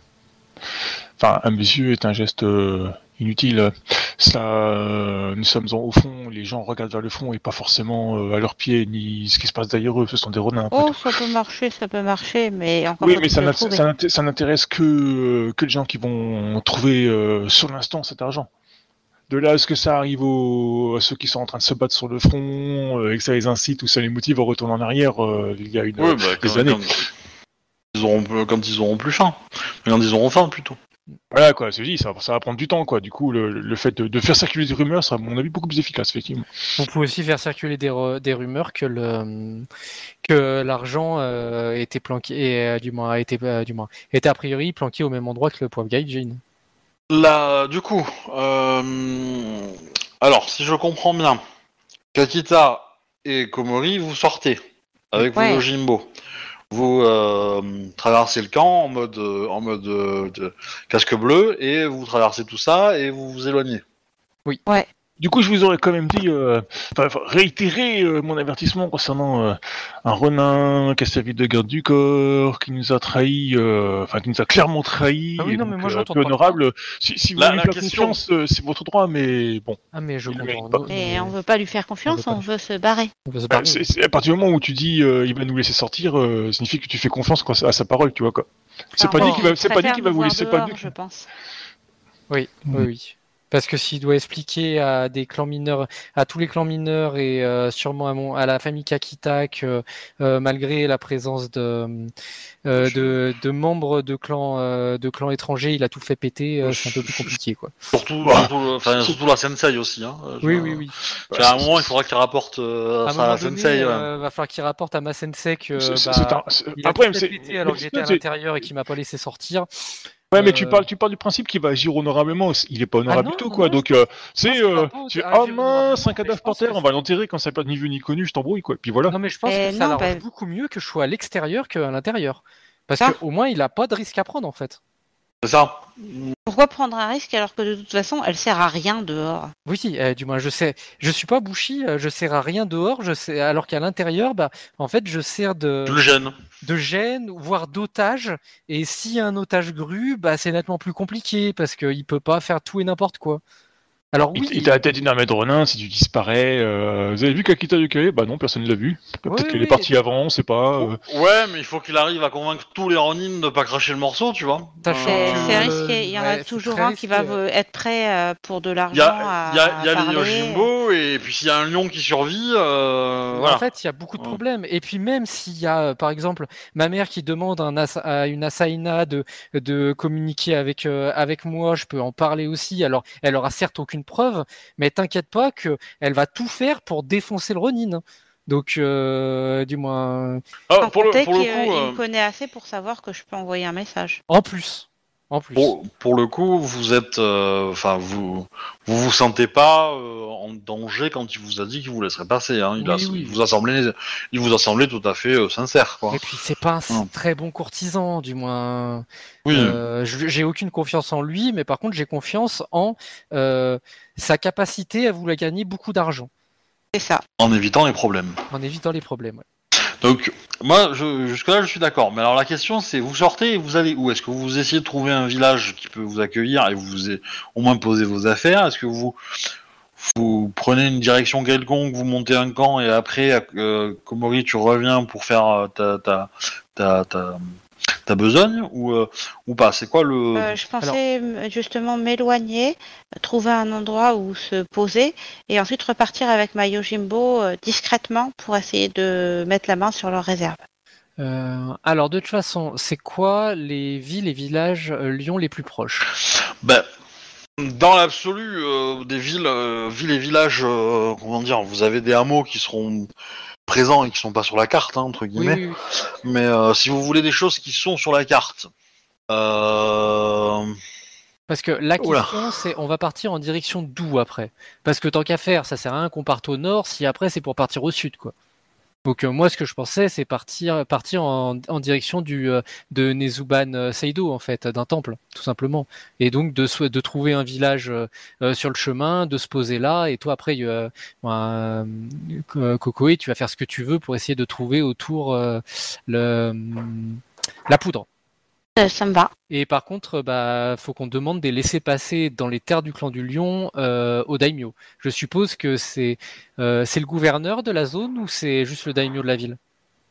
enfin, à mes yeux, est un geste euh, inutile. Ça, euh, nous sommes en, au fond, les gens regardent vers le fond et pas forcément euh, à leurs pieds ni ce qui se passe derrière eux. Ce sont des renins. Oh, ça peut marcher, ça peut marcher, mais encore Oui, faut-il mais ça, le n'int- trouver. ça n'int- ça n'intéresse que, euh, que les gens qui vont trouver euh, sur l'instant cet argent. De là à ce que ça arrive aux, à ceux qui sont en train de se battre sur le front, euh, et que ça les incite ou ça les motive à retourner en arrière, euh, il y a une, Oui, bah, des quand, années. quand, ils auront, quand ils auront plus faim. Quand ils auront faim, plutôt. Voilà, quoi, c'est dit, ça, ça va prendre du temps, quoi. Du coup, le, le fait de, de faire circuler des rumeurs sera, à mon avis, beaucoup plus efficace, effectivement. on peut aussi faire circuler des, re- des rumeurs que le que l'argent euh, était planqué et euh, du moins a été euh, du moins était a priori planqué au même endroit que le poivre Gaijin. Là, du coup, euh, alors, si je comprends bien, Kakita et Komori, vous sortez avec Ouais. vos Yojimbo. Vous euh, traversez le camp en mode, euh, en mode euh, de casque bleu et vous traversez tout ça et vous vous éloignez. Du coup, je vous aurais quand même dit, euh, enfin, enfin, réitérer euh, mon avertissement concernant euh, un renin qui a servi de garde du corps, qui nous a trahi, euh, enfin, qui nous a clairement trahi, Ah oui, et non, donc, mais moi, je euh, l'entends peu pas. honorable. Si, si vous La- voulez la faire question- confiance, euh, c'est votre droit, mais bon. Ah mais je Il le comprends. mérite pas. nous- Mais nous- on veut pas lui faire confiance, pas on lui veut se barrer. on veut se Bah, barrer. c'est, c'est à partir du moment où tu dis euh, il va nous laisser sortir, euh, signifie que tu fais confiance quoi, à sa parole, tu vois quoi. C'est Enfin, pas dit bon, qu'il va, il c'est pas dit préfère qu'il va nous vous voir laisser pas dehors, dit. je pense. Oui, Mm. oui, oui. Parce que s'il doit expliquer à des clans mineurs, à tous les clans mineurs et euh, sûrement à, mon, à la famille Kakita que euh, malgré la présence de, euh, de, de membres de clans, euh, de clans étrangers, il a tout fait péter, euh, c'est un peu plus compliqué, quoi. Surtout, Bah. surtout, le- enfin, surtout la Sensei aussi. Hein. Je- Oui, oui, oui. Parce qu'à un moment, il faudra qu'il rapporte euh, À un ça à la moment donné, Sensei. ouais. euh, va falloir qu'il rapporte à ma sensei que C'est- c'est- bah, c'est un- c'est- il a Après, tout fait c'est, péter alors que j'étais à c'est- l'intérieur et qu'il m'a pas laissé sortir. Ouais, mais Euh, tu parles, tu parles du principe qu'il va agir honorablement. Il est pas honorable Ah non, du tout, non, quoi. non, Donc, je euh, pense c'est, qu'il va euh, pas tu fais, agir ah honorablement, mince, un mais je cadavre par pense que terre, on va l'enterrer quand ça peut ni vu ni connu, je t'embrouille, quoi. Puis voilà. Non, mais je pense Eh que ça non, l'arrange bah, beaucoup mieux que je sois à l'extérieur qu'à l'intérieur. Parce ça. qu'au moins, il a pas de risque à prendre, en fait. C'est ça. Pourquoi prendre un risque alors que de toute façon, elle sert à rien dehors? Oui, euh, du moins, je sais. Je suis pas Bushi, euh, je sers à rien dehors, je sais, alors qu'à l'intérieur, bah, en fait, je sers Tu de, le gênes. de gêne, voire d'otage. Et s'il y a un otage grue, bah, c'est nettement plus compliqué parce qu'il peut pas faire tout et n'importe quoi. Alors Il, oui, il t'a la tête d'une armée de renins si tu disparais. Euh, vous avez vu Kakita Yukae? Bah non, personne ne l'a vu. oui, Peut-être qu'elle est oui, partie avant, on sait pas. euh. Ouais, mais il faut qu'il arrive à convaincre tous les Ronin de pas cracher le morceau, tu vois. Sachant C'est que- c'est Euh, risqué. Il y en a ouais, c'est toujours très un qui va risqué, ouais. euh, être prêt euh, pour de Il y l'argent a, il y a, à, il y a les parler. Yojimbo, et puis s'il y a un lion qui survit, euh, Mais voilà. En fait, il y a beaucoup de Ouais. problèmes. Et puis même s'il y a, euh, par exemple, ma mère qui demande un asa- à une Asaina de, de communiquer avec, euh, avec moi, je peux en parler aussi. Alors, elle aura certes aucune preuve, mais t'inquiète pas que elle va tout faire pour défoncer le Ronin. Donc, euh, du moins, Ah, Sans pour, le, compter pour le qu'il coup, il euh, me connaît assez pour savoir que je peux envoyer un message. en plus, en plus. pour, pour le coup, vous êtes, euh, enfin, vous, vous vous sentez pas euh, en danger quand il vous a dit qu'il vous laisserait passer. Hein. Il, a, Oui, oui. il vous a semblé, il vous a semblé tout à fait euh, sincère, quoi. Et puis c'est pas un s- Hum. très bon courtisan, du moins. Oui. Euh, je- j'ai aucune confiance en lui, mais par contre j'ai confiance en euh, sa capacité à vous la gagner beaucoup d'argent, C'est ça. En évitant les problèmes. en évitant les problèmes. ouais. Donc, moi, je, jusque-là, je suis d'accord. Mais alors, la question, c'est, vous sortez et vous allez où? Est-ce que vous essayez de trouver un village qui peut vous accueillir et vous ai- au moins poser vos affaires? Est-ce que vous, vous prenez une direction quelconque, vous montez un camp et après, euh, Komori, tu reviens pour faire euh, ta, ta, ta, ta, ta besogne ou, euh, ou pas? C'est quoi le... Euh, je pensais m- justement m'éloigner, trouver un endroit où se poser et ensuite repartir avec ma Yojimbo euh, discrètement pour essayer de mettre la main sur leurs réserves. Euh, alors de toute façon, c'est quoi les villes et villages euh, Lyon les plus proches? Ben, dans l'absolu, euh, des villes, euh, villes et villages, euh, comment dire, vous avez des hameaux qui seront présents et qui sont pas sur la carte, hein, entre Oui, guillemets. oui, oui. Mais euh, si vous voulez des choses qui sont sur la carte, euh... Parce que la Oula. question, c'est on va partir en direction d'où après? Parce que tant qu'à faire, ça sert à rien qu'on parte au nord si après c'est pour partir au sud, quoi. Donc euh, moi, ce que je pensais, c'est partir, partir en, en direction du euh, de Nezuban euh, Seido en fait, d'un temple, tout simplement. Et donc de soi- de trouver un village euh, euh, sur le chemin, de se poser là, et toi après, euh, euh, euh, Kokoe, tu vas faire ce que tu veux pour essayer de trouver autour euh, le la poudre. Euh, ça me va. Et par contre, bah, faut qu'on demande des laissez-passer dans les terres du clan du Lion euh, au daimyo. Je suppose que c'est euh, c'est le gouverneur de la zone ou c'est juste le daimyo de la ville?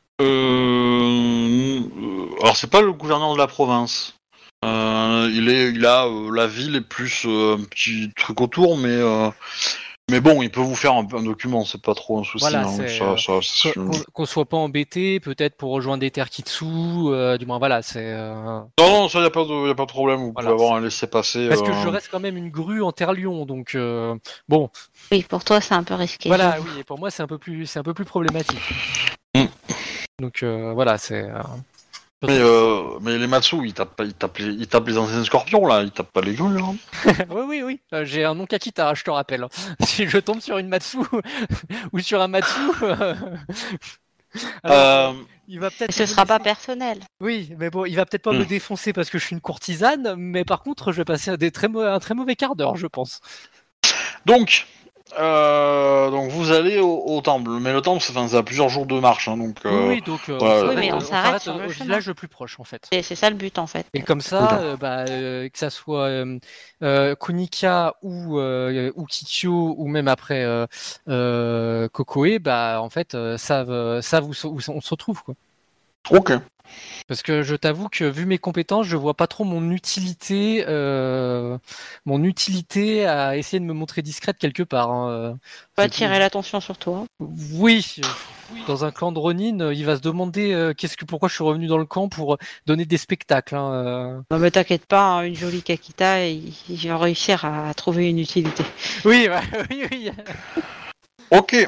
Euh... Alors c'est pas le gouverneur de la province. Euh, il est, il a euh, la ville et plus euh, un petit truc autour, mais euh, mais bon, il peut vous faire un, un document, c'est pas trop un souci. Voilà, hein, c'est, ça, euh, ça, c'est- Qu'on qu'on- qu'on soit pas embêté, peut-être pour rejoindre des terres Kitsu, euh, du moins voilà, c'est. euh, Non, non, ça y a pas de, y a pas de problème. Vous Voilà, pouvez avoir c'est- un laissez-passer. Parce que euh, je reste quand même une grue en terre Lion, donc euh, bon, Oui, pour toi, c'est un peu risqué. voilà, j'avoue. oui, et pour moi c'est un peu plus, c'est un peu plus problématique. Mm. Donc euh, voilà, c'est. euh, Mais, euh, mais les Matsu, ils tapent, pas- ils, tapent les, ils tapent les anciens scorpions, là, ils tapent pas les grues. Hein. Oui, oui, oui. Euh, j'ai un nom Kakita, je te rappelle. Si je tombe sur une Matsu ou sur un Matsu, euh, alors, Euh, il va peut-être. Mais ce me sera pas laisser- personnel. Oui, mais bon, il va peut-être pas Hmm. me défoncer parce que je suis une courtisane, mais par contre, je vais passer un, des très mau- un très mauvais quart d'heure, je pense. donc, euh, donc, vous allez au, au temple, mais le temple, c'est enfin, ça a plusieurs jours de marche, hein, donc. Oui, Euh, oui, donc euh, ouais, on ouais. s'arrête, Oui, mais on on s'arrête s'arrête sur au, le au chemin. village le plus proche, en fait. C'est c'est ça le but en fait. Et comme ça, euh, bah, euh, que ça soit euh, euh, Kunika ou, euh, ou Kichio ou même après euh, euh, Kokoe, bah, en fait, euh, savent, euh, savent où, se- où on se retrouve, quoi. Ok. Parce que je t'avoue que vu mes compétences, je vois pas trop mon utilité, euh, mon utilité à essayer de me montrer discrète quelque part. Hein. euh. Pas C'est- attirer l'attention sur toi. Oui, euh, dans un clan de Ronin, euh, il va se demander euh, qu'est-ce que pourquoi je suis revenu dans le camp pour donner des spectacles. Hein, euh. Non mais t'inquiète pas, hein, une jolie Kakita, il, il va réussir à trouver une utilité. Oui, ouais, oui, oui. Ok.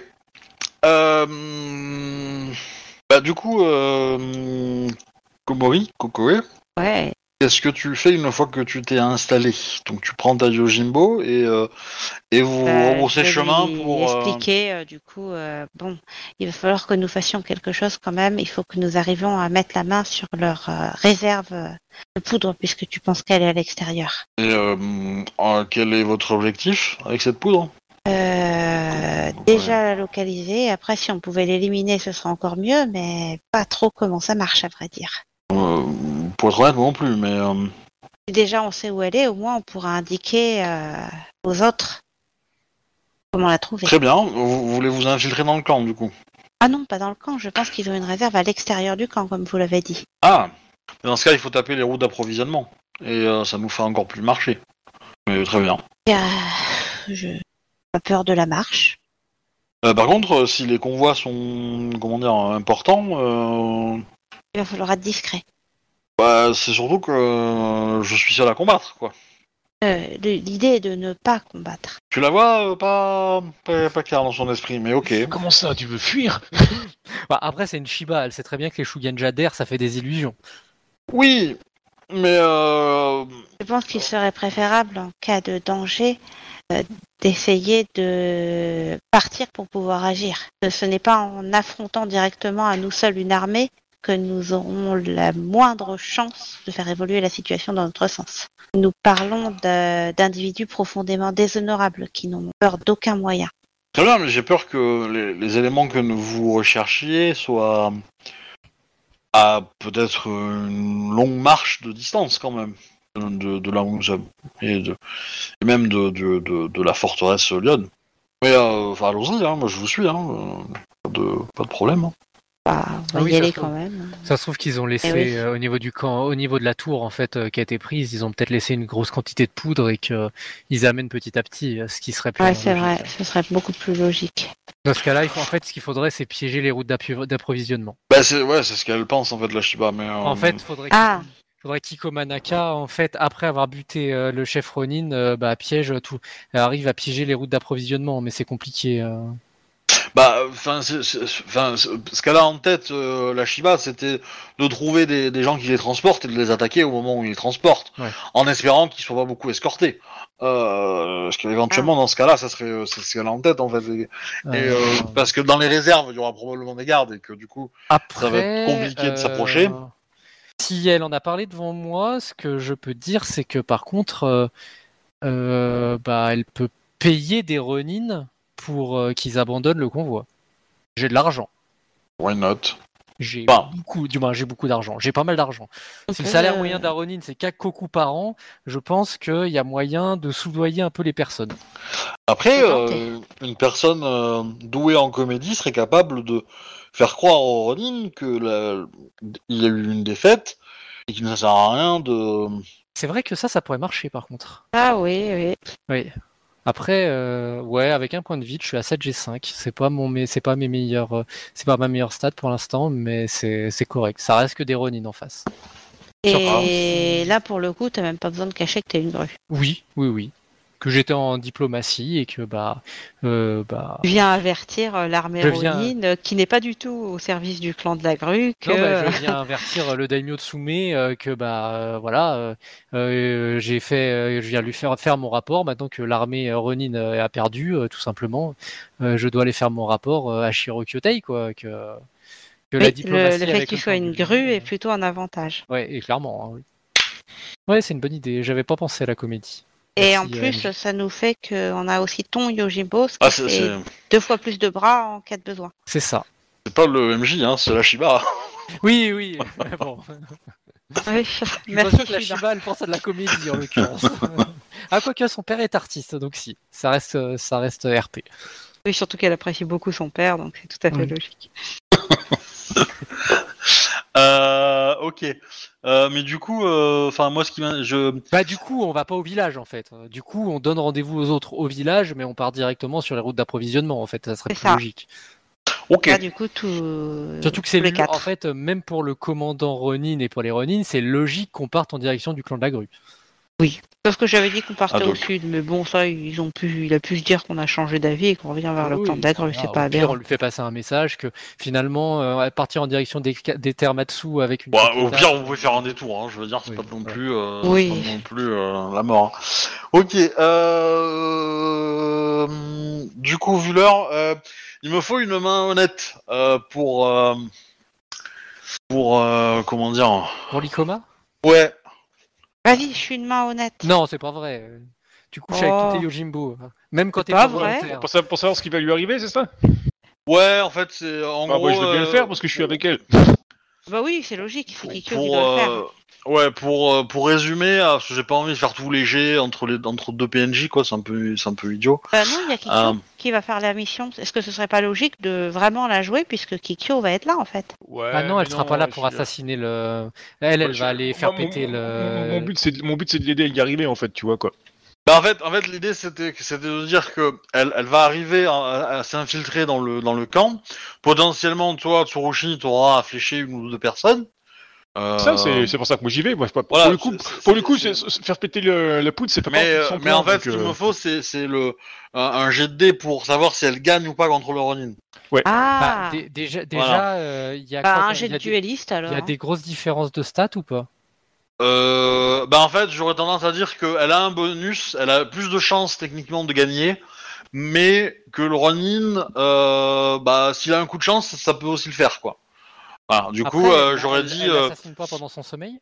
Euh... Bah, du coup, euh... Komori, Kokoe, Ouais. Qu'est-ce que tu fais une fois que tu t'es installé? Donc tu prends ta Yojimbo et, euh, et vous Euh, rebroussez je vais chemin lui pour... euh, expliquer, euh, du coup, euh, bon, il va falloir que nous fassions quelque chose quand même. Il faut que nous arrivions à mettre la main sur leur euh, réserve euh, de poudre, puisque tu penses qu'elle est à l'extérieur. Et euh, euh, quel est votre objectif avec cette poudre? Euh, déjà la localiser. Après, si on pouvait l'éliminer, ce serait encore mieux, mais pas trop comment ça marche, à vrai dire. euh, Pour être honnête, moi non plus, mais... euh, Si déjà on sait où elle est, au moins on pourra indiquer euh, aux autres comment la trouver. Très bien, vous, vous voulez vous infiltrer dans le camp, du coup? Ah non, pas dans le camp. Je pense qu'ils ont une réserve à l'extérieur du camp, comme vous l'avez dit. Ah! Dans ce cas, il faut taper les routes d'approvisionnement. Et euh, ça nous fait encore plus marcher. Mais très bien. Et, euh, je pas peur de la marche. Euh, par contre, euh, si les convois sont, comment dire, importants, euh, Il va falloir être discret. bah, c'est surtout que euh, je suis seul à combattre, quoi. Euh, l'idée est de ne pas combattre. Tu la vois euh, pas, pas, pas clair dans son esprit, mais ok. Comment ça, tu veux fuir? Bah, après, c'est une Shiba, elle sait très bien que les Shugenja ça fait des illusions. Oui, mais euh, Je pense qu'il serait préférable, en cas de danger, euh, d'essayer de partir pour pouvoir agir. Ce n'est pas en affrontant directement à nous seuls une armée que nous aurons la moindre chance de faire évoluer la situation dans notre sens. Nous parlons de, d'individus profondément déshonorables qui n'ont peur d'aucun moyen. très bien, mais j'ai peur que les, les éléments que vous recherchiez soient à peut-être une longue marche de distance quand même, de, de là où nous sommes, et, de, et même de, de, de, de la forteresse Lyon. Mais euh, enfin, allons-y, hein, moi je vous suis, hein, euh, pas, de, pas de problème. Hein. Bah, on va Ah oui, y ça aller se trouve. quand même. Ça se trouve qu'ils ont laissé Eh oui. euh, au niveau du camp, au niveau de la tour en fait euh, qui a été prise, ils ont peut-être laissé une grosse quantité de poudre et qu'ils amènent petit à petit, euh, ce qui serait plus Ouais, c'est logique. vrai, ce serait beaucoup plus logique. Dans ce cas-là, il faut, en fait, ce qu'il faudrait, c'est piéger les routes d'appu- d'approvisionnement. Bah c'est ouais, c'est ce qu'elle pense en fait, la Shiba, mais... euh, En fait, faudrait Ah, faudrait qu'Iko Manaka, en fait, après avoir buté euh, le chef Ronin, euh, bah, piège tout, arrive à piéger les routes d'approvisionnement, mais c'est compliqué. euh. Bah, enfin, c'est- c'est- enfin, c'est- ce qu'elle a en tête, euh, la Shiba, c'était de trouver des, des gens qui les transportent et de les attaquer au moment où ils les transportent, Ouais. en espérant qu'ils soient pas beaucoup escortés. Euh, parce qu'éventuellement, dans ce cas-là, ça serait, euh, c'est ce qu'elle a en tête, en fait. Et, et, Euh, euh, parce que dans les réserves, il y aura probablement des gardes et que du coup, Après, ça va être compliqué de s'approcher. euh, Si elle en a parlé devant moi, ce que je peux dire, c'est que par contre, euh, euh, bah, elle peut payer des Ronin pour euh, qu'ils abandonnent le convoi. J'ai de l'argent. Why not? J'ai Bah. beaucoup, du moins j'ai beaucoup d'argent. J'ai pas mal d'argent. Si le peut, salaire euh, moyen d'un Ronin c'est quatre koku par an, je pense qu'il y a moyen de soudoyer un peu les personnes. Après, Faut tenter. euh, une personne euh, douée en comédie serait capable de faire croire au Ronin que la... il y a eu une défaite et qu'il ne sert à rien de... C'est vrai que ça, ça pourrait marcher par contre. Ah oui, oui. Oui. Après, euh, ouais, avec un point de vide, je suis à sept G cinq. C'est pas mon, mais c'est pas mes meilleurs, euh, c'est pas ma meilleure stat pour l'instant, mais c'est, c'est correct. Ça reste que des Ronin en face. Et là, pour le coup, t'as même pas besoin de cacher que t'es une grue. Oui, oui, oui. Que j'étais en diplomatie et que bah, euh, bah. Tu viens avertir euh, l'armée Je viens- Ronin, euh, qui n'est pas du tout au service du clan de la grue, que... Non, bah, je viens avertir le daimyo Tsume euh, que bah euh, voilà, euh, euh, j'ai fait, euh, je viens lui faire faire mon rapport maintenant que l'armée euh, Ronin euh, a perdu, euh, tout simplement. Euh, je dois aller faire mon rapport euh, à Shiro Kyotei, quoi, que que Oui, la le, diplomatie le fait avec que tu le sois clan une du grue lion, est plutôt un avantage. Ouais, et clairement, hein, oui. Ouais, c'est une bonne idée. J'avais pas pensé à la comédie. Et Merci, en plus, euh, M J. ça nous fait qu'on a aussi ton Yojimbo, ce qui Ah, c'est, fait c'est... deux fois plus de bras en cas de besoin. C'est ça. c'est pas le M J, hein, c'est la Shiba. Oui, oui. Bon. Oui, Je suis pas merci sûr que la Shiba. Shiba, elle pense à de la comédie en l'occurrence. Ah, quoique son père est artiste, donc si. Ça reste, euh, ça reste R P. Oui, surtout qu'elle apprécie beaucoup son père, donc c'est tout à fait Oui. logique. Euh, ok. Euh, mais du coup, enfin moi ce qui m'a, je, Bah du coup, on va pas au village en fait. Du coup, on donne rendez-vous aux autres au village, mais on part directement sur les routes d'approvisionnement en fait. Ça serait C'est plus ça. logique. ok. Là, du coup, tout... Surtout que c'est tous les lu- quatre. en fait, même pour le commandant Ronin et pour les Ronin, c'est logique qu'on parte en direction du clan de la grue. Sauf que j'avais dit qu'on partait Ah, au donc. sud, mais bon, ça, ils ont pu, il a pu se dire qu'on a changé d'avis et qu'on revient vers le Oui, camp d'Agre, ah, c'est au pas pire, bien. on lui fait passer un message que finalement, euh, partir en direction des, des Termatsu avec une. Bon, petite au étape, pire, vous pouvez faire un détour. Hein. Je veux dire, c'est Oui, pas non voilà. plus, euh, Oui. c'est pas non plus euh, la mort. Hein. Ok. Euh... Du coup, vu l'heure, euh, il me faut une main honnête euh, pour euh, pour euh, comment dire. Pour l'Icoma Ouais. Vas-y, je suis une main honnête. Non, c'est pas vrai. Tu couches avec Oh. tous tes Yojimbo, même quand C'est t'es pas pas vrai. volontaire. Pour, sa- pour savoir ce qui va lui arriver, c'est ça? Ouais, en fait, c'est en Ah, gros. bah, je veux bien le euh, faire parce que je suis avec elle. Bah oui, c'est logique, c'est Pour, Kikyo qui pour, doit le faire. euh, ouais, pour euh, pour résumer, euh, parce que j'ai pas envie de faire tous les jets entre les entre deux P N J, quoi. C'est un peu c'est un peu idiot. Bah non, il y a Kikyo Euh, qui va faire la mission. Est-ce que ce serait pas logique de vraiment la jouer puisque Kikyo va être là en fait? Ouais, Ah non, mais elle sera pas là je pour suis- assassiner le. Elle, elle Ouais, je- va aller faire moi, mon- péter mon, le. mon- mon but, c'est de, mon but, c'est de l'aider à y arriver, en fait, tu vois, quoi. Bah en fait, en fait, l'idée c'était c'était de dire que elle, elle va arriver à, à- à s'infiltrer dans le dans le camp. Potentiellement, toi, Tsurushi, t'auras à flécher une ou deux personnes. Euh, Ça, c'est c'est pour ça que moi j'y vais. Moi, pas- pour, voilà, le coup, c'est- c'est- pour le coup, c'est- c'est- c'est- faire péter le- la poudre, c'est pas Mais partie de son euh, mais plan, en fait, donc, ce qu'il euh, me faut, c'est c'est le un, un jet de dés pour savoir si elle gagne ou pas contre le Ronin. Bah, Ah, dé- déjà, Voilà. déjà, euh, il y a bah, quoi un comme- jet il y de a des- dueliste il alors. y a hein. des grosses différences de stats ou pas? Euh, bah en fait, j'aurais tendance à dire qu'elle a un bonus, elle a plus de chances techniquement de gagner, mais que le Ronin, euh, bah s'il a un coup de chance, ça peut aussi le faire, quoi. Voilà. Du Après, coup, euh, elle- j'aurais elle, dit, elle euh, assassine pas pendant son sommeil?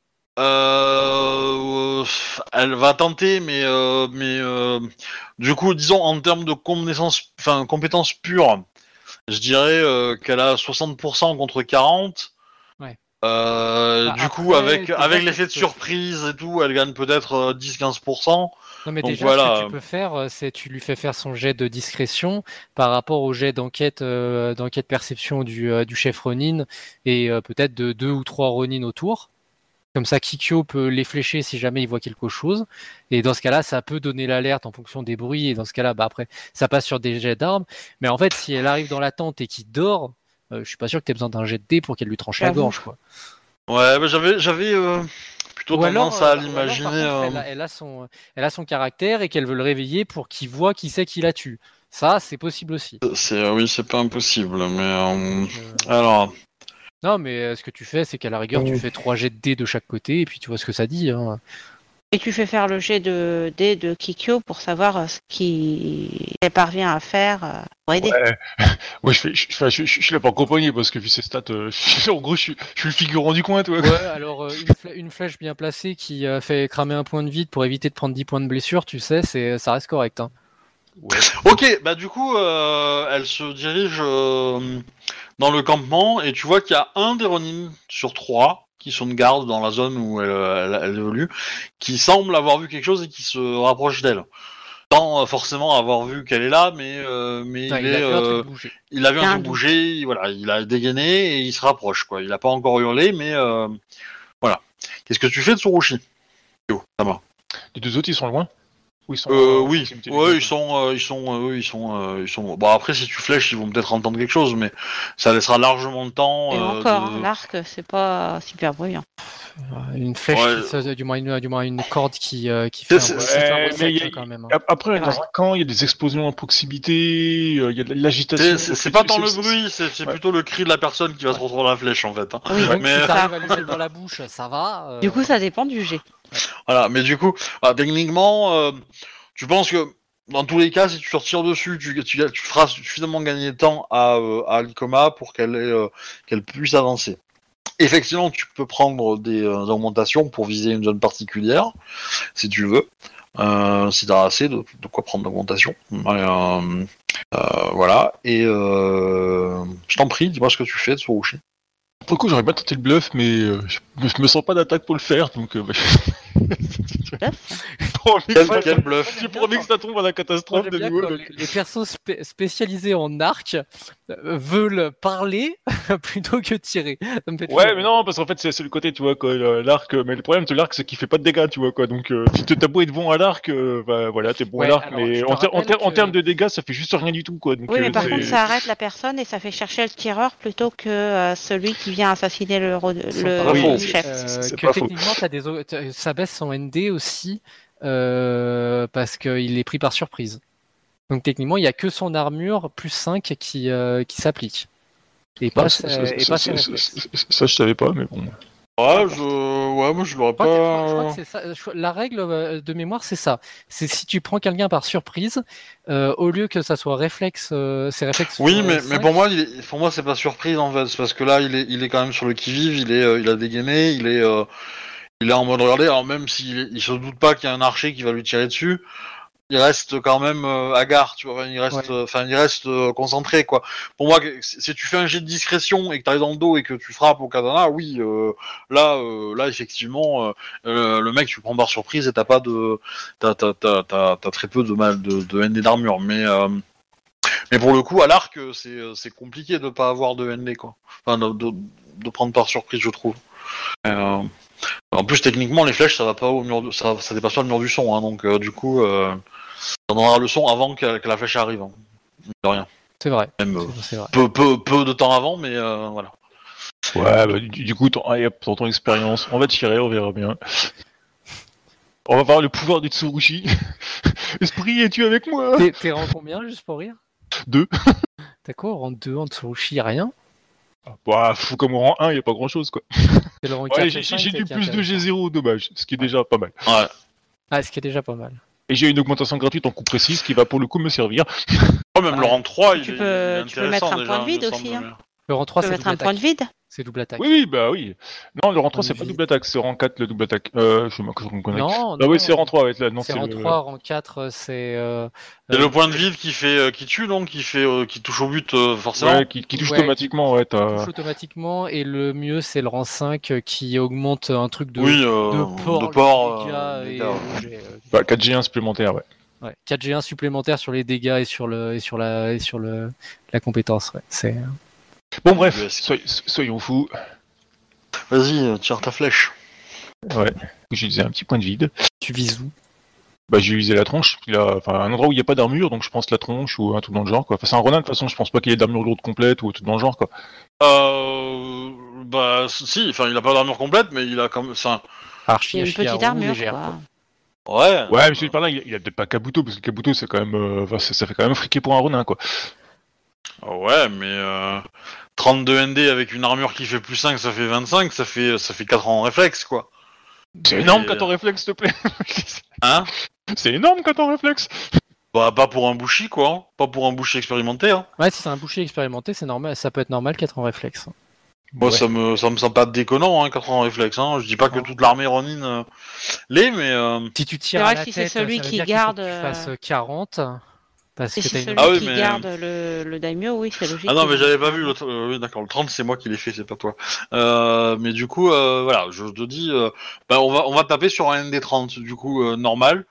euh, elle va tenter, mais euh, mais euh, du coup, disons en termes de connaissances, enfin compétences pures, je dirais euh, qu'elle a soixante pour cent contre quarante. Ouais. Euh, Bah, du après, coup, avec déjà, avec ce que l'effet de tu peux- surprise et tout, elle gagne peut-être euh, dix à quinze pour cent. Non, mais Donc déjà, voilà. ce que tu peux faire, euh, c'est tu lui fais faire son jet de discrétion par rapport au jet d'enquête, euh, d'enquête perception du, euh, du chef Ronin et euh, peut-être de deux ou trois Ronin autour. Comme ça, Kikyo peut les flécher si jamais il voit quelque chose. Et dans ce cas-là, ça peut donner l'alerte en fonction des bruits. Et dans ce cas-là, bah après, ça passe sur des jets d'armes. Mais en fait, si elle arrive dans la tente et qu'il dort, euh, je suis pas sûr que tu aies besoin d'un jet de dé pour qu'elle lui tranche la J'avoue. gorge, quoi. Ouais, bah, j'avais j'avais euh, plutôt Ou alors, tendance euh, à ou alors, par l'imaginer. contre, euh, elle, a, elle a son, elle a son caractère et qu'elle veut le réveiller pour qu'il voit qui c'est qui la tue. Ça, c'est possible aussi. C'est euh, oui, c'est pas impossible, mais euh, Euh, alors. Non, mais euh, ce que tu fais, c'est qu'à la rigueur, tu fais trois jets de dés de chaque côté et puis tu vois ce que ça dit. Hein. Et tu fais faire le jet de dés de Kikyo pour savoir euh, ce qu'il parvient à faire euh, pour aider. ouais, ouais, je, fais, je, je, je, je, je l'ai pas accompagné parce que vu ses stats, euh, en gros, je suis, je suis le figurant du coin, toi. Ouais, alors euh, une, flè- une flèche bien placée qui euh, fait cramer un point de vide pour éviter de prendre dix points de blessure, tu sais, c'est, ça reste correct. Hein. Ouais. Ok, bah du coup, euh, elle se dirige euh, dans le campement et tu vois qu'il y a un des Ronin sur trois qui sont de garde dans la zone où elle, elle, elle évolue, qui semble avoir vu quelque chose et qui se rapproche d'elle. Sans euh, forcément avoir vu qu'elle est là, mais euh, mais Enfin, il, il a est, vu un euh, truc bouger. il a vu Il y a un un truc doute. bouger, il- voilà, il a dégainé et il se rapproche, quoi. Il a pas encore hurlé, mais euh, voilà. Qu'est-ce que tu fais de Tsurushi? Yo, ça va. Les deux autres, ils sont loin? Ou ils sont Euh, à oui, proximité des ouais, deux, ils sont, euh, ils sont, euh, eux, ils sont, euh, ils sont. Bon, après, si tu flèches, ils vont peut-être entendre quelque chose, mais ça laissera largement le temps. Et euh, encore, de- hein, l'arc, c'est pas super bruyant. Une flèche, Ouais. qui se- du, moins une, du moins une corde qui, euh, qui C'est- fait un, c'est- qui fait un Ouais, bruit mais sec, il y a- hein, quand même. hein. Ap- Après, C'est dans vrai. un camp, il y a des explosions à proximité, euh, il y a de l'agitation. C'est, c'est, donc c'est pas tant le c'est- bruit, c'est, c'est ouais. plutôt le cri de la personne qui va se retrouver la flèche, en fait. hein. Oui, Donc, mais- si t'arrives à ça. lui mettre dans la bouche, ça va. euh, Du coup, ça dépend du jet. Voilà, mais du coup, ah, techniquement, euh, tu penses que dans tous les cas, si tu retires dessus, tu, tu, tu feras suffisamment gagner de temps à, euh, à l'Icoma pour qu'elle, ait, euh, qu'elle puisse avancer. Effectivement, tu peux prendre des euh, augmentations pour viser une zone particulière, si tu veux. Euh, si t'as assez de, de quoi prendre d'augmentation. Euh, euh, voilà. Et euh, je t'en prie, dis-moi ce que tu fais, Tsurushi. Pour le coup, j'aurais bien tenté le bluff, mais euh, je, me, je me sens pas d'attaque pour le faire, donc... Euh, bah, j'ai pas envie que Quel, ça- quel bluff. j'ai pas envie que ça tombe à la Moi, catastrophe j'aime de bien nouveau. quand donc. les, les persos spé- spécialisés en arc euh, veulent parler plutôt que tirer. Ça me fait Ouais, toujours- mais non, parce qu'en fait, c'est c'est le côté, tu vois, quoi, le- l'arc, euh, mais le problème de l'arc, c'est qu'il fait pas de dégâts, tu vois, quoi, donc euh, si t'as beau être bon à l'arc, euh, bah voilà, t'es bon Ouais, à l'arc, alors, je mais te en, ter- en, rappelle ter- en que- termes de dégâts, ça fait juste rien du tout, quoi, donc Oui, mais euh, par c'est- contre, ça arrête la personne et ça fait chercher le tireur plutôt que euh, celui qui vient assassiner le, ro- Sans le, parler, faux. le chef. euh, C'est que pas faux. techniquement, t'as des, au- t'as- ça baisse baisse son N D aussi euh, parce qu'il est pris par surprise. Donc techniquement, il n'y a que son armure plus cinq qui, euh, qui s'applique. Et pas, Ah, ses- ça, et ça, pas ça, ses ça, réflexes. ça, ça, je savais pas, mais bon. Ouais, je... ouais, moi je l'aurais Je crois que- je crois- je pas. crois que c'est ça. Je crois- La règle euh, de mémoire, c'est ça. C'est si tu prends quelqu'un par surprise, euh, au lieu que ça soit réflexe, euh, c'est réflexe. Oui, sur, euh, mais, mais cinq. pour moi, il est, pour moi, c'est pas surprise en fait, c'est parce que là, il est, il est quand même sur le qui-vive, il est, euh, il a dégainé, il est, euh, il est en mode regardez. Alors même s'il, il se doute pas qu'il y a un archer qui va lui tirer dessus, il reste quand même euh, hagard, tu vois. Enfin, il reste, Ouais. euh, enfin, il reste euh, concentré, quoi. Pour moi, que- si tu fais un jet de discrétion et que t'arrives dans le dos et que tu frappes au katana, oui, euh, là, euh, là, effectivement, euh, euh, le mec, tu le prends par surprise et t'as pas de, t'as, t'as, t'as, t'as, t'as très peu de mal de, de N D d'armure, mais. Euh, Mais pour le coup, à l'arc, c'est c'est compliqué de pas avoir de N D, quoi. Enfin, de, de, de prendre par surprise, je trouve. Euh, en plus, techniquement, les flèches, ça va pas au mur, du, ça, ça dépasse pas le mur du son, hein, donc euh, du coup, euh, on aura le son avant que, que la flèche arrive. Hein. De rien. C'est vrai. Même euh, C'est- C'est vrai. peu, peu, peu de temps avant, mais euh, voilà. Ouais, bah, du, du coup, ton, allez, hop, ton, ton expérience, on va tirer, on verra bien. On va voir le pouvoir du Tsurushi. Esprit, es-tu avec moi? T'es t'es rang combien, juste pour rire? Deux. D'accord, rang deux, en Tsurushi, rien. Bah, fou comme au rang un, y a pas grand-chose, quoi. C'est le rang Ouais, quatre j'ai et cinq j'ai qui du est plus de G intéressant. zéro, dommage, ce qui est déjà pas mal. Ouais. Ah, ce qui est déjà pas mal. Et j'ai une augmentation gratuite en coup précis, ce qui va pour le coup me servir. Oh, même Ouais. le rang trois, il, Tu est, peux- il est tu peux mettre intéressant un déjà, point de vide il me aussi, semble, hein. Le rang Tu trois, peux c'est mettre double un point de attaque. vide. C'est double attaque. Oui, oui, bah oui. Non, le rang trois, Point c'est de pas vide. double attaque, c'est rang quatre le double attaque. Euh, je me je me connecte. Non, Ah non. oui, c'est rang trois, ouais, là, non, C'est c'est rang le... trois, rang quatre, c'est. Euh, C'est euh, le point de vide qui fait, euh, qui tue, donc, qui fait, euh, qui touche au but, euh, forcément. Ouais, qui, qui touche Ouais, automatiquement, ouais, touche t'as... automatiquement, et le mieux, c'est le rang cinq euh, qui augmente un truc de, Oui, euh, de port, de port, les dégâts euh, et dégâts, ouais. rejet, euh, Bah, quatre G un supplémentaire, ouais. ouais. quatre G un supplémentaire sur les dégâts et sur le et sur la et sur le la compétence. Ouais. C'est Bon, bref, U S. soy- soyons fous. Vas-y, euh, tire ta flèche. Ouais, j'ai utilisé un petit point de vide. tu vises où? Bah, j'ai visé la tronche, il a... enfin, un endroit où il n'y a pas d'armure, donc je pense la tronche ou un truc dans le genre, quoi. Enfin, c'est un Ronin, de toute façon, je pense pas qu'il y ait d'armure lourde complète ou un truc dans le genre, quoi. Euh, bah si, enfin il a pas d'armure complète, mais il a comme ça. Archi Il y a une petite armure, légère. quoi. Ouais. Ouais, mais celui par là, il a, il a peut-être pas Kabuto, parce que Kabuto, c'est quand même... euh, enfin, ça, ça fait quand même friquer pour un Ronin, quoi. Ouais, mais euh, trente-deux N D avec une armure qui fait plus cinq, ça fait vingt-cinq, ça fait ça fait quatre ans en réflexe, quoi. C'est énorme Et- quand on réflexe, s'il te plaît. Hein? C'est énorme quand on réflexe. Bah pas pour un bouchi, quoi. Hein. Pas pour un bouchi expérimenté. Hein. Ouais, si c'est un boucher expérimenté, c'est normal. Ça peut être normal qu'être en réflexe. Moi, Ouais. ça me ça me semble pas déconnant, hein, quatre ans en réflexe. Hein. Je dis pas que toute l'armée Ronin euh, l'est, mais euh, Si tu tires C'est à vrai la que si c'est tête, celui ça veut qui dire qu'il faut garde, que tu euh, fasses quarante. Parce Et que si t'as une... celui Ah oui, qui mais- garde le, le daimyo, oui, c'est logique. ah non, mais qu'il- j'avais pas vu. Le... euh, oui, d'accord. Le trente, c'est moi qui l'ai fait, c'est pas toi. Euh, mais du coup, euh, voilà, je te dis, euh, bah, on va on va taper sur un N D trente, du coup euh, normal.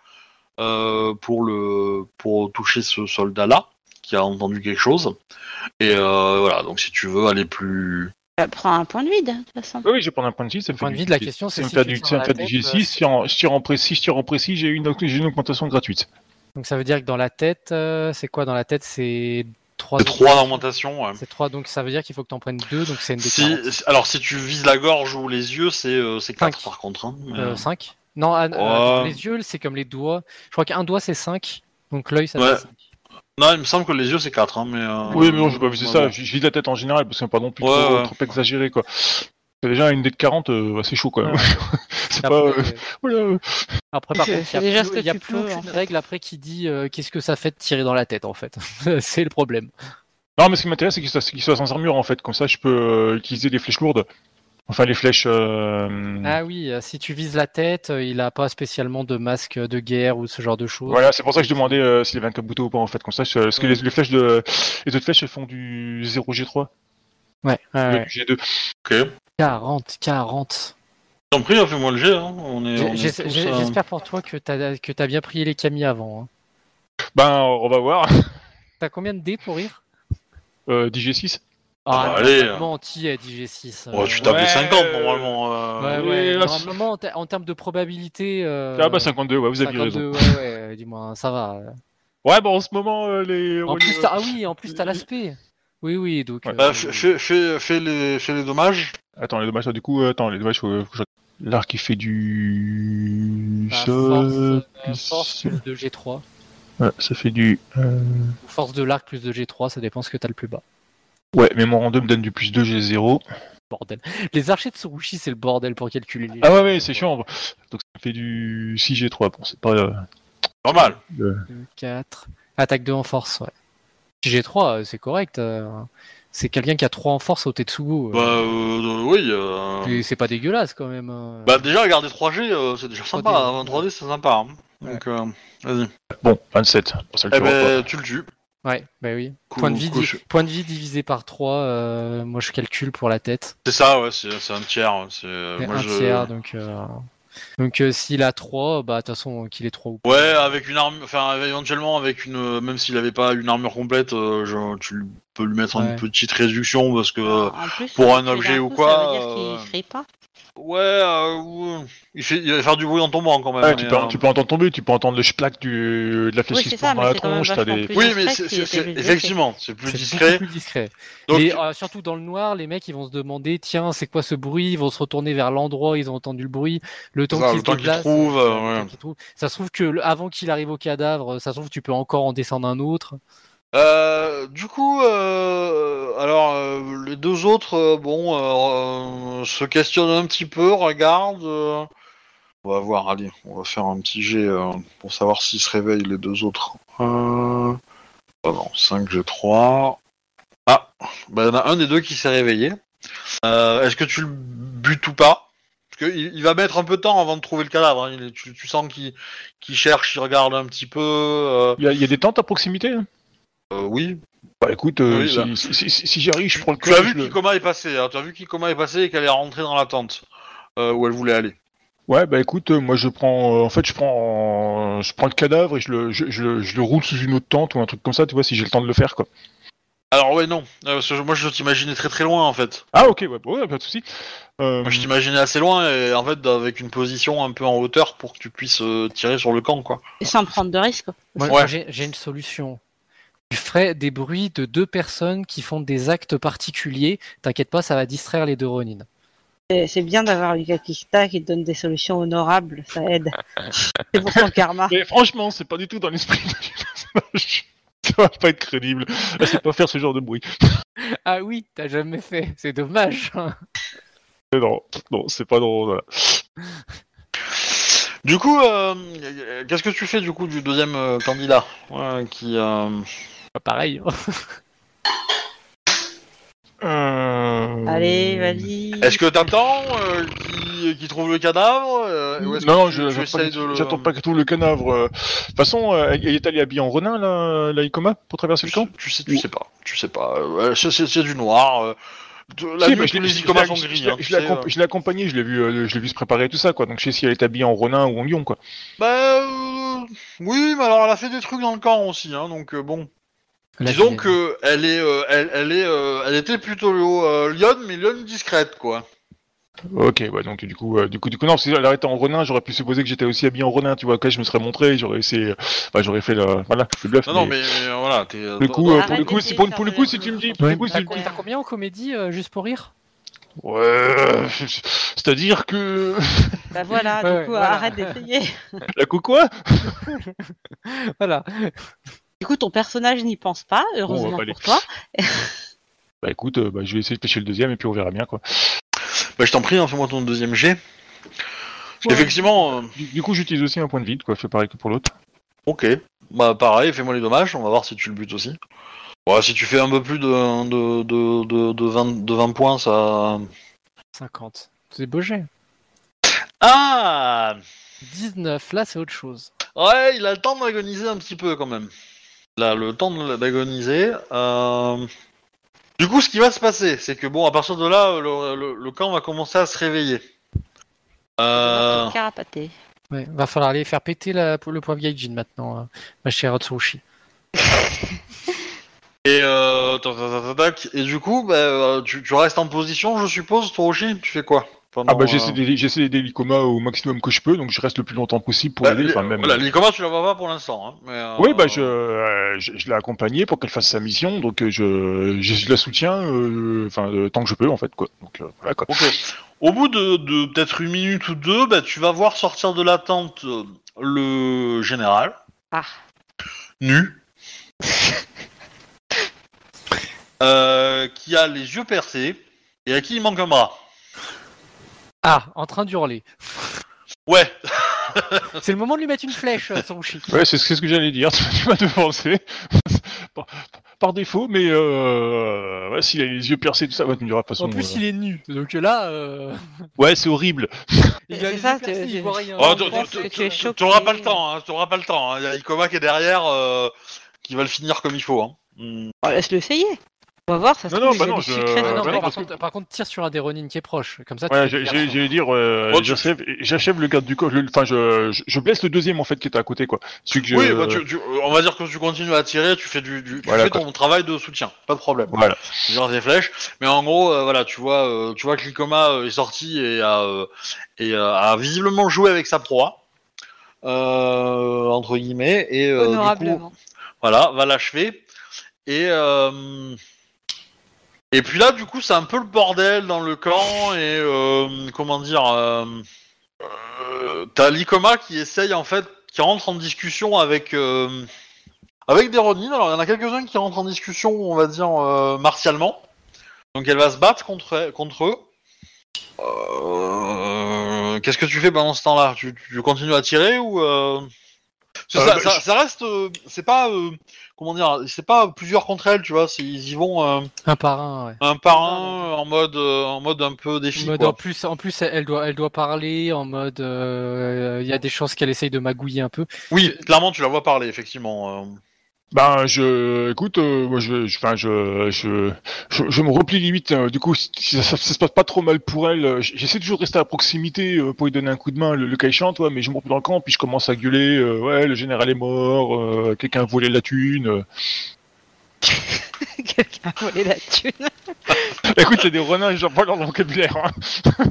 Euh, pour le pour toucher ce soldat là qui a entendu quelque chose et euh, voilà, donc si tu veux aller plus Bah, prends un point de vide, de toute façon. Oui, oui, je vais prendre un point de vide, ça me Point fait de du... vide, la question, c'est ça me si fait tu du, tires ça me à fait la du tête, G six, si en, si en précis, si tire en précis, j'ai une, j'ai une augmentation gratuite. Donc ça veut dire que dans la tête, euh, c'est quoi dans la tête? C'est trois. c'est trois d'augmentation, ouais. C'est trois, donc ça veut dire qu'il faut que tu en prennes deux, donc c'est une des Si, quarante. alors si tu vises la gorge ou les yeux, c'est euh, c'est quatre Cinq. par contre, hein. Mais, Euh, euh, cinq. Non, ah, Ouais. euh, les yeux, c'est comme les doigts. Je crois qu'un doigt, c'est cinq. Donc l'œil, ça Ouais. fait cinq. non, il me semble que les yeux c'est quatre, hein, mais euh, Oui, mais non, je vais pas viser ouais, ça, bon. je je vise la tête en général, parce que c'est pas non plus Ouais, trop, ouais. trop exagéré, quoi. C'est déjà une dé de quarante, euh, assez chaud, quand même. Ouais. c'est Après, pas... euh, euh, voilà, euh, après, par C'est- contre, c'est il n'y a déjà plus, ce que il y a tu plus peux, aucune en fait. règle après qui dit euh, qu'est-ce que ça fait de tirer dans la tête, en fait. C'est le problème. Non, mais ce qui m'intéresse, c'est qu'il soit, qu'il soit sans armure, en fait. Comme ça, je peux euh, utiliser des flèches lourdes. Enfin, les flèches... Euh... Ah oui, euh, si tu vises la tête, euh, il a pas spécialement de masque de guerre ou ce genre de choses. Voilà, c'est pour ça que je demandais euh, s'il y avait un Kabuto ou pas, en fait. Comme ça, je- parce que Ouais. les, les flèches de... Les autres flèches, elles font du zéro G trois, Ouais, ouais, du ouais. G deux. Ok. quarante, quarante. T'en prie, hein, fais-moi le jet, hein. On est, J'ai- on est j'ai- tous, j'ai- euh, J'espère pour toi que t'as que t'as bien prié les camis avant. Hein. Ben, on va voir. T'as combien de dés pour rire? Euh, D G six. bah, non, allez. normalement, anti à D G six. ouais, tu tapes les Ouais. cinquante normalement. euh, Ouais, Oui, ouais. là, Normalement, en, ter- en termes de probabilité. euh, Ah bah cinquante-deux, ouais, vous aviez cinquante-deux, raison. ouais, ouais, euh, dis-moi, ça va. Ouais, bon, en ce moment, euh, les... En plus, t'as- ah oui, en plus, t'as l'aspect. Oui, oui, donc. Ouais. euh, Bah, fais, fais, fais, fais les, fais les dommages. Attends, les dommages, du coup, euh, attends, les dommages, faut, faut que je... L'arc il fait du... Bah, ça, force, euh, plus- force plus de G trois. Ouais, ça fait du... euh, Ou force de l'arc plus de G trois, ça dépend ce que t'as le plus bas. Ouais, mémorandum me donne du plus deux G zéro. Bordel. Les archers de Tsurushi, c'est le bordel pour calculer les Ah ouais, G. ouais, c'est chiant. Donc ça fait du six G trois. Bon, c'est pas... euh, Normal. euh, deux, quatre. Attaque deux en force, ouais. G trois, euh, c'est correct. euh, C'est quelqu'un qui a trois en force au Tetsugo. euh, Bah euh, oui. euh, et c'est pas dégueulasse quand même. hein. Bah déjà regarder trois G, euh, c'est déjà sympa. trois D, Hein, trois D c'est sympa. Hein. Donc euh, vas-y. Bon, vingt-sept. Bon, ça le Eh tuera ben tu le tues. Ouais, bah oui. Coup- point, de vie coup- di- point de vie divisé par trois, euh, moi je calcule pour la tête. C'est ça, ouais, c'est c'est un tiers. C'est euh, Et moi un je. tiers, donc... euh, Donc euh, s'il a trois, bah de toute façon qu'il ait trois ou pas. Ouais, avec une arme, enfin éventuellement avec une, euh, même s'il avait pas une armure complète, euh, je- tu peux lui mettre Ouais. une petite réduction parce que En plus, pour si un tu fais objet d'un ou coup, quoi, Ça veut dire euh, qu'il crie pas. ouais, euh, ouais, il fait, il va faire du bruit en tombant quand même. Ouais, mais, tu, peux, euh, tu peux entendre tomber, tu peux entendre le splack du, de la flèche Oui, qui c'est se ça, prend dans mais la c'est quand même tronche, t'as vachement des... plus Oui, mais discret c'est, s'il c'est- était c'est- plus effectivement, c'est plus C'est discret. beaucoup plus discret. Donc, Et euh, surtout dans le noir, les mecs ils vont se demander tiens, c'est quoi ce bruit? Ils vont se retourner vers l'endroit où ils ont entendu le bruit. Le temps Ça, qu'ils le se temps qu'ils déplacent, trouvent, euh, euh, le ouais. temps qu'ils trouvent. Ça se trouve que le- avant qu'il arrive au cadavre, ça se trouve tu peux encore en descendre un autre. Euh, du coup, euh, alors euh, les deux autres, euh, bon, euh, euh, se questionnent un petit peu, regardent. euh, On va voir, allez, on va faire un petit jet euh, pour savoir s'ils se réveillent les deux autres. Euh... Oh non, cinq G trois. Ah, bah il y en a un des deux qui s'est réveillé. Euh, est-ce que tu le butes ou pas? Parce qu'il il va mettre un peu de temps avant de trouver le cadavre. Hein. Il est- tu, tu sens qu'il qu'il cherche, il regarde un petit peu. Euh... Il y, a, il y a des tentes à proximité hein euh, oui. Bah écoute, euh, Oui, si, là. si, si, si- si j'y arrive, je prends le Tu as cœur. vu je le- Kikoma est passé. Hein. Tu as vu Kikoma est passé et qu'elle est rentrée dans la tente euh, où elle voulait aller. Ouais, bah écoute, euh, moi je prends, euh, en fait je prends, euh, je prends le cadavre et je le, je, je, le- je le roule sous une autre tente ou un truc comme ça, tu vois, si j'ai le temps de le faire, quoi. Alors ouais, non. Euh, parce que moi je t'imaginais très très loin en fait. Ah ok, ouais, ouais pas de souci. Euh, Moi je t'imaginais assez loin et en fait avec une position un peu en hauteur pour que tu puisses euh, tirer sur le camp quoi. Et sans prendre de risque. Moi, Ouais. moi, j'ai j'ai une solution. Tu ferais des bruits de deux personnes qui font des actes particuliers. T'inquiète pas, ça va distraire les deux Ronin. C'est c'est bien d'avoir Yuka Kista qui te donne des solutions honorables, ça aide. C'est pour son karma. Mais franchement, c'est pas du tout dans l'esprit du personnage. Ça va pas être crédible. Elle sait pas faire ce genre de bruit. Ah oui, t'as jamais fait. C'est dommage. Mais non, non, c'est pas drôle. Voilà. Du coup, euh, qu'est-ce que tu fais du coup du deuxième euh, candidat ouais, qui euh... Pas pareil. Euh... Allez, vas-y. Est-ce que t'attends euh, qui, qui trouve le cadavre euh, ou est-ce Non, que tu, je tu j'attends essayes pas, de le... j'attends pas que tout le cadavre. euh. De toute façon, euh, elle est allée habillée en renin, là, la Ikoma, pour traverser Tu, le camp. tu sais, tu sais pas, tu sais pas. Euh, ouais, c'est, c'est- c'est du noir. euh, de- la Si, nuit, bah, je tous l'ai- les je Ikomas l'ai- sont je gris. l'ai- hein, je tu l'ai sais, accomp- euh. je l'ai accompagné, je l'ai vu, euh, je l'ai vu se préparer tout ça, quoi. Donc je sais si elle est habillée en renin ou en lion, quoi. Bah euh, oui, mais alors elle a fait des trucs dans le camp aussi, hein, donc euh, bon. La Disons vilaine. que elle est, euh, elle, elle est, euh, elle était plutôt euh, lionne, mais lionne discrète, quoi. Ok, ouais, donc du coup, euh, du coup, du coup, non, si elle arrêtait en renin, j'aurais pu supposer que j'étais aussi habillé en renin, tu vois. Quand je me serais montré, j'aurais essayé, euh, bah, j'aurais fait le, voilà, le bluff. Non, non, mais- mais, mais, euh, voilà, t'es. euh, Du toi- coup, toi- euh, Arrête pour le coup, d'essayer si pour, de pour le faire coup, le- si tu me dis, pour le Ouais, coup, si T'as tu me dis- t'as combien en comédie, euh, juste pour rire? ouais, c'est-à-dire que Bah voilà, du Ouais, coup, voilà. arrête d'essayer. la quoi? Voilà. Du coup, ton personnage n'y pense pas, heureusement Bon, on va pas pour toi. Bah écoute, euh, bah, je vais essayer de pêcher le deuxième et puis on verra bien, quoi. Bah je t'en prie, hein, fais-moi ton deuxième jet. Parce Ouais. qu'effectivement, euh, Du, du coup, j'utilise aussi un point de vide, quoi. Fais pareil que pour l'autre. ok. Bah pareil, fais-moi les dommages, on va voir si tu le butes aussi. Ouais, si tu fais un peu plus de, de, de, de, de, vingt, de vingt points, ça... cinquante. C'est beau jet. Ah dix-neuf, là c'est autre chose. Ouais, il a le temps d'agoniser un petit peu quand même. Il a le temps de- d'agoniser. Euh... Du coup, ce qui va se passer, c'est que bon, à partir de là, le, le, le camp va commencer à se réveiller. Euh... Carapaté. Ouais, va falloir aller faire péter la, le poivre Gaijin maintenant, euh, ma chère Otsurushi. Et, euh... tac, tac, tac, tac. Et du coup, bah, euh, tu, tu restes en position, je suppose, Toroshi. Tu fais quoi pendant, Ah bah j'essaie euh, d'aider, j'essaie d'aider l'Ikoma au maximum que je peux, donc je reste le plus longtemps possible pour Bah, l'aider. les- Enfin, même... Voilà, l'Ikoma, tu la vois pas pour l'instant. Hein, mais, euh, Oui, bah je, euh, je, je l'ai accompagnée pour qu'elle fasse sa mission, donc euh, je, je, je la soutiens, euh, enfin euh, tant que je peux en fait, quoi. Donc euh, voilà, quoi. Ok. au bout de, de peut-être une minute ou deux, bah, tu vas voir sortir de la tente euh, le général, Ah. nu, euh, qui a les yeux percés et à qui il manque un bras. Ah, en train d'hurler. Ouais. C'est le moment de lui mettre une flèche à son chic. Ouais, c'est, c'est ce que j'allais dire, tu m'as devancé. par, par défaut, mais euh, ouais, s'il a les yeux percés, tout ça, ouais, tu me diras de toute façon. En plus, euh... il est nu, donc là... Euh... Ouais, c'est horrible. Il C'est a les ça, yeux percés, tu- il voit rien. Oh, je tu- pense tu- que tu- tu es tu- choqué. T'auras pas le temps, hein. T'auras pas le temps. hein. Il y a Ikoma qui est derrière, euh, qui va le finir comme il faut. Hein. Hmm. Oh, laisse-le essayer. On va voir, ça se Non, trouve, non, il bah a non, des je- secrets Ah non, bah mais non, par, parce que- contre, par contre, tire sur un des Ronin qui est proche. Comme ça, tu Ouais, fais j'ai, des j'ai, garçons. j'allais dire, euh, Oh, tu- j'achève, j'achève le garde du corps, je- enfin, je, je, je blesse le deuxième en fait qui était à côté, quoi. Celui que je... Oui, bah, tu, tu- on va dire que tu continues à tirer, tu fais du, du tu Voilà, fais quoi. ton travail de soutien, pas de problème. Voilà. Tu tires tes flèches, mais en gros, euh, voilà, tu vois, euh, tu vois que l'Ikoma euh, est sorti et a, euh, et euh, a visiblement joué avec sa proie, euh, entre guillemets, et euh, du coup, honorablement. voilà, va l'achever. Et euh, et puis là, du coup, c'est un peu le bordel dans le camp et euh, comment dire, euh, euh, t'as l'Ikoma qui essaye en fait, qui rentre en discussion avec euh, avec des Ronin. Alors il y en a quelques-uns qui rentrent en discussion, on va dire euh, martialement. Donc elle va se battre contre contre eux. Euh, Qu'est-ce que tu fais pendant ce temps-là? tu, tu continues à tirer ou euh... Parce que Euh, ça, bah, ça, je- ça reste, euh, c'est pas, euh, comment dire, c'est pas plusieurs contre elles, tu vois, c'est, ils y vont euh, Un par un, ouais. un par un, en mode, euh, en mode un peu En, défi, mode, quoi. en plus, en plus, elle doit, elle doit parler en mode. euh, Il y a des chances qu'elle essaye de magouiller un peu. Oui, clairement, tu la vois parler, effectivement. euh. Ben, je, écoute, euh, moi, je, je, enfin, je, je, je, je me replie limite. euh, du coup, si ça, ça, ça se passe pas trop mal pour elle, euh, j'essaie toujours de rester à proximité euh, pour lui donner un coup de main, le, le cas échéant, toi. Mais je me replie dans le camp, puis je commence à gueuler. euh, ouais, le général est mort. Euh, quelqu'un a volé la thune. euh. Quelqu'un a volé la thune. Écoute, c'est des renards, j'en parle dans le vocabulaire. Hein.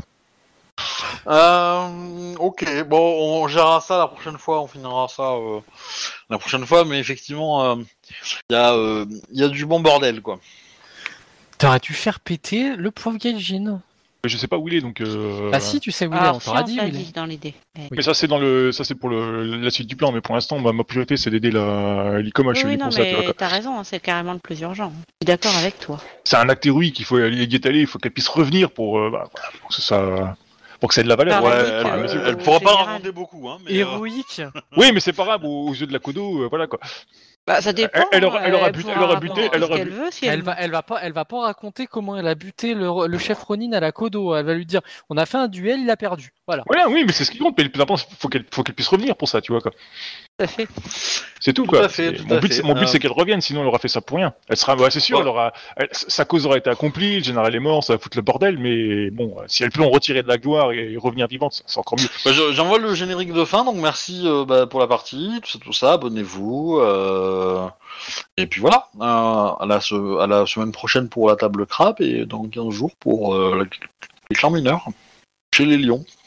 Euh, ok, bon, on gérera ça la prochaine fois, on finira ça euh, la prochaine fois, mais effectivement, il euh, y, euh, y a du bon bordel, quoi. T'aurais dû faire péter le pauvre Gaijin. Je sais pas où il est, donc. Euh... Ah si, tu sais où il est, Alors, on si, t'aura on dit t'a où il est. dit dans l'idée. Mais- Mais ça c'est dans le, ça c'est pour le, la suite du plan. Mais pour l'instant, ma, ma priorité c'est d'aider la l'Icoma. Oui, Je suis oui, venu non, pour ça. Tu vois, mais quoi. t'as raison, hein, c'est carrément le plus urgent. Je suis d'accord avec toi. C'est un acte héroïque, il faut y étaler, il faut qu'elle puisse revenir pour, euh, bah, voilà, pour que ça, pour que ça ait de la valeur. Par Ouais, Héroïque, elle, euh, elle, au- elle au pourra pas général. raconter beaucoup, hein, mais... euh, Héroïque. Oui, mais c'est pas grave aux, aux yeux de la Kodo, euh, voilà quoi. Bah, ça dépend. Elle- elle aura- elle aura euh, buté- pourra elle aura buté- raconter elle ce aura qu'elle bu- veut, si Elle elle va, elle va pas, elle va pas raconter comment elle a buté le, le chef Ronin à la Kodo. Elle va lui dire, on a fait un duel, il a perdu. Voilà. Voilà, oui, mais c'est ce qui compte. Mais le plus important, faut qu'elle, faut qu'elle puisse revenir pour ça, tu vois quoi. Tout à fait. C'est tout, Tout quoi. à fait, C'est- tout mon à but, fait. c'est, mon but, Euh, c'est qu'elle revienne, sinon elle aura fait ça pour rien. Elle sera, ouais, c'est sûr, Ouais. elle aura, elle- sa cause aura été accomplie, le général est mort, ça va foutre le bordel, mais bon, si elle peut en retirer de la gloire et, et revenir vivante, c'est encore mieux. Bah, je- j'envoie le générique de fin, donc merci euh, bah, pour la partie, tout ça, tout ça, abonnez-vous. euh, Et puis voilà, euh, à, la se- à la semaine prochaine pour la table crabe et dans quinze jours pour euh, la- les clans mineurs chez les lions.